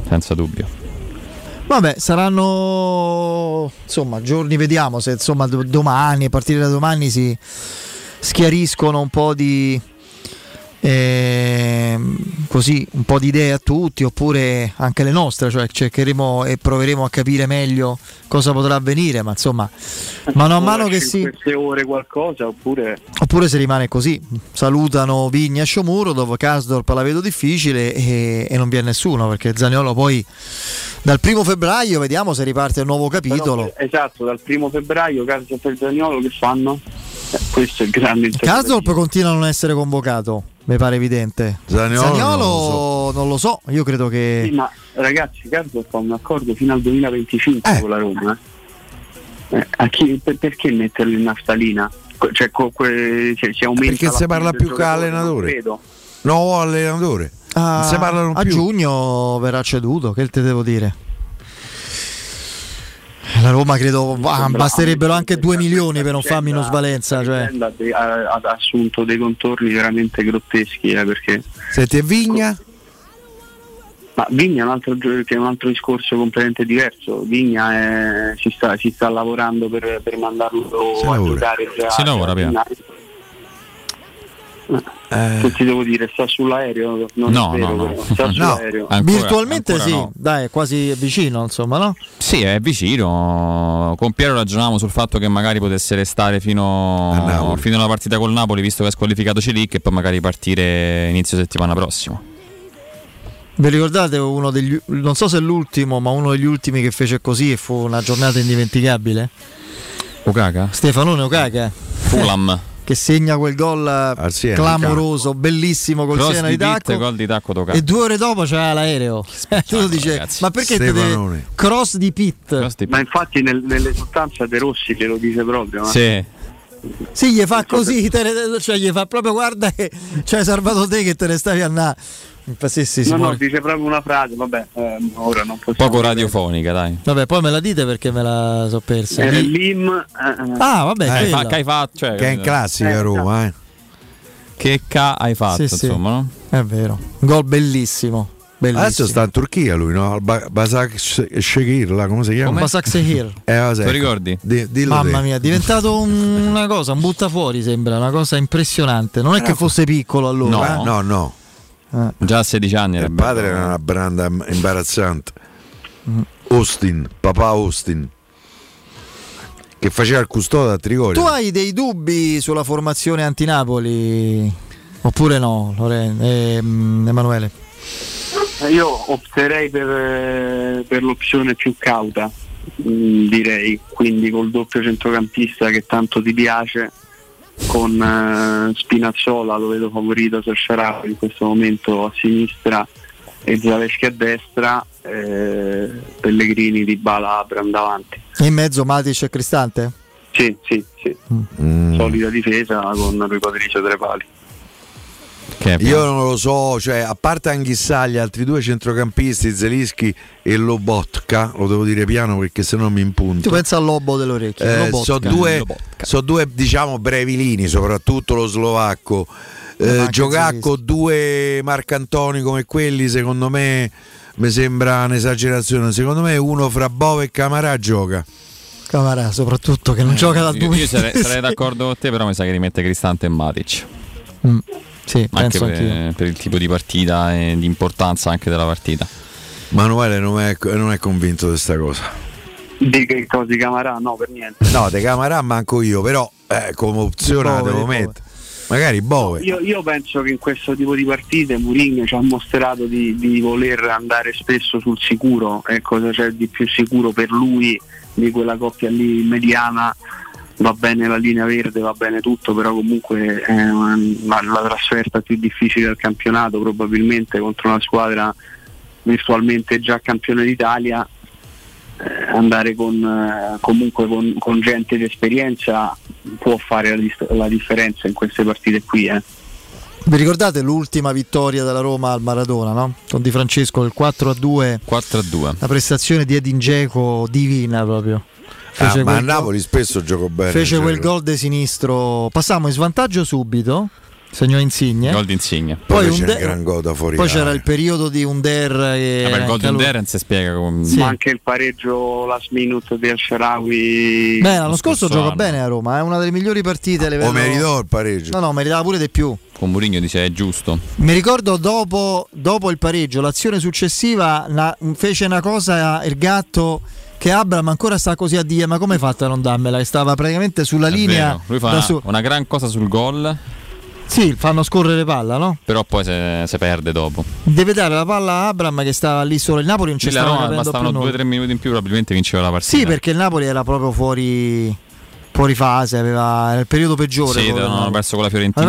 Vabbè, saranno insomma giorni, vediamo se insomma domani, a partire da domani si schiariscono un po' di così un po' di idee a tutti, oppure anche le nostre, cioè cercheremo e proveremo a capire meglio cosa potrà avvenire, ma insomma mano a mano che si queste ore qualcosa, oppure se rimane così. Salutano Vigna e Sciomuro, dopo Kasdorp la vedo difficile e non viene nessuno, perché Zaniolo poi dal 1 febbraio vediamo se riparte un nuovo capitolo. Però, esatto, dal 1 febbraio Kasdorp e Zaniolo che fanno? Questo è il grande interrogativo. Kasdorp continua a non essere convocato, mi pare evidente. Zaniolo non lo so, io credo che sì, ma ragazzi, Kasdorp fa un accordo fino al 2025 con la Roma. Perché metterlo in naftalina? Cioè, si aumenta, perché si parla più che allenatore, nuovo allenatore. Non si parlano più. A giugno verrà ceduto, che te devo dire? La Roma credo basterebbero anche 2 milioni per non far minusvalenza. Cioè. Ha assunto dei contorni veramente grotteschi, perché senti, Vigna? Ma Vigna è un altro discorso completamente diverso. Vigna si sta lavorando per mandarlo a giocare già. Si lavora piano. Che ti devo dire, sta sull'aereo? No. Sta sull'aereo. Virtualmente sì, no. Dai, è quasi vicino, insomma, no? Sì, è vicino. Con Piero ragionavamo sul fatto che magari potesse restare fino alla partita col Napoli, visto che è squalificato Celic, e poi magari partire inizio settimana prossima. Vi ricordate non so se è l'ultimo, ma uno degli ultimi che fece così e fu una giornata indimenticabile? Okaka? Stefanone Okaka. Fulham. Che segna quel gol clamoroso, bellissimo col Siena di Tacco, gol di Tacco e 2 ore dopo c'era l'aereo. Tu dici, ma perché te deve cross di Pitt? Ma infatti nell'esultanza De Rossi te lo dice proprio. Sì, gli fa così, cioè gli fa proprio, guarda che ci hai salvato te che te ne stavi andando. No, dice proprio una frase, vabbè, ora non possiamo. Poco radiofonica, dai. Vabbè, poi me la dite perché me la so persa. L'IM. Vabbè, che hai fatto, cioè, che è in classica Roma, Che hai fatto, insomma, no? È vero. Un gol bellissimo. Adesso sta in Turchia lui, no? Basak Shekir, come si chiama? Basak Shekir. Lo ricordi? Mamma mia, è diventato una cosa, un buttafori, sembra una cosa impressionante. Non è che fosse piccolo allora. No. Già a 16 anni. Il padre era una branda imbarazzante. Papà Austin, che faceva il custode a Trigoria. Tu hai dei dubbi sulla formazione antinapoli oppure no, Emanuele? Io opterei per l'opzione più cauta, direi, quindi col doppio centrocampista che tanto ti piace, con Spinazzola lo vedo favorito su Shaarawy in questo momento a sinistra e Zalewski a destra, Pellegrini, Dybala, Abraham davanti. E in mezzo Matic e Cristante? Sì. Solida difesa con Rui Patricio tra i pali. Io non lo so, cioè a parte Anghissà, gli altri due centrocampisti, Zelinski e Lobotka, lo devo dire piano perché sennò mi impunto. Tu pensa al lobo dell'orecchio? So due diciamo brevi linee, soprattutto lo slovacco. Giocare con due Marcantoni come quelli secondo me mi sembra un'esagerazione. Secondo me uno fra Bove e Camarà gioca. Camarà soprattutto che non gioca da 2 mesi. Io sarei d'accordo con te, però mi sa che rimette Cristante e Matic. Sì, anche per il tipo di partita e di importanza anche della partita. Manuele non è convinto di questa cosa. Di che cosa di Camarà? No, per niente. No, di Camarà manco io, però come opzione la devo mettere. Magari Bove. Io penso che in questo tipo di partite Mourinho ci ha mostrato di voler andare spesso sul sicuro, e cosa c'è di più sicuro per lui di quella coppia lì mediana. Va bene la linea verde, va bene tutto, però comunque è la trasferta più difficile del campionato, probabilmente contro una squadra virtualmente già campione d'Italia. Andare comunque con gente di esperienza può fare la differenza in queste partite qui. Vi ricordate l'ultima vittoria della Roma al Maradona, no? Con Di Francesco, il 4-2. La prestazione di Edin Dzeko divina proprio. Ma a Napoli spesso giocò bene. Fece quel gol de sinistro. Passammo in svantaggio subito. Segnò Insigne. Gol di Insigne. Poi c'era un gran gol da fuori. Poi c'era il periodo di Under. Il gol di Under non si spiega come. Sì. Ma anche il pareggio last minute di Al-Shaarawy. Beh, l'anno scorso gioca bene a Roma. È una delle migliori partite. O meritò il pareggio? No, meritava pure di più. Con Mourinho dice è giusto. Mi ricordo dopo il pareggio, l'azione successiva fece una cosa il gatto. Che Abraham ancora sta così a dire: ma come hai fatto a non darmela? Che stava praticamente sulla linea. Vero. Lui fa una gran cosa sul gol. Sì, fanno scorrere palla, no? Però poi se perde dopo. Deve dare la palla a Abraham che stava lì solo. Il Napoli non ci stava capendo più. Bastavano 2-3 minuti in più, probabilmente vinceva la partita. Sì, perché il Napoli era proprio fuori fase, era il periodo peggiore. Sì, hanno perso con la Fiorentina.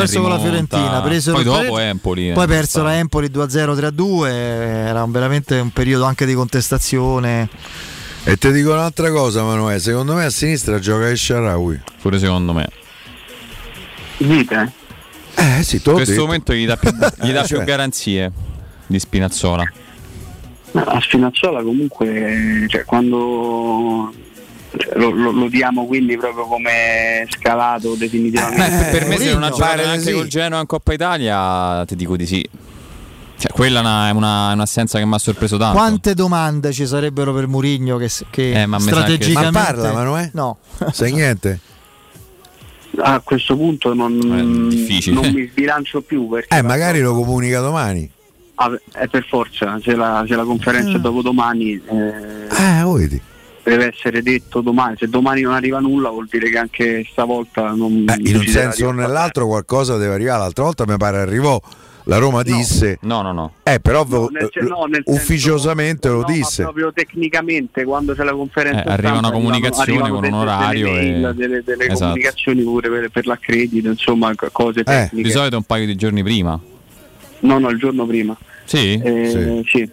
Poi dopo Empoli. Poi perso la Empoli 2-0, 3-2. Era veramente un periodo anche di contestazione. E ti dico un'altra cosa, Manuele, secondo me a sinistra gioca El-Shaarawy. Pure secondo me. Dite? Sì, in questo momento gli dà più garanzie di Spinazzola. A Spinazzola comunque, quando lo diamo quindi proprio come scalato definitivamente. Per me se non ha giocato anche col Genoa in Coppa Italia ti dico di sì. Cioè, quella è un'assenza che mi ha sorpreso tanto. Quante domande ci sarebbero per Mourinho che strategicamente. Ma parla, Manuel? No. Sai niente? A questo punto non mi sbilancio più perché magari lo comunica domani. È per forza, se la conferenza dopo domani deve essere detto domani. Se domani non arriva nulla vuol dire che anche stavolta non in un senso o nell'altro qualcosa deve arrivare. L'altra volta mi pare arrivò. La Roma disse no. Però ufficiosamente lo disse. Ma proprio tecnicamente quando c'è la conferenza arriva una comunicazione con un orario delle comunicazioni pure per l'accredito, insomma cose tecniche. Di solito un paio di giorni prima. No, il giorno prima. Sì? Sì.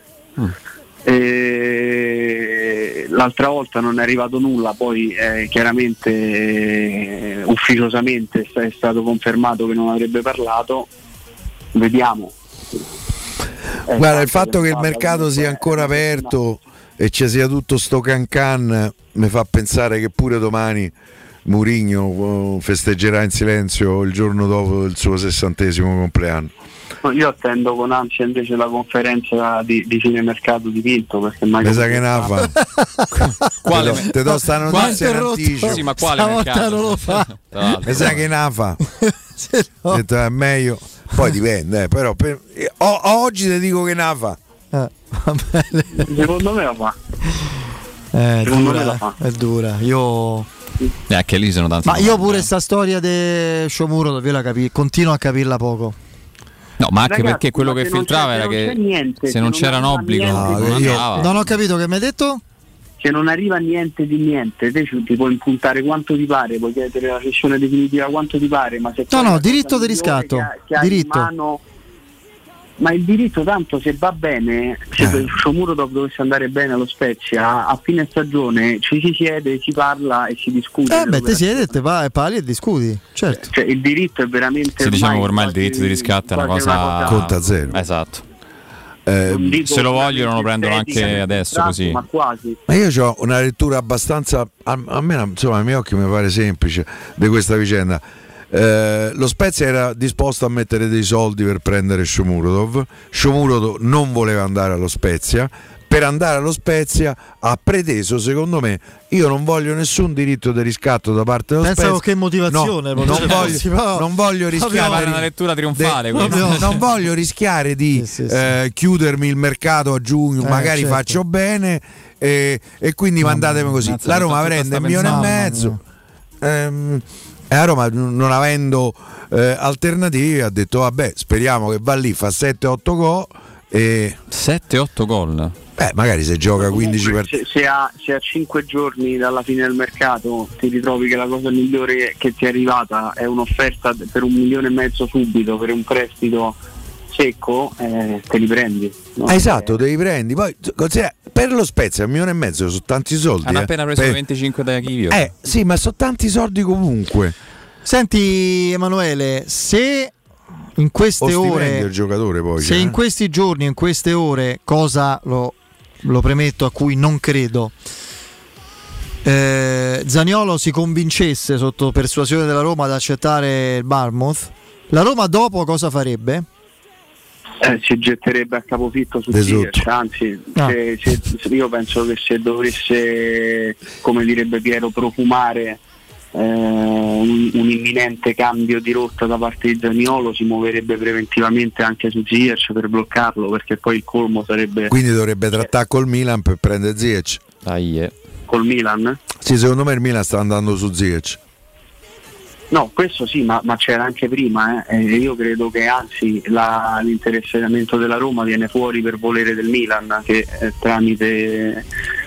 L'altra volta non è arrivato nulla, poi chiaramente ufficiosamente è stato confermato che non avrebbe parlato. Vediamo. Guarda, il fatto che il mercato sia ancora aperto e ci sia tutto sto cancan mi fa pensare che pure domani Mourinho festeggerà in silenzio il giorno dopo il suo 60° compleanno. Io attendo con ansia invece la conferenza di fine mercato di Pinto, perché magari mi sa che ne fa. Quale? Te do sta notizia in anticipo. Sì, ma quale mercato? Non lo fa. Mi sa che ne fa. Ho detto è meglio. Poi dipende, però oggi ti dico che ne fa. Va bene. Secondo me la fa. È dura. Io che lì sono tanti. Ma io pure sta storia di Shomuro continuo a capirla poco. No, ma anche Ragazzi, perché quello che filtrava era che se non c'era un obbligo non ho capito che mi hai detto? Se non arriva niente di niente, te ti puoi impuntare quanto ti pare, puoi chiedere la cessione definitiva quanto ti pare, ma se no, diritto di riscatto, che diritto. In mano, ma il diritto tanto se va bene, se il Shomurodov dovesse andare bene allo Spezia, a fine stagione ci si siede, si parla e si discute. Te siedi e parli e discuti, certo. Cioè, il diritto è veramente. Se diciamo che ormai il diritto di riscatto è una cosa conta zero. Esatto. Se lo vogliono lo prendono anche adesso così. Ma quasi. Ma io ho una lettura abbastanza, almeno insomma ai miei occhi mi pare semplice di questa vicenda. Lo Spezia era disposto a mettere dei soldi per prendere Shomurodov non voleva andare allo Spezia. Per andare allo Spezia ha preteso, secondo me, io non voglio nessun diritto di riscatto da parte dello Spezia. Pensavo che motivazione, non voglio rischiare una lettura trionfale non voglio rischiare di chiudermi il mercato a giugno, magari certo. Faccio bene e quindi mandatemi così. La Roma prende 1,5 milioni. A Roma, non avendo alternative, ha detto vabbè, speriamo che va lì, fa 7-8 gol e 7-8 gol. Magari se gioca 15 partite. Se a 5 giorni dalla fine del mercato ti ritrovi che la cosa migliore che ti è arrivata è un'offerta per 1,5 milioni subito per un prestito secco, te li prendi, no? Esatto, te li prendi. Poi per lo Spezia 1,5 milioni sono tanti soldi. Hanno appena preso 25 da Chivio. Sì, ma sono tanti soldi comunque. Senti Emanuele, se in queste ore il giocatore poi, se in questi giorni, in queste ore, cosa lo premetto a cui non credo, Zaniolo si convincesse sotto persuasione della Roma ad accettare il Bournemouth, la Roma dopo cosa farebbe? Si getterebbe a capofitto su Ziyech, anzi io penso che se dovesse, come direbbe Piero, profumare un imminente cambio di rotta da parte di Zaniolo, si muoverebbe preventivamente anche su Ziyech per bloccarlo, perché poi il colmo sarebbe. Quindi dovrebbe trattare col Milan per prendere Ziyech. Col Milan? Sì, secondo me il Milan sta andando su Ziyech. No, questo sì, ma c'era anche prima, io credo che anzi l'interessamento della Roma viene fuori per volere del Milan, che tramite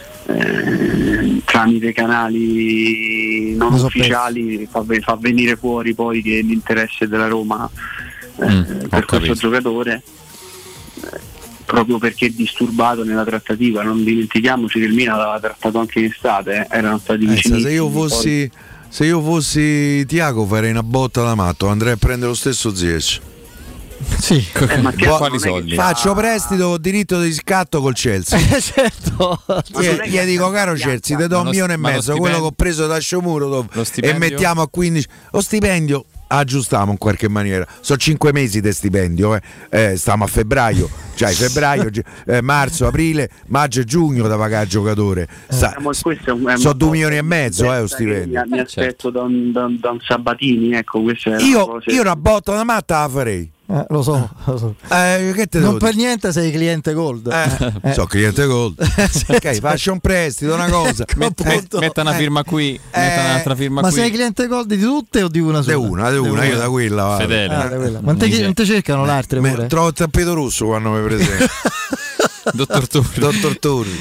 canali non ufficiali fa venire fuori poi che l'interesse della Roma per questo giocatore, proprio perché è disturbato nella trattativa. Non dimentichiamoci che il Milan l'aveva trattato anche in estate, erano stati vicini. Se io fossi Tiago farei una botta da matto, andrei a prendere lo stesso Ziyech. Sì, ma quali soldi? Faccio prestito, diritto di riscatto col Chelsea. Certo. Gli dico, caro Chelsea, ti do 1,5 milioni, quello che ho preso da Shomurodov, e mettiamo a 15 lo stipendio. Aggiustiamo in qualche maniera, sono 5 mesi di stipendio, stiamo a febbraio, marzo, aprile, maggio e giugno da pagare al giocatore. Sono 2,5 milioni lo stipendio. Mi aspetto da un Sabatini, ecco, io una botta da matta la farei. Lo so. Che te non per niente sei cliente Gold. So cliente Gold. Ok, faccio un prestito, una cosa. Metta una firma qui, metta un'altra firma ma qui. Ma sei cliente Gold di tutte o di una sola? Di una, io da quella. Fedele. Ma non te cercano l'altra pure? Trovo il tappeto rosso quando mi presento. Dottor Turri.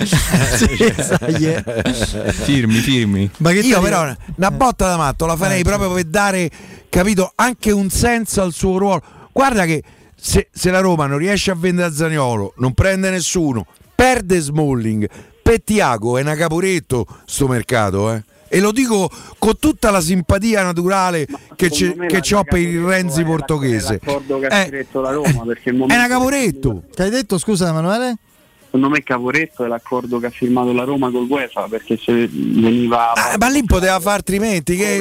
Firmi. Ma che io però una botta da matto la farei proprio per dare, capito, anche un senso al suo ruolo. Guarda che se la Roma non riesce a vendere Zaniolo, non prende nessuno, perde Smalling, per Tiago è una Caporetto sto mercato, e lo dico con tutta la simpatia naturale che c'ho per il Renzi portoghese. L'accordo che ha stretto la Roma, perché il è una Caporetto. Che hai detto, scusa Emanuele? secondo me Caporetto è l'accordo che ha firmato la Roma col UEFA, perché se veniva ma lì poteva fare altrimenti che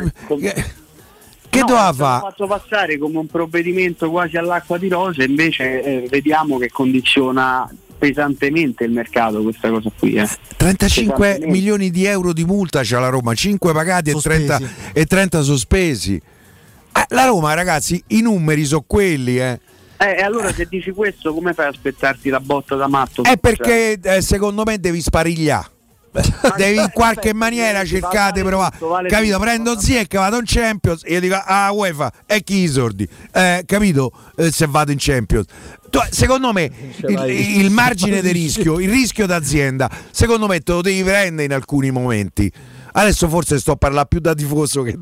doveva fare? L'ha fatto passare come un provvedimento quasi all'acqua di rose, invece vediamo che condiziona pesantemente il mercato questa cosa qui. 35 milioni di euro di multa c'ha la Roma, 5 pagati e 30 sospesi. La Roma, ragazzi, i numeri sono quelli, E allora se dici questo, come fai ad aspettarti la botta da matto? È perché secondo me devi sparigliare. Devi in qualche maniera cercare di provare, capito? Prendo Ziyech, vado in Champions e io dico UEFA e chi i sordi, capito? Se vado in Champions, secondo me il margine di rischio, il rischio d'azienda, secondo me te lo devi prendere in alcuni momenti. Adesso forse sto a parlare più da tifoso che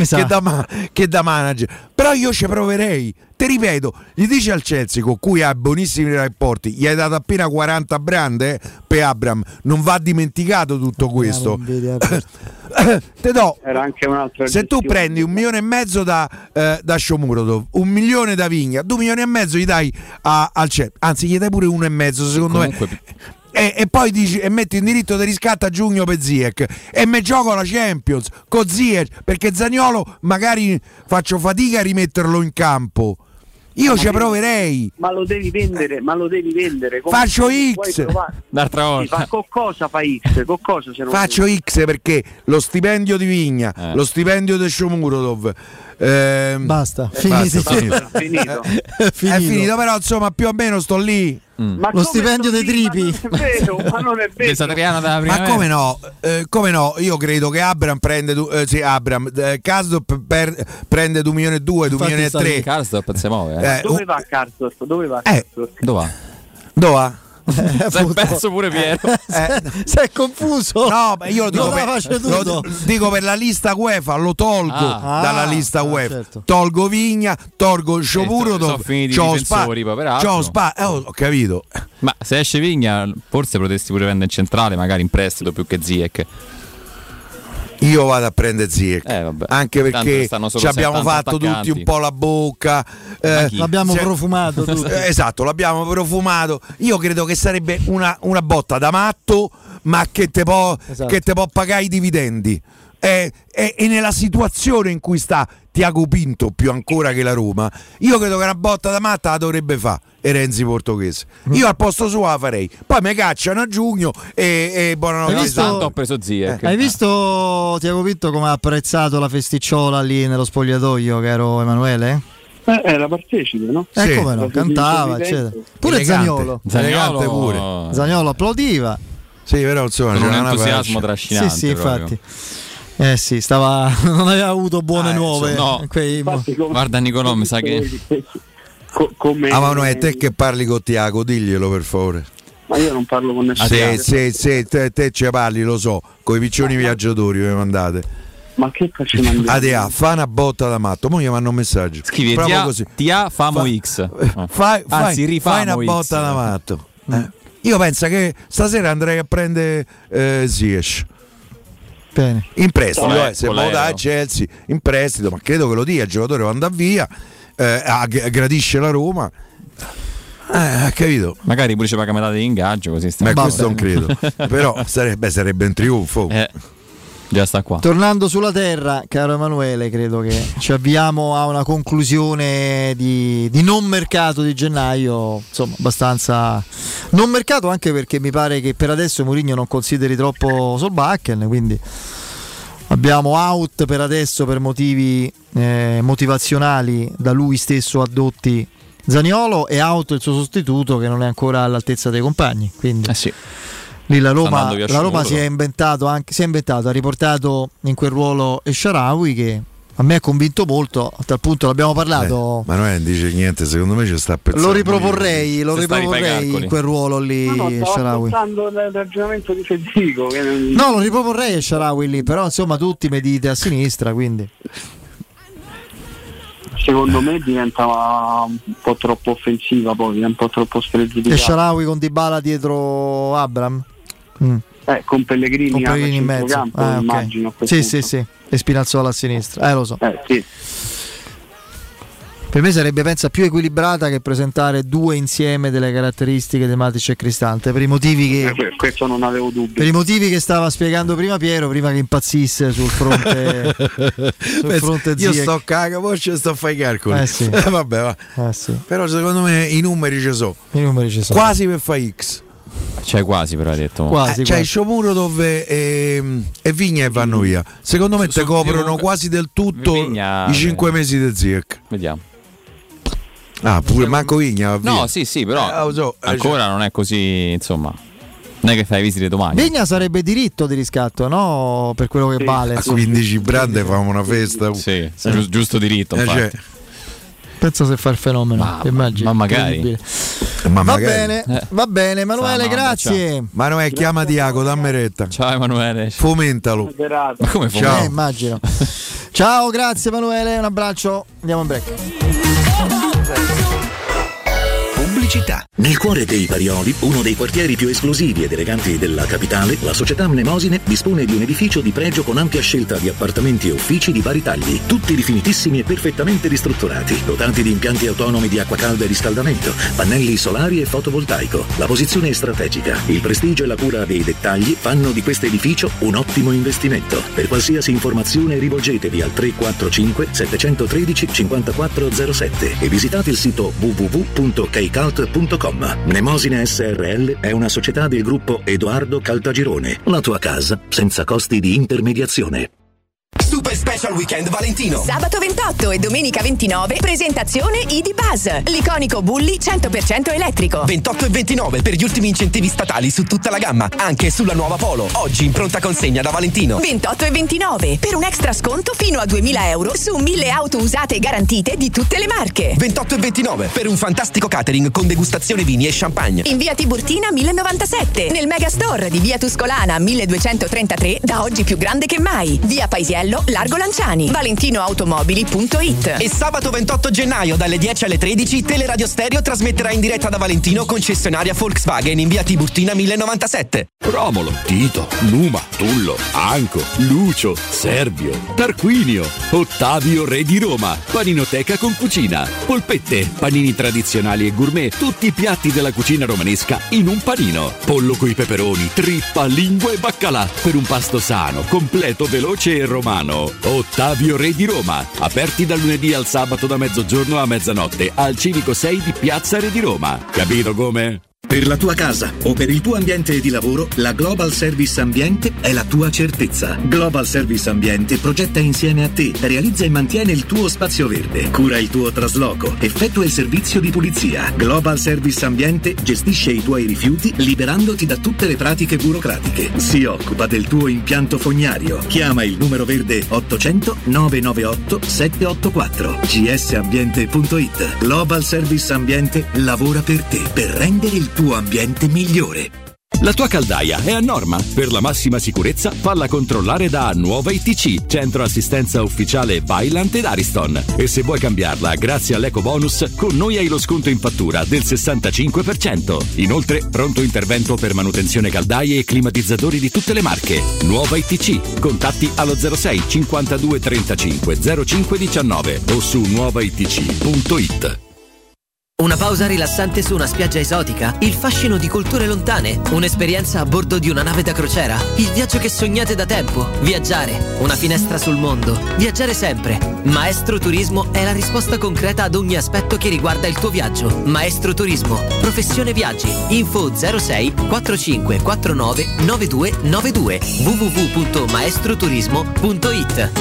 da manager, però io ci proverei. Ti ripeto, gli dici al Chelsea, con cui ha buonissimi rapporti, gli hai dato appena 40 brand per Abraham, non va dimenticato tutto questo. Te do, era anche un'altra se tu prendi 1,5 milioni da Shomurodov, 1 milione da Vigna, 2 milioni e mezzo gli dai al Chelsea, anzi gli dai pure 1,5 secondo me. E poi dici e metti in diritto di riscatto a giugno per Ziyech e me gioco la Champions con Ziyech, perché Zaniolo magari faccio fatica a rimetterlo in campo. Io ci proverei. Ma lo devi vendere. Faccio X. L'altra volta. Con cosa fai X? Con cosa se non faccio X perché lo stipendio di Vigna, lo stipendio di Shomurodov. Basta, finito. È finito, però insomma più o meno sto lì. Ma lo stipendio dei Tripi, ma non è vero. Ma come no? Io credo che Abraham prende Karsdorp prende 2 milioni e 2, 2 milioni e 3. Karsdorp si muove. Dove va Karsdorp? Dove va? Si è perso pure Piero. Si è confuso. No, ma io lo dico per la lista UEFA, lo tolgo dalla lista UEFA. Certo. Tolgo Vigna, tolgo Shomurodov, ho capito. Ma se esce Vigna, forse potresti pure prendere in centrale, magari in prestito più che Ziyech. Io vado a prendere Ziyech, anche perché ci abbiamo fatto tutti un po' la bocca, l'abbiamo profumato tutti. Esatto, l'abbiamo profumato. Io credo che sarebbe una botta da matto, ma che te può pagare i dividendi. E nella situazione in cui sta Tiago Pinto, più ancora che la Roma, io credo che una botta da matta la dovrebbe fare e Renzi Portoghese. Io al posto suo la farei. Poi mi cacciano a giugno e buonanotte. Ho preso Ziyech. Hai visto Tiago Pinto come ha apprezzato la festicciola lì nello spogliatoio, caro Emanuele? Era partecipe, no? Come no, cantava, eccetera. Pure Zaniolo pure. Zaniolo applaudiva. Sì, però insomma c'era un entusiasmo trascinante. Sì, infatti. Sì, non aveva avuto buone nuove. No. Guarda Nicolò, mi sa che ma non è te che parli con Tiago, diglielo per favore. Ma io non parlo con nessuno. Sì, te ci parli, lo so, con i piccioni viaggiatori che mandate. Ma che faccio mandare? Adea, fa una botta da matto, mo gli mandano un messaggio. Scrivi Tia famo X. Fai una botta da matto. Io penso che stasera andrei a prendere Ziyech. Bene. In prestito, se va da Chelsea in prestito, ma credo che lo dia, il giocatore va andare via, gradisce la Roma, capito? Magari pure ci paga metà di ingaggio, così sta. Ma questo non credo. Però sarebbe un trionfo. Già sta qua. Tornando sulla terra, caro Emanuele, credo che ci avviamo a una conclusione di non mercato di gennaio, insomma abbastanza non mercato, anche perché mi pare che per adesso Mourinho non consideri troppo Solbakken, quindi abbiamo out per adesso per motivi motivazionali da lui stesso addotti Zaniolo, e out il suo sostituto che non è ancora all'altezza dei compagni, quindi sì. Lì la Roma si è inventato, ha riportato in quel ruolo Esharawi, che a me ha convinto molto, a tal punto l'abbiamo parlato. Ma non dice niente, secondo me ci sta pensando. Lo riproporrei in quel ruolo lì. Esharawi. Stavo ascoltando il ragionamento di Federico. No, lo riproporrei Esharawi lì, però insomma tutti mi dite a sinistra, quindi. Secondo me diventa un po' troppo offensiva, poi è un po' troppo spregiudicata. Esharawi con Dybala dietro Abraham. Con Pellegrini in mezzo, campo, immagino. Sì, e Spinazzola a sinistra, lo so. Sì. Per me sarebbe, pensa, più equilibrata che presentare due insieme delle caratteristiche di Matic e Cristante, per i motivi che questo non avevo dubbi. Per i motivi che stava spiegando prima Piero, prima che impazzisse sul fronte io sto cagapoccia e sto a fare i calcoli. Sì. Vabbè, va. Sì. Però secondo me i numeri ci sono. Quasi per fare X. C'è quasi, però hai detto. C'è il Sciomuro dove e Vigna e vanno via. Secondo me te coprono quasi del tutto Vigna, i 5 mesi del Zirk. Vediamo. Pure manco Vigna va via. No, sì, però ancora non è così, insomma. Non è che fai visite domani. Vigna sarebbe diritto di riscatto, no? Per quello che vale. A 15 brande famo una festa. Sì, giusto diritto. Penso se fa il fenomeno. Ma magari. Va bene, Emanuele, grazie. Ciao. Manuele, chiama Diaco, dammi retta. Ciao Emanuele. Fomentalo. Ma come fomentalo? Ciao. Immagino. Ciao, grazie Emanuele, un abbraccio. Andiamo in break. Pubblicità. Nel cuore dei Parioli, uno dei quartieri più esclusivi ed eleganti della capitale, la società Mnemosine dispone di un edificio di pregio con ampia scelta di appartamenti e uffici di vari tagli, tutti rifinitissimi e perfettamente ristrutturati, dotati di impianti autonomi di acqua calda e riscaldamento, pannelli solari e fotovoltaico. La posizione è strategica, il prestigio e la cura dei dettagli fanno di questo edificio un ottimo investimento. Per qualsiasi informazione rivolgetevi al 345 713 5407 e visitate il sito www.keicalt.com. Mnemosine SRL è una società del gruppo Edoardo Caltagirone. La tua casa senza costi di intermediazione. Super Special Weekend Valentino. Sabato 28 e domenica 29 presentazione ID Buzz, l'iconico Bulli 100% elettrico. 28 e 29 per gli ultimi incentivi statali su tutta la gamma, anche sulla nuova Polo, oggi in pronta consegna da Valentino. 28 e 29 per un extra sconto fino a 2000 euro su 1000 auto usate e garantite di tutte le marche. 28 e 29 per un fantastico catering con degustazione vini e champagne. In via Tiburtina 1097, nel Megastore di via Tuscolana 1233, da oggi più grande che mai. Via Paisiello, Largo Lanciani, valentinoautomobili.it. E sabato 28 gennaio dalle 10 alle 13 Teleradio Stereo trasmetterà in diretta da Valentino, concessionaria Volkswagen in via Tiburtina 1097. Romolo, Tito, Numa, Tullo, Anco, Lucio, Servio, Tarquinio, Ottavio Re di Roma, paninoteca con cucina, polpette, panini tradizionali e gourmet, tutti i piatti della cucina romanesca in un panino, pollo coi peperoni, trippa, lingua e baccalà per un pasto sano, completo, veloce e romano. Ottavio Re di Roma, aperti dal lunedì al sabato da mezzogiorno a mezzanotte al Civico 6 di Piazza Re di Roma. Capito come? Per la tua casa o per il tuo ambiente di lavoro, la Global Service Ambiente è la tua certezza. Global Service Ambiente progetta insieme a te, realizza e mantiene il tuo spazio verde, cura il tuo trasloco, effettua il servizio di pulizia. Global Service Ambiente gestisce i tuoi rifiuti liberandoti da tutte le pratiche burocratiche. Si occupa del tuo impianto fognario. Chiama il numero verde 800 998 784. gsambiente.it. Global Service Ambiente lavora per te, per rendere il tuo ambiente migliore. La tua caldaia è a norma. Per la massima sicurezza, falla controllare da Nuova ITC, centro assistenza ufficiale Vaillant ed Ariston. E se vuoi cambiarla grazie all'eco bonus, con noi hai lo sconto in fattura del 65%. Inoltre, pronto intervento per manutenzione caldaie e climatizzatori di tutte le marche. Nuova ITC. Contatti allo 06 52 35 05 19 o su nuovaitc.it. Una pausa rilassante su una spiaggia esotica? Il fascino di culture lontane? Un'esperienza a bordo di una nave da crociera? Il viaggio che sognate da tempo? Viaggiare, una finestra sul mondo. Viaggiare sempre. Maestro Turismo è la risposta concreta ad ogni aspetto che riguarda il tuo viaggio. Maestro Turismo, professione viaggi. Info 06 45 49 9292 www.maestroturismo.it.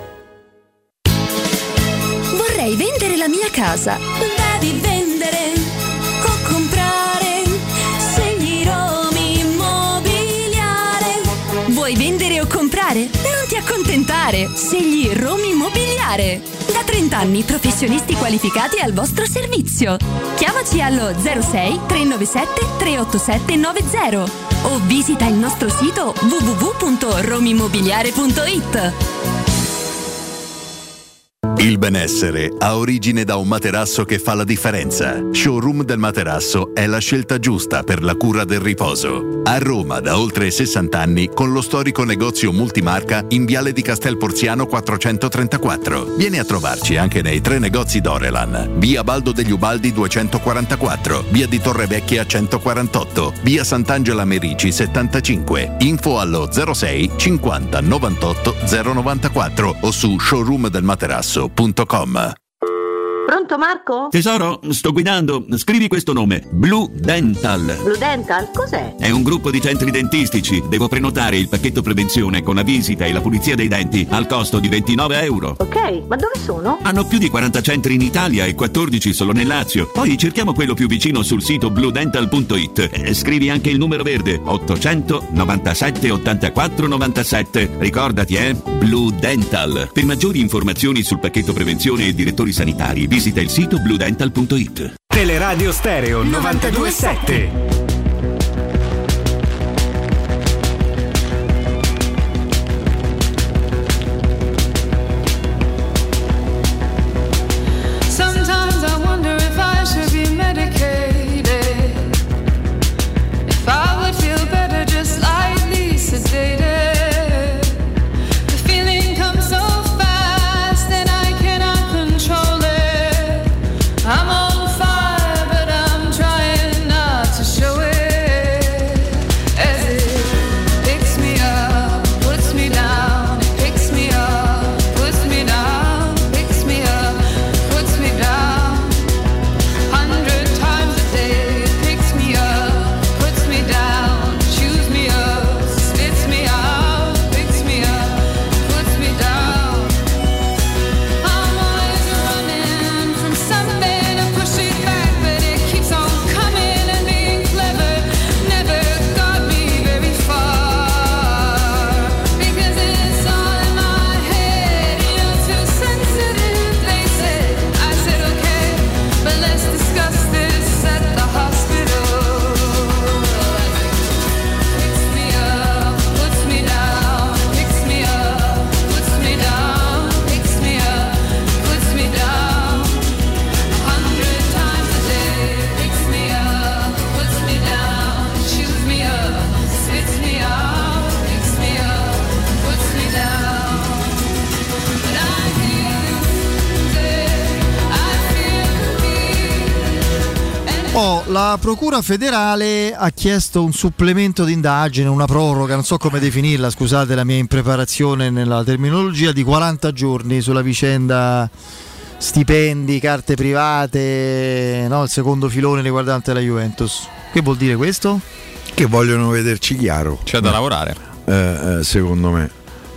Vorrei vendere la mia casa. Devi vendere o comprare. Scegli Romi Immobiliare. Vuoi vendere o comprare? Non ti accontentare. Scegli Romi Immobiliare. Da 30 anni professionisti qualificati al vostro servizio. Chiamaci allo 06 397 387 90 o visita il nostro sito www.romimmobiliare.it. Il benessere ha origine da un materasso che fa la differenza. Showroom del Materasso è la scelta giusta per la cura del riposo. A Roma da oltre 60 anni con lo storico negozio multimarca in Viale di Castel Porziano 434. Vieni a trovarci anche nei 3 negozi Dorelan. Via Baldo degli Ubaldi 244, Via di Torrevecchia 148, Via Sant'Angela Merici 75. Info allo 06 50 98 094 o su showroomdelmaterasso.com. Pronto Marco? Tesoro, sto guidando. Scrivi questo nome: Blue Dental. Blue Dental? Cos'è? È un gruppo di centri dentistici. Devo prenotare il pacchetto prevenzione con la visita e la pulizia dei denti al costo di €29. Ok, ma dove sono? Hanno più di 40 centri in Italia e 14 solo nel Lazio. Poi cerchiamo quello più vicino sul sito bluedental.it. Scrivi anche il numero verde: 800 97 84 97. Ricordati, Blue Dental. Per maggiori informazioni sul pacchetto prevenzione e direttori sanitari, visita il sito bluedental.it. Teleradio Stereo 92.7. La Procura federale ha chiesto un supplemento d'indagine, una proroga, non so come definirla, scusate la mia impreparazione nella terminologia, di 40 giorni sulla vicenda stipendi, carte private, no? Il secondo filone riguardante la Juventus. Che vuol dire questo? Che vogliono vederci chiaro. C'è da lavorare. Secondo me.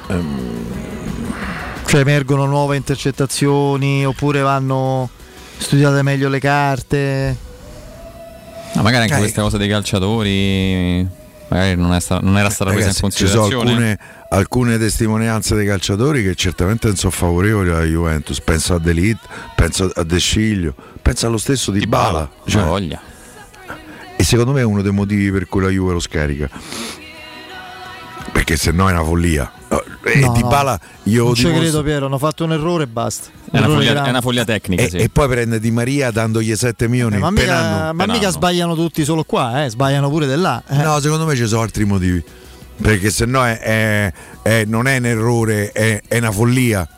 Cioè emergono nuove intercettazioni oppure vanno studiate meglio le carte? No, magari anche questa cosa dei calciatori magari non era stata presa in considerazione. Ci sono alcune testimonianze dei calciatori che certamente non sono favorevoli alla Juventus. Penso a D'Elite, penso a De Sciglio, penso allo stesso Dybala. Cioè, voglia. E secondo me è uno dei motivi per cui la Juve lo scarica, perché se no è una follia. E Dybala io non ci credo, Piero, hanno fatto un errore e basta. È una follia tecnica, sì. E poi prende Di Maria dandogli 7 milioni. Ma mica sbagliano tutti solo qua, sbagliano pure di là. No, secondo me ci sono altri motivi, perché se no non è un errore, è una follia.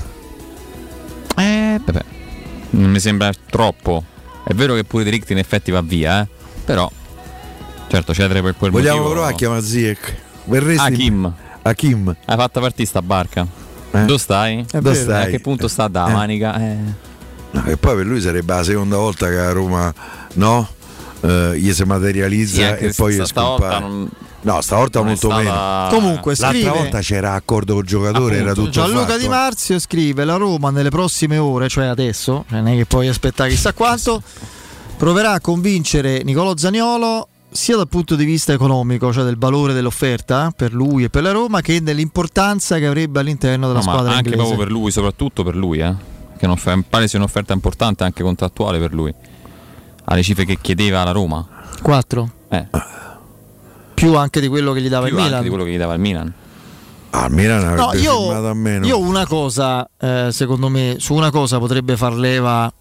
Non mi sembra troppo. È vero che pure De Ligt in effetti va via, però certo cedere per quel motivo. Vogliamo provare a chiamare Ziyech? Hakim. Hai fatto partire sta barca? Dove stai? Dove stai? A che punto sta da manica? No, e poi per lui sarebbe la seconda volta che a Roma gli si materializza e poi scompare. No, stavolta molto meno. Comunque scrive, l'altra volta c'era accordo col giocatore, era tutto Gianluca fatto. Di Marzio scrive: la Roma nelle prossime ore, cioè adesso, non è che puoi aspettare chissà quanto, proverà a convincere Nicolò Zaniolo sia dal punto di vista economico, cioè del valore dell'offerta per lui e per la Roma, che dell'importanza che avrebbe all'interno della squadra anche inglese. proprio per lui, soprattutto per lui, che pare sia un'offerta importante anche contrattuale per lui, alle cifre che chiedeva la Roma. 4? Più anche di quello che gli dava il Milan. Anche di quello che gli dava il Milan. Milan avrebbe firmato a meno. Io una cosa, secondo me, su una cosa potrebbe far leva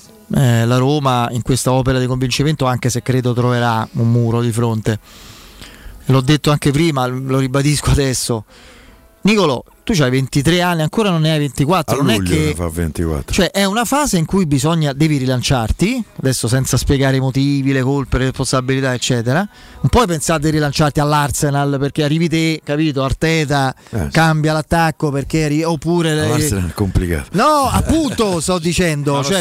la Roma in questa opera di convincimento, anche se credo troverà un muro di fronte. L'ho detto anche prima, lo ribadisco adesso. Nicolò, tu c'hai 23 anni, ancora non ne hai 24. A non luglio è che ne fa 24. Cioè è una fase in cui devi rilanciarti, adesso senza spiegare i motivi, le colpe, le responsabilità eccetera. Non puoi pensare di rilanciarti all'Arsenal perché arrivi te, capito, Arteta cambia l'attacco perché oppure l'Arsenal è complicato. No, appunto sto dicendo, cioè,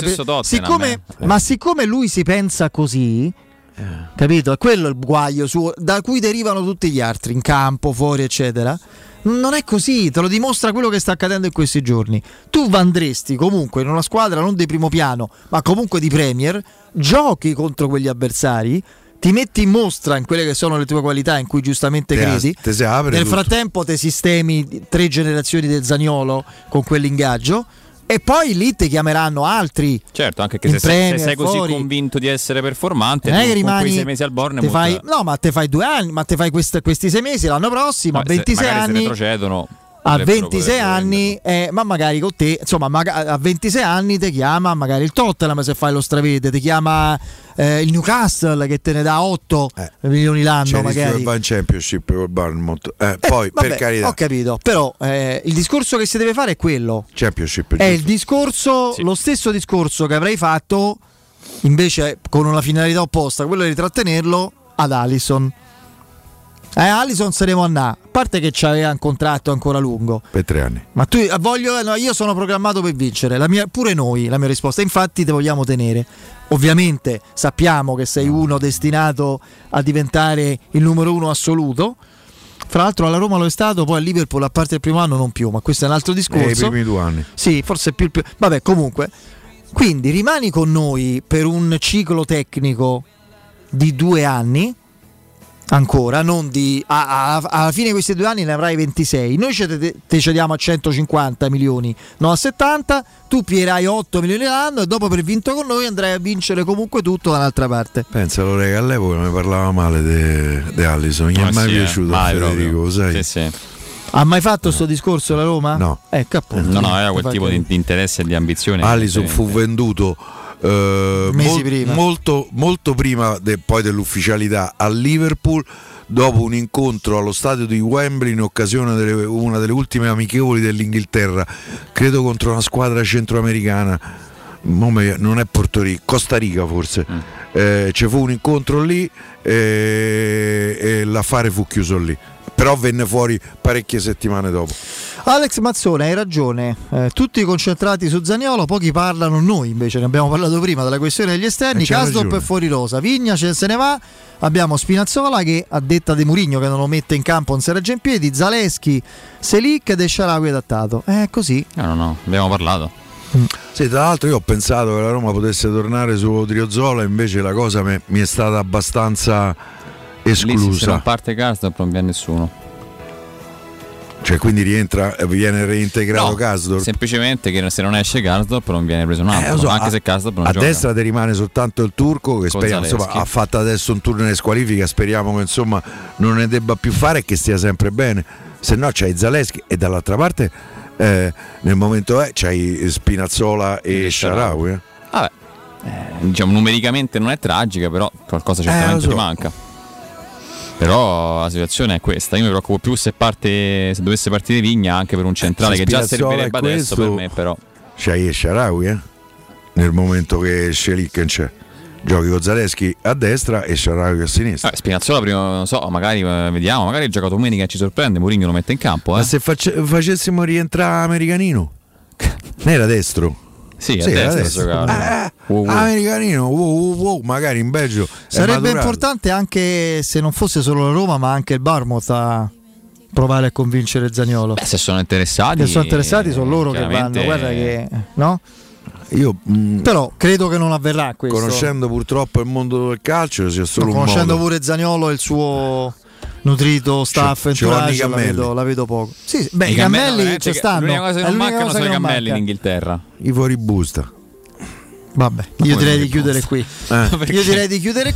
siccome lui si pensa così, capito, è quello il guaio suo, da cui derivano tutti gli altri in campo, fuori eccetera. Non è così, te lo dimostra quello che sta accadendo in questi giorni. Tu andresti comunque in una squadra non di primo piano, ma comunque di Premier, giochi contro quegli avversari, ti metti in mostra in quelle che sono le tue qualità in cui giustamente credi. Nel frattempo te sistemi 3 generazioni del Zaniolo con quell'ingaggio. E poi lì ti chiameranno altri. Certo, anche che se sei così convinto di essere performante, non è che con rimani, quei 6 mesi al Bournemouth. No, ma te fai 2 anni, ma te fai questi 6 mesi l'anno prossimo, a 26 anni. Se retrocedono. A 26 anni, ma magari con te, insomma, a 26 anni ti chiama magari il Tottenham se fai lo stravede, ti chiama il Newcastle che te ne dà 8 milioni l'anno, magari. Va in Championship col Bournemouth. Poi vabbè, per carità. Ho capito, però il discorso che si deve fare è quello. Championship è il discorso, lo stesso discorso che avrei fatto invece con una finalità opposta, quello di trattenerlo ad Alisson. Alisson saremo a a parte che c'aveva un contratto ancora lungo per 3 anni, ma io sono programmato per vincere, pure noi, la mia risposta, infatti te vogliamo tenere. Ovviamente sappiamo che sei uno destinato a diventare il numero 1 assoluto. Fra l'altro alla Roma lo è stato, poi a Liverpool a parte il primo anno non più, ma questo è un altro discorso. I primi 2 anni. Sì, forse più. Vabbè, comunque. Quindi rimani con noi per un ciclo tecnico di 2 anni. Ancora, non alla fine di questi 2 anni ne avrai 26. Noi te cediamo a 150 milioni, non a 70. Tu pierai 8 milioni l'anno e dopo per vinto con noi andrai a vincere comunque tutto dall'altra parte. Pensalo, rega, all'epoca ne parlava male di Alisson. Gli è mai piaciuto a Federico, sai? Sì. Ha mai fatto questo discorso la Roma? No. Ecco, appunto. No, era quel tipo di interesse e di ambizione. Alisson fu venduto mesi prima. molto prima poi dell'ufficialità a Liverpool, dopo un incontro allo stadio di Wembley in occasione di una delle ultime amichevoli dell'Inghilterra, credo contro una squadra centroamericana, non è Porto Rico, Costa Rica forse. Ci fu un incontro lì e l'affare fu chiuso lì, però venne fuori parecchie settimane dopo. Alex Mazzone, hai ragione, tutti concentrati su Zaniolo, pochi parlano, noi invece ne abbiamo parlato prima della questione degli esterni. Kasdorp è fuori rosa, Vigna se ne va, abbiamo Spinazzola che a detta di Mourinho che non lo mette in campo non si regge in piedi, Zaleschi, Selic ed Esharawi adattato, è così. No, abbiamo parlato. Sì, tra l'altro io ho pensato che la Roma potesse tornare su Odriozola, invece la cosa mi è stata abbastanza esclusa. Lì, se non parte Kasdorp non viene nessuno. Cioè quindi viene reintegrato Kasdorp? Semplicemente che se non esce Kasdorp non viene preso un altro, anche se Kasdorp non gioca. A destra ti rimane soltanto il turco che speriamo, insomma, ha fatto adesso un turno in squalifica, speriamo che insomma non ne debba più fare e che stia sempre bene. Se no c'hai Zaleschi e dall'altra parte nel momento c'hai Spinazzola e Esharawi. Vabbè, diciamo numericamente non è tragica, però qualcosa certamente ti manca. Però la situazione è questa. Io mi preoccupo più se dovesse partire Vigna anche per un centrale che già servirebbe adesso per me, però. C'hai Esharawi nel momento che Selic c'è. Giochi con Zaleschi a destra e Esharawi a sinistra. Spinazzola prima, non so, magari vediamo, magari gioca domenica e ci sorprende, Mourinho lo mette in campo. Ma se facessimo rientrare Americanino? Non era destro? Sì, adesso Americanino, magari in Belgio sarebbe importante, anche se non fosse solo la Roma ma anche il Bournemouth a provare a convincere Zaniolo. Se sono interessati sono loro che vanno, guarda che no? Però credo che non avverrà questo, conoscendo purtroppo il mondo del calcio sia solo conoscendo un modo. Pure Zaniolo e il suo nutrito staff entourage la vedo poco. Sì, beh, i cammelli ci stanno. L'unica cosa che non mancano sono i cammelli in Inghilterra. I fuoribusta. Vabbè, io direi di chiudere qui.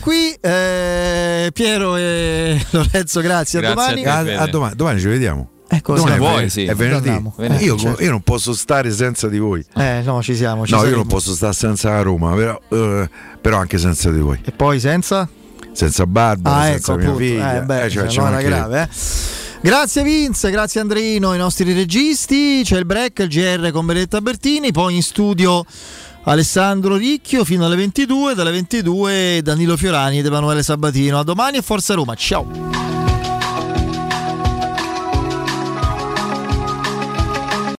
Piero e Lorenzo, grazie. A domani. Domani ci vediamo. Come vuoi, sì. È venerdì. Io non posso stare senza di voi. No, ci siamo. Io non posso stare senza la Roma, però anche senza di voi. E poi senza Barbara, senza mia figlia. Era grave, Grazie Vince, grazie Andreino, i nostri registi. C'è il break, il GR con Benedetta Bertini, poi in studio Alessandro Ricchio fino alle 22, dalle 22 Danilo Fiorani ed Emanuele Sabatino. A domani e Forza Roma, ciao.